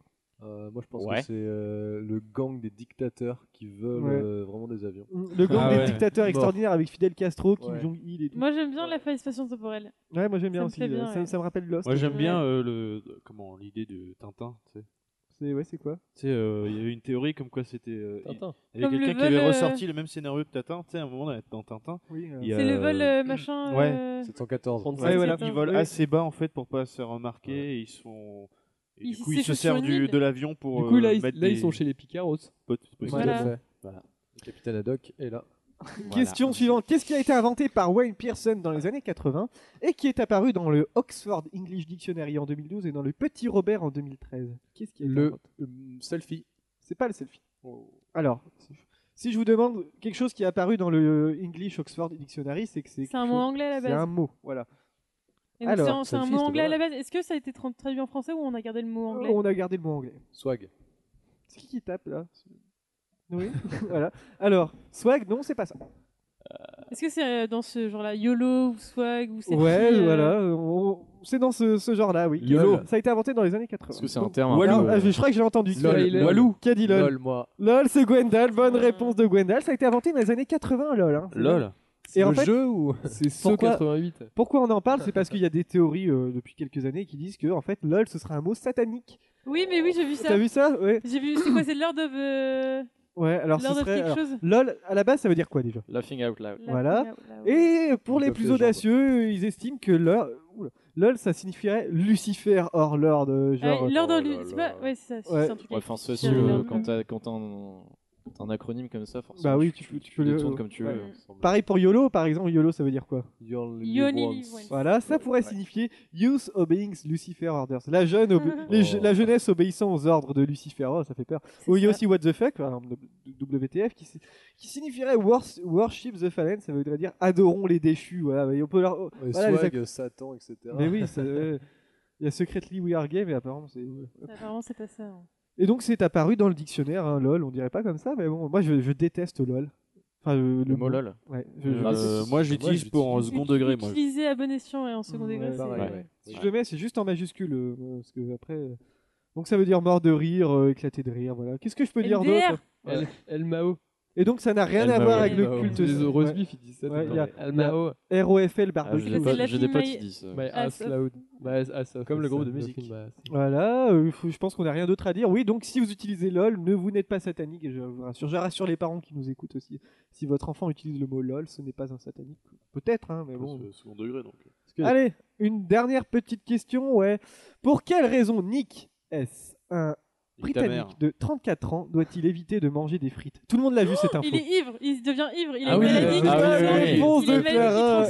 Moi je pense Ouais. que c'est le gang des dictateurs qui veulent vraiment des avions. Le gang des dictateurs extraordinaires avec Fidel Castro, Kim Ouais. Jong-il et tout. Moi j'aime bien la faille spatio-temporelle. Ouais, moi j'aime bien Ça me aussi. plaît bien, ouais. Ça me rappelle Lost. Moi, j'aime Ouais. bien l'idée de Tintin. Tu sais. C'est quoi? Tu sais, il y avait une théorie comme quoi c'était. Tintin. Il y avait Comme quelqu'un le qui avait vol, ressorti le même scénario que Tintin. Tu sais, à un moment dans Tintin. Oui, il y a, C'est le vol machin. Ouais. 714. Ouais, voilà. Ils volent Oui. assez bas en fait pour pas se faire remarquer. Et ils sont. Et Ils du coup, ils se s'échauffent sur servent une île. de l'avion pour. Du coup, là, mettre ils des sont chez les Picaros. potes. Voilà. Tout à fait. Voilà. Le capitaine Haddock est là. Question suivante. Qu'est-ce qui a été inventé par Wayne Pearson dans les années 80 et qui est apparu dans le Oxford English Dictionary en 2012 et dans le Petit Robert en 2013? Qu'est-ce qui a été Le inventé? selfie. C'est pas le selfie. Alors, si je vous demande quelque chose qui est apparu dans le English Oxford Dictionary, c'est que c'est C'est un mot anglais à la C'est base. un mot, voilà. Et donc, Alors, c'est un selfie, mot c'était anglais à pas la base. Est-ce que ça a été traduit en français ou on a gardé le mot anglais? On a gardé le mot anglais. Swag. C'est qui tape là? Oui, voilà. Alors, swag, non, c'est pas ça. Est-ce que c'est dans ce genre-là, YOLO ou swag ou selfie, Ouais, voilà. C'est dans ce genre-là, oui. YOLO. Ça a été inventé dans les années 80. Est-ce que c'est un Donc, terme un alors, peu, je crois que j'ai entendu. Lol. Walou. Qui a dit LOL? LOL, moi. LOL, c'est Gwendal. Bonne réponse de Gwendal. Ça a été inventé dans les années 80, LOL. Hein. LOL. C'est Et en le fait, jeu ou C'est So Pourquoi 88. pourquoi on en parle? C'est parce qu'il y a des théories depuis quelques années qui disent que en fait, LOL, ce serait un mot satanique. Oui, mais oui, j'ai vu ça. T'as vu ça? Ouais. J'ai vu, c'est quoi, c'est Lord of... Ouais, alors ce Lord of serait. quelque alors, chose LOL, à la base, ça veut dire quoi déjà? Laughing out loud. Voilà. Et pour les Ils plus peuvent faire audacieux, ils estiment que LOL, ça signifierait Lucifer hors Lord. Genre. Lord of... Oh là C'est pas... là. Ouais, c'est ça. Ouais. C'est un truc Ouais, avec- enfin, c'est c'est sûr, un- quand t'as un acronyme comme ça, forcément. Bah oui, tu peux le le tournes comme tu veux. Ouais. Pareil pour YOLO, par exemple, YOLO ça veut dire quoi? You only You live only once. live once. Voilà, ça pourrait signifier Youth Obeying Lucifer Orders. La jeunesse obéissant aux ordres de Lucifer. Oh, ça fait peur. Ou il y a ça. aussi What the fuck, par exemple, WTF, qui signifierait Worship the Fallen, ça voudrait dire adorons les déchus. Voilà, mais on peut leur... Ouais, voilà, les swag, Satan, etc. Mais oui, il y a Secretly We Are Gay, mais apparemment c'est... Apparemment, c'est pas ça. hein. Et donc c'est apparu dans le dictionnaire, hein, LOL, on dirait pas comme ça, mais bon, moi je déteste LOL. Enfin, Le mot LOL. Ouais, Moi, j'utilise pour en second degré. Moi. Utilisé à bon escient et en second degré, c'est... pareil, ouais. Si je le mets, c'est juste en majuscule, parce que après... Donc ça veut dire mort de rire, éclater de rire, voilà. Qu'est-ce que je peux dire LDR. d'autre? El Mao. Et donc ça n'a rien El à Mao. voir avec El le Mao. culte. Les ouais. Rosebif, ils disent ça. Ouais, tout il y a- le temps. El Mao. ROFL Ah, barbecue. j'ai des potes My- qui disent ça. My Ah, ass ça. loud. My ass off. Comme le Ça, groupe de le musique. film, bah, Voilà, je pense qu'on n'a rien d'autre à dire. Oui, donc si vous utilisez LOL, vous n'êtes pas satanique. Et je vous rassure, je rassure les parents qui nous écoutent aussi. Si votre enfant utilise le mot LOL, ce n'est pas un satanique. Peut-être, hein, mais bon. C'est second degré donc. Allez, une dernière petite question, ouais. Pour quelle raison Nick S, un Nique ta mère. Britannique de 34 ans, doit-il éviter de manger des frites? Tout le monde l'a vu cette info. Il est ivre, il devient ivre, il a Ah une oui, maladie qui ah oui, transforme, oui, oui. Réponse il a de une maladie Clara.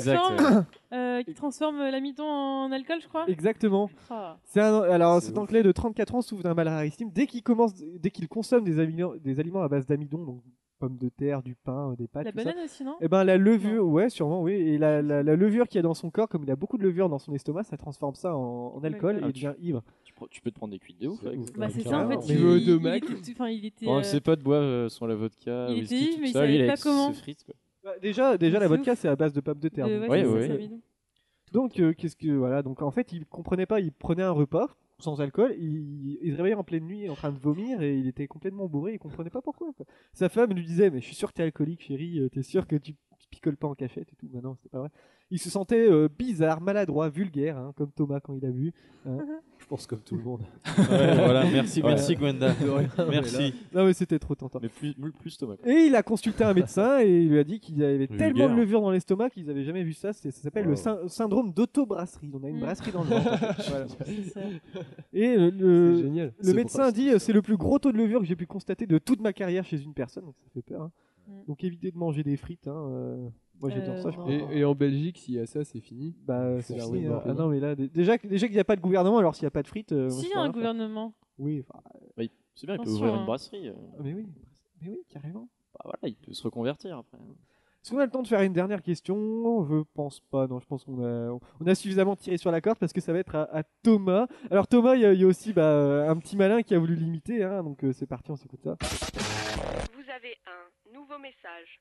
qui transforme l'amidon en alcool, je crois. Exactement. Ah. Alors, C'est cet ouf. Anglais de 34 ans souffre d'un mal rarissime. Dès qu'il consomme des aliments à base d'amidon, donc pommes de terre, du pain, des pâtes, La tout ça, banane aussi, non? et ben la levure, ouais, sûrement, oui. Et la levure qu'il y a dans son corps, comme il a beaucoup de levure dans son estomac, ça transforme ça en alcool D'accord. et il devient ivre. Tu peux te prendre des cuites de ouf avec ça. Bah c'est ça carrément. en fait. Mais veux Il de était, Mac. enfin il était. Pendant que ses potes boivent sur la vodka, il whisky, était ivre, tout mais il ça, savait lui, il pas avec comment. ses frites, quoi. Bah, déjà la C'est vodka, ouf. c'est à base de pommes de terre. Ouais, donc, Ouais, c'est ouais. ça, l'amidon. Donc, qu'est-ce que voilà, donc en fait, il comprenait pas, il prenait un repas sans alcool, il se réveillait en pleine nuit en train de vomir et il était complètement bourré, il comprenait pas pourquoi, quoi. Sa femme lui disait "Mais je suis sûr que t'es alcoolique, chérie, t'es sûr que tu picoles pas en cachette et tout." Bah non, c'était pas vrai. Il se sentait bizarre, maladroit, vulgaire, hein, comme Thomas quand il a bu. Hein. Je pense comme tout le monde. Ouais, voilà, merci Ouais. Gwenda. Merci. Non mais c'était trop tentant. Mais plus Thomas. Et il a consulté un médecin et il lui a dit qu'il avait Vulgaire. tellement de levure dans l'estomac qu'ils avaient jamais vu ça. Ça s'appelle le Wow. syndrome d'autobrasserie. On a une Mm. brasserie dans le ventre. en fait. Voilà. C'est ça. Et C'est génial. le médecin dit c'est le plus gros taux de levure que j'ai pu constater de toute ma carrière chez une personne. Donc ça fait peur. Hein. Mm. Donc évitez de manger des frites. Hein. Moi j'adore ça. Je non. crois. Et en Belgique, s'il y a ça, c'est fini. Bah C'est c'est la fini, route hein. mort. Ah non mais là déjà qu'il n'y a pas de gouvernement alors s'il n'y a pas de frites. moi, Si, je il peux y a un rien faire. gouvernement. Oui. Enfin, Oui, c'est bien, il peut Attention, ouvrir hein. une brasserie. ah, mais oui carrément. Bah voilà, il peut se reconvertir après. Est-ce qu'on a le temps de faire une dernière question? Je pense pas. Non, je pense qu'on a suffisamment tiré sur la corde parce que ça va être à Thomas. Alors Thomas, il y a aussi un petit malin qui a voulu l'imiter, hein, donc c'est parti, on s'écoute ça. Vous avez un nouveau message.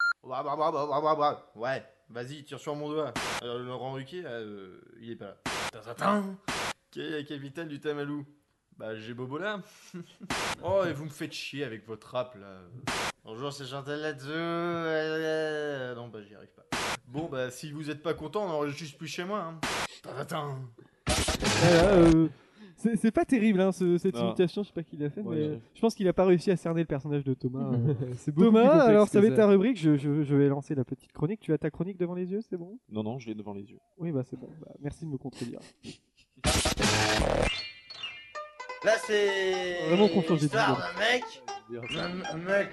Ouais, vas-y, tire sur mon doigt. Laurent Ruquier, il est pas là. Quelle est la capitale du Tamalou? Bah, j'ai Bobo là. Oh, et vous me faites chier avec votre rap là. Bonjour, c'est Chantal là-dessous. Non, bah, j'y arrive pas. Bon, bah, si vous êtes pas content, on n'enregistre plus chez moi. Hein. Attends. Voilà, c'est pas terrible hein, cette Non. imitation, je sais pas qui l'a fait, Ouais, mais ouais. je pense qu'il a pas réussi à cerner le personnage de Thomas. C'est beaucoup plus Thomas, complexe alors ça que va être ta rubrique, je vais lancer la petite chronique. Tu as ta chronique devant les yeux, c'est bon? Non, je l'ai devant les yeux. Oui, bah c'est bon, bah, merci de me contredire. Là, c'est. Vraiment confiant, j'ai dit. l'histoire d'un mec. Un mec.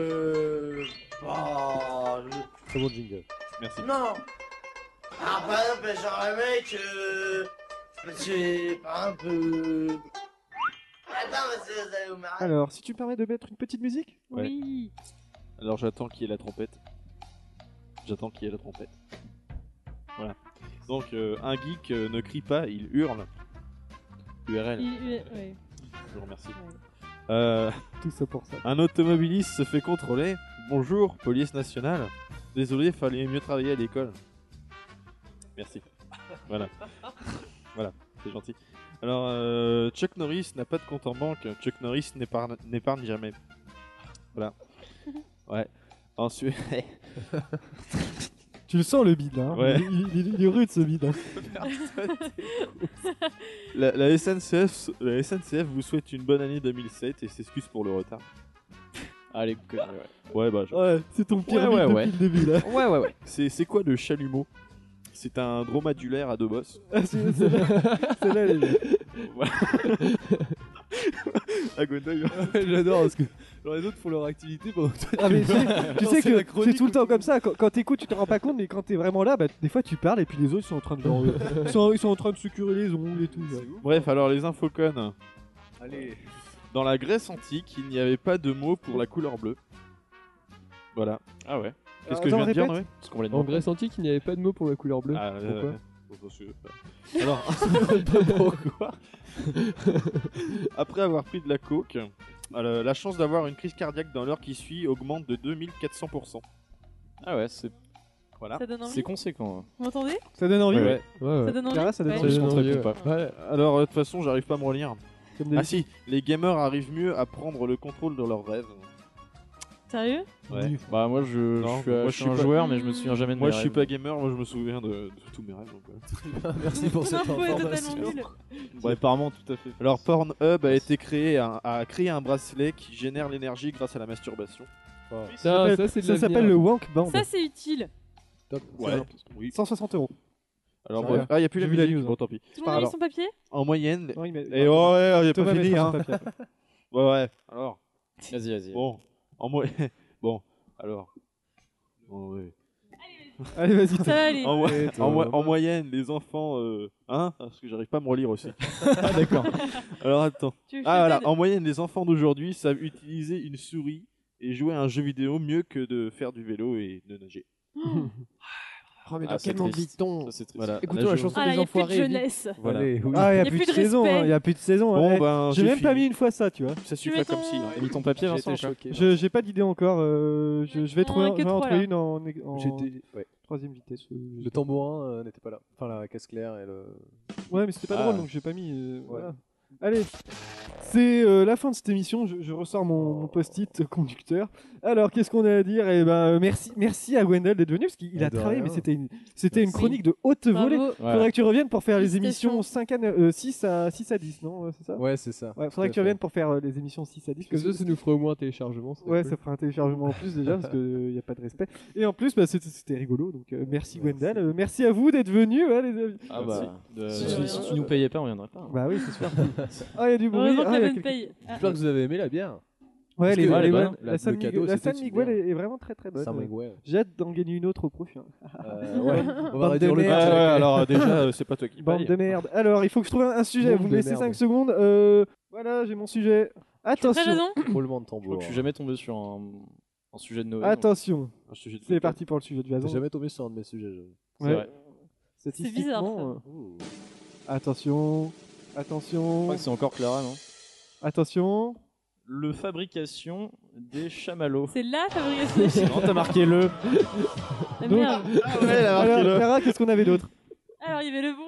Oh, Très bon jingle. Merci. non! Alors, par exemple, genre, un mec. C'est. Par exemple. Attends, mais vous allez vous marrer. Alors, si tu me permets de mettre une petite musique? Ouais. Oui. Alors j'attends qu'il y ait la trompette. Voilà. Donc un geek ne crie pas, il hurle. URL. Ouais. Je vous remercie. Ouais. Tout ça pour ça. Un automobiliste se fait contrôler. Bonjour, police nationale. Désolé, fallait mieux travailler à l'école. Merci. Voilà. Voilà, c'est gentil. Alors, Chuck Norris n'a pas de compte en banque. Chuck Norris n'épargne jamais. Voilà. Ouais. Ensuite. Tu le sens le bide là, hein. Ouais. Il est rude ce bide. Hein. La SNCF vous souhaite une bonne année 2007 et s'excuse pour le retard. Allez, ouais. Ouais, bah. Ouais, c'est ton pire Ouais, bide ouais, depuis le début là. Ouais. C'est quoi le chalumeau? C'est un dromadaire à deux bosses. Ah, celle-là, elle est bien. Voilà. À Gondeuil. J'adore parce que les autres font leur activité pendant que toi, Ah mais tu sais que la c'est chronique tout le temps comme ça, quand t'écoutes tu te rends pas compte, mais quand t'es vraiment là, bah, des fois tu parles et puis les autres ils sont en train de genre, ils sont en train de se curer les ongles et tout. Bref, alors les infocones. Allez. Dans la Grèce antique, il n'y avait pas de mot pour la couleur bleue. Voilà. Ah ouais. Qu'est-ce que je viens de dire, répète. Noé? C'est complètement. En Grèce antique, il n'y avait pas de mot pour la couleur bleue. Ah, Pourquoi Alors, pourquoi après avoir pris de la coke, la chance d'avoir une crise cardiaque dans l'heure qui suit augmente de 2400%. Ah ouais, c'est Voilà. Ça donne envie. c'est conséquent. Vous m'entendez? Ça donne envie. Ouais. Ça donne envie? Clara, ça donne Ouais. envie. Ça donne Je envie, réponds ouais. pas. Alors, de toute façon, j'arrive pas à me relire. Comme des- Ah si, les gamers arrivent mieux à prendre le contrôle de leurs rêves. Sérieux? Ouais. Bah moi je Non, suis, moi, je je suis suis un pas- joueur mais je me souviens jamais de Moi, mes je suis rêves. pas gamer, moi je me souviens de tous mes rêves. Donc, Merci pour cette L'info est information. totalement nulle. ouais, apparemment, tout à fait. Alors, Pornhub a été créé, a créé un bracelet qui génère l'énergie grâce à la masturbation. Ça, c'est de Ça s'appelle le l'avenir. Wank Band. Ça c'est utile. Top. Ouais. Oui. 160 €. Alors, Ça bref. va. Ah, il n'y a plus la J'ai vu la musique. news, Bon, hein. tant pis. Tout le monde a mis Alors. son papier? En moyenne. Non, il met- Et ouais, j'ai pas Thomas fini, mettra hein. son papier après. Ouais. Alors, Vas-y. bon. En moyenne. Bon, alors. Bon, ouais. Allez, vas-y. Ça va aller. En moyenne, les enfants. Hein? Parce que j'arrive pas à me relire aussi. Ah, d'accord. Alors, attends. Tu veux que Ah, je voilà. t'aide? En moyenne, les enfants d'aujourd'hui savent utiliser une souris et jouer à un jeu vidéo mieux que de faire du vélo et de nager. Oh, mais Ah, dans c'est quel monde triste. vit-on? Ça, c'est triste. Voilà. Écoutons la chanson Ah là, des y a plus de enfoirés. jeunesse. Voilà. Allez, oui. Ah, il y Y a a plus plus de de saison, respect. hein. Il y a plus de saison. Bon, ouais. ben, J'ai j'ai même pas fini. mis une fois ça, tu vois. Ça Tu suffit mets comme ton- si. T'as mis ton papier J'ai Vincent été ou quoi choqué. J'ai pas d'idée encore. Je vais On en trouver a que j'en ai trois, trouvé là. une en J'étais. Ouais. troisième vitesse. Le tambourin n'était pas là. Enfin, la caisse claire et le. Ouais, mais c'était pas Ah. drôle donc j'ai pas mis. Voilà. Allez, c'est la fin de cette émission. Je ressors mon post-it conducteur. Alors, qu'est-ce qu'on a à dire? Eh ben, merci à Gwendal d'être venu parce qu'il a De travaillé, rien. mais c'était une chronique de haute volée. Bravo. Faudrait que tu reviennes pour faire les Félicitations. émissions 6 à 10, non? C'est ça? Ouais, c'est ça. Ouais, Tout faudrait à que tu fait. reviennes pour faire les émissions 6 à 10. Comme ça nous ferait au moins un téléchargement. ça serait Ouais, cool. ça fera un téléchargement en plus déjà parce qu'il n'y a pas de respect. Et en plus, bah, c'était rigolo. Donc merci Gwendal. Merci à vous d'être venus, ouais, les amis. Ah bah, Si si tu nous payais pas, on viendrait pas. Bah oui, c'est sûr. Ah, il y a du bruit. Heureusement que Ah, la il y a bonne quelques- paye. Ah. J'espère que vous avez aimé la bière. Ouais, Parce les, que les- elle est la- bonne. la San le cadeau, Miguel, la c'était San une Miguel bière. est vraiment très très bonne. Ça m'égoue. J'ai hâte d'en gagner une autre au prochain. Ouais. On va Bande réduire de le merde. budget. Ouais, alors déjà, c'est pas toi qui Bande paye. de merde. Alors, il faut que je trouve un sujet. Bande Vous me de laissez merde. 5 secondes. Voilà, j'ai mon sujet. Prêt, Attention. Jason? Roulement de Je crois tambour. que je suis jamais tombé sur un sujet de Noël. Attention. Un sujet de C'est podcast. parti pour le sujet de T'es Jason. jamais tombé sur un de mes sujets, j'avoue. C'est Ouais. vrai. Statistiquement, bizarre, attention. Je Attention. crois que c'est encore Clara, non? Attention. Le fabrication des chamallows. C'est la fabrication. Non, t'as marqué le. Ah, Donc- merde. Alors, Clara, qu'est-ce qu'on avait d'autre? Alors, il y avait le bon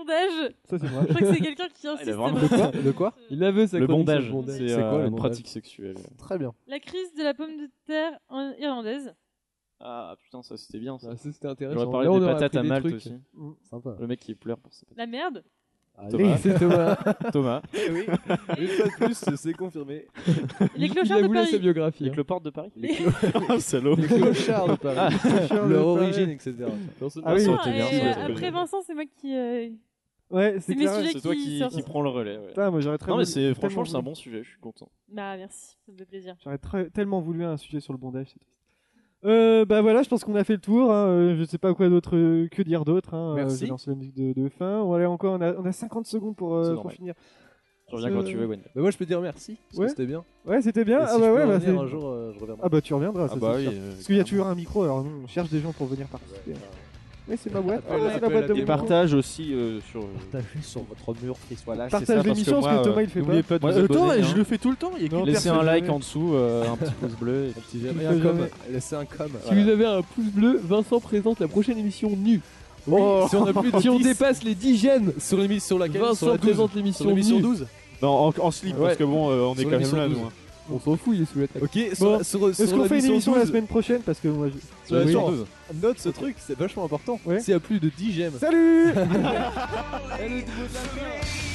bondage. Ça, c'est moi. Je crois que c'est quelqu'un qui insiste. il a vraiment- De quoi De quoi Il avait sa Le chronique bondage, sur le bondage. c'est C'est quoi, le une bondage pratique sexuelle. Très bien. La crise de la pomme de terre irlandaise. Ah putain, ça c'était bien ça. Ah, ça, c'était intéressant. J'aurais parlé Là, on des aurait patates appris à des Malte trucs. aussi. Sympa. Le mec qui pleure pour ses patates. La merde. Oui, c'est Thomas. Thomas. Oui, une fois de plus, c'est confirmé. Les Il clochards de avoue là sa Paris. biographie. Les hein. clopards de Paris. Oh, salaud. Les clochards de Paris. Leur origine, etc. Ah oui. Ça aurait été bien, Et, ça aurait été après bien. Vincent, c'est moi qui. Ouais, C'est c'est mes clair. sujets C'est toi qui qui sortent. prends le relais. Ouais. Putain, moi j'aurais très Non mais voulu- c'est franchement tellement c'est un voulu- bon sujet, je suis content. Bah merci, ça me fait plaisir. J'aurais tellement voulu un sujet sur le bondage, c'est triste. Bah voilà, je pense qu'on a fait le tour. Hein. Je sais pas quoi d'autre, que dire d'autre. Hein. Merci. J'ai lancé la musique de fin. Voilà, encore, on a 50 secondes pour normal. finir. Je reviens quand tu veux, Gwen. Bah moi, je peux dire merci. Parce Ouais. que c'était bien. Ouais, c'était bien. Et Ah si bah je peux ouais, bah revenir c'est. un jour, je reviendrai. Ah bah tu reviendras, Ah ça, bah c'est oui. sûr. Parce qu'il y a toujours un micro, alors nous on cherche des gens pour venir participer. Oui, c'est ma boîte. Appelle- Ah, c'est la appelle boîte à de tes mon parents. micro. Partage aussi sur. Partagez sur votre mur Facebook. Voilà, Partage l'émission, parce que Thomas il fait N'oubliez pas. pas de vous Attends, abonner, je hein. le fais tout le temps. Il y a Non, que Laissez personne un like jamais. en dessous, un petit pouce bleu. Et Si Il jamais fait un com, jamais. laissez un com. Si vous avez un pouce bleu, Vincent présente la prochaine émission nue. Oui, si on a plus de Si on 10 dépasse les 10 gemmes, sur l'émission sur laquelle sur Vincent la 12, présente sur l'émission l'émission nue. 12. Non, en slip, Ouais. parce que bon, on est Sur quand même l'émission là, 12. nous. hein. On s'en fout, il est sous la table. Ok, Bon, sur Est-ce qu'on fait une émission la semaine prochaine? Parce que moi. Sur la Oui. émission 12. Note ce truc, c'est vachement important. Ouais. S'il y a plus de 10 gemmes. Salut! Allez,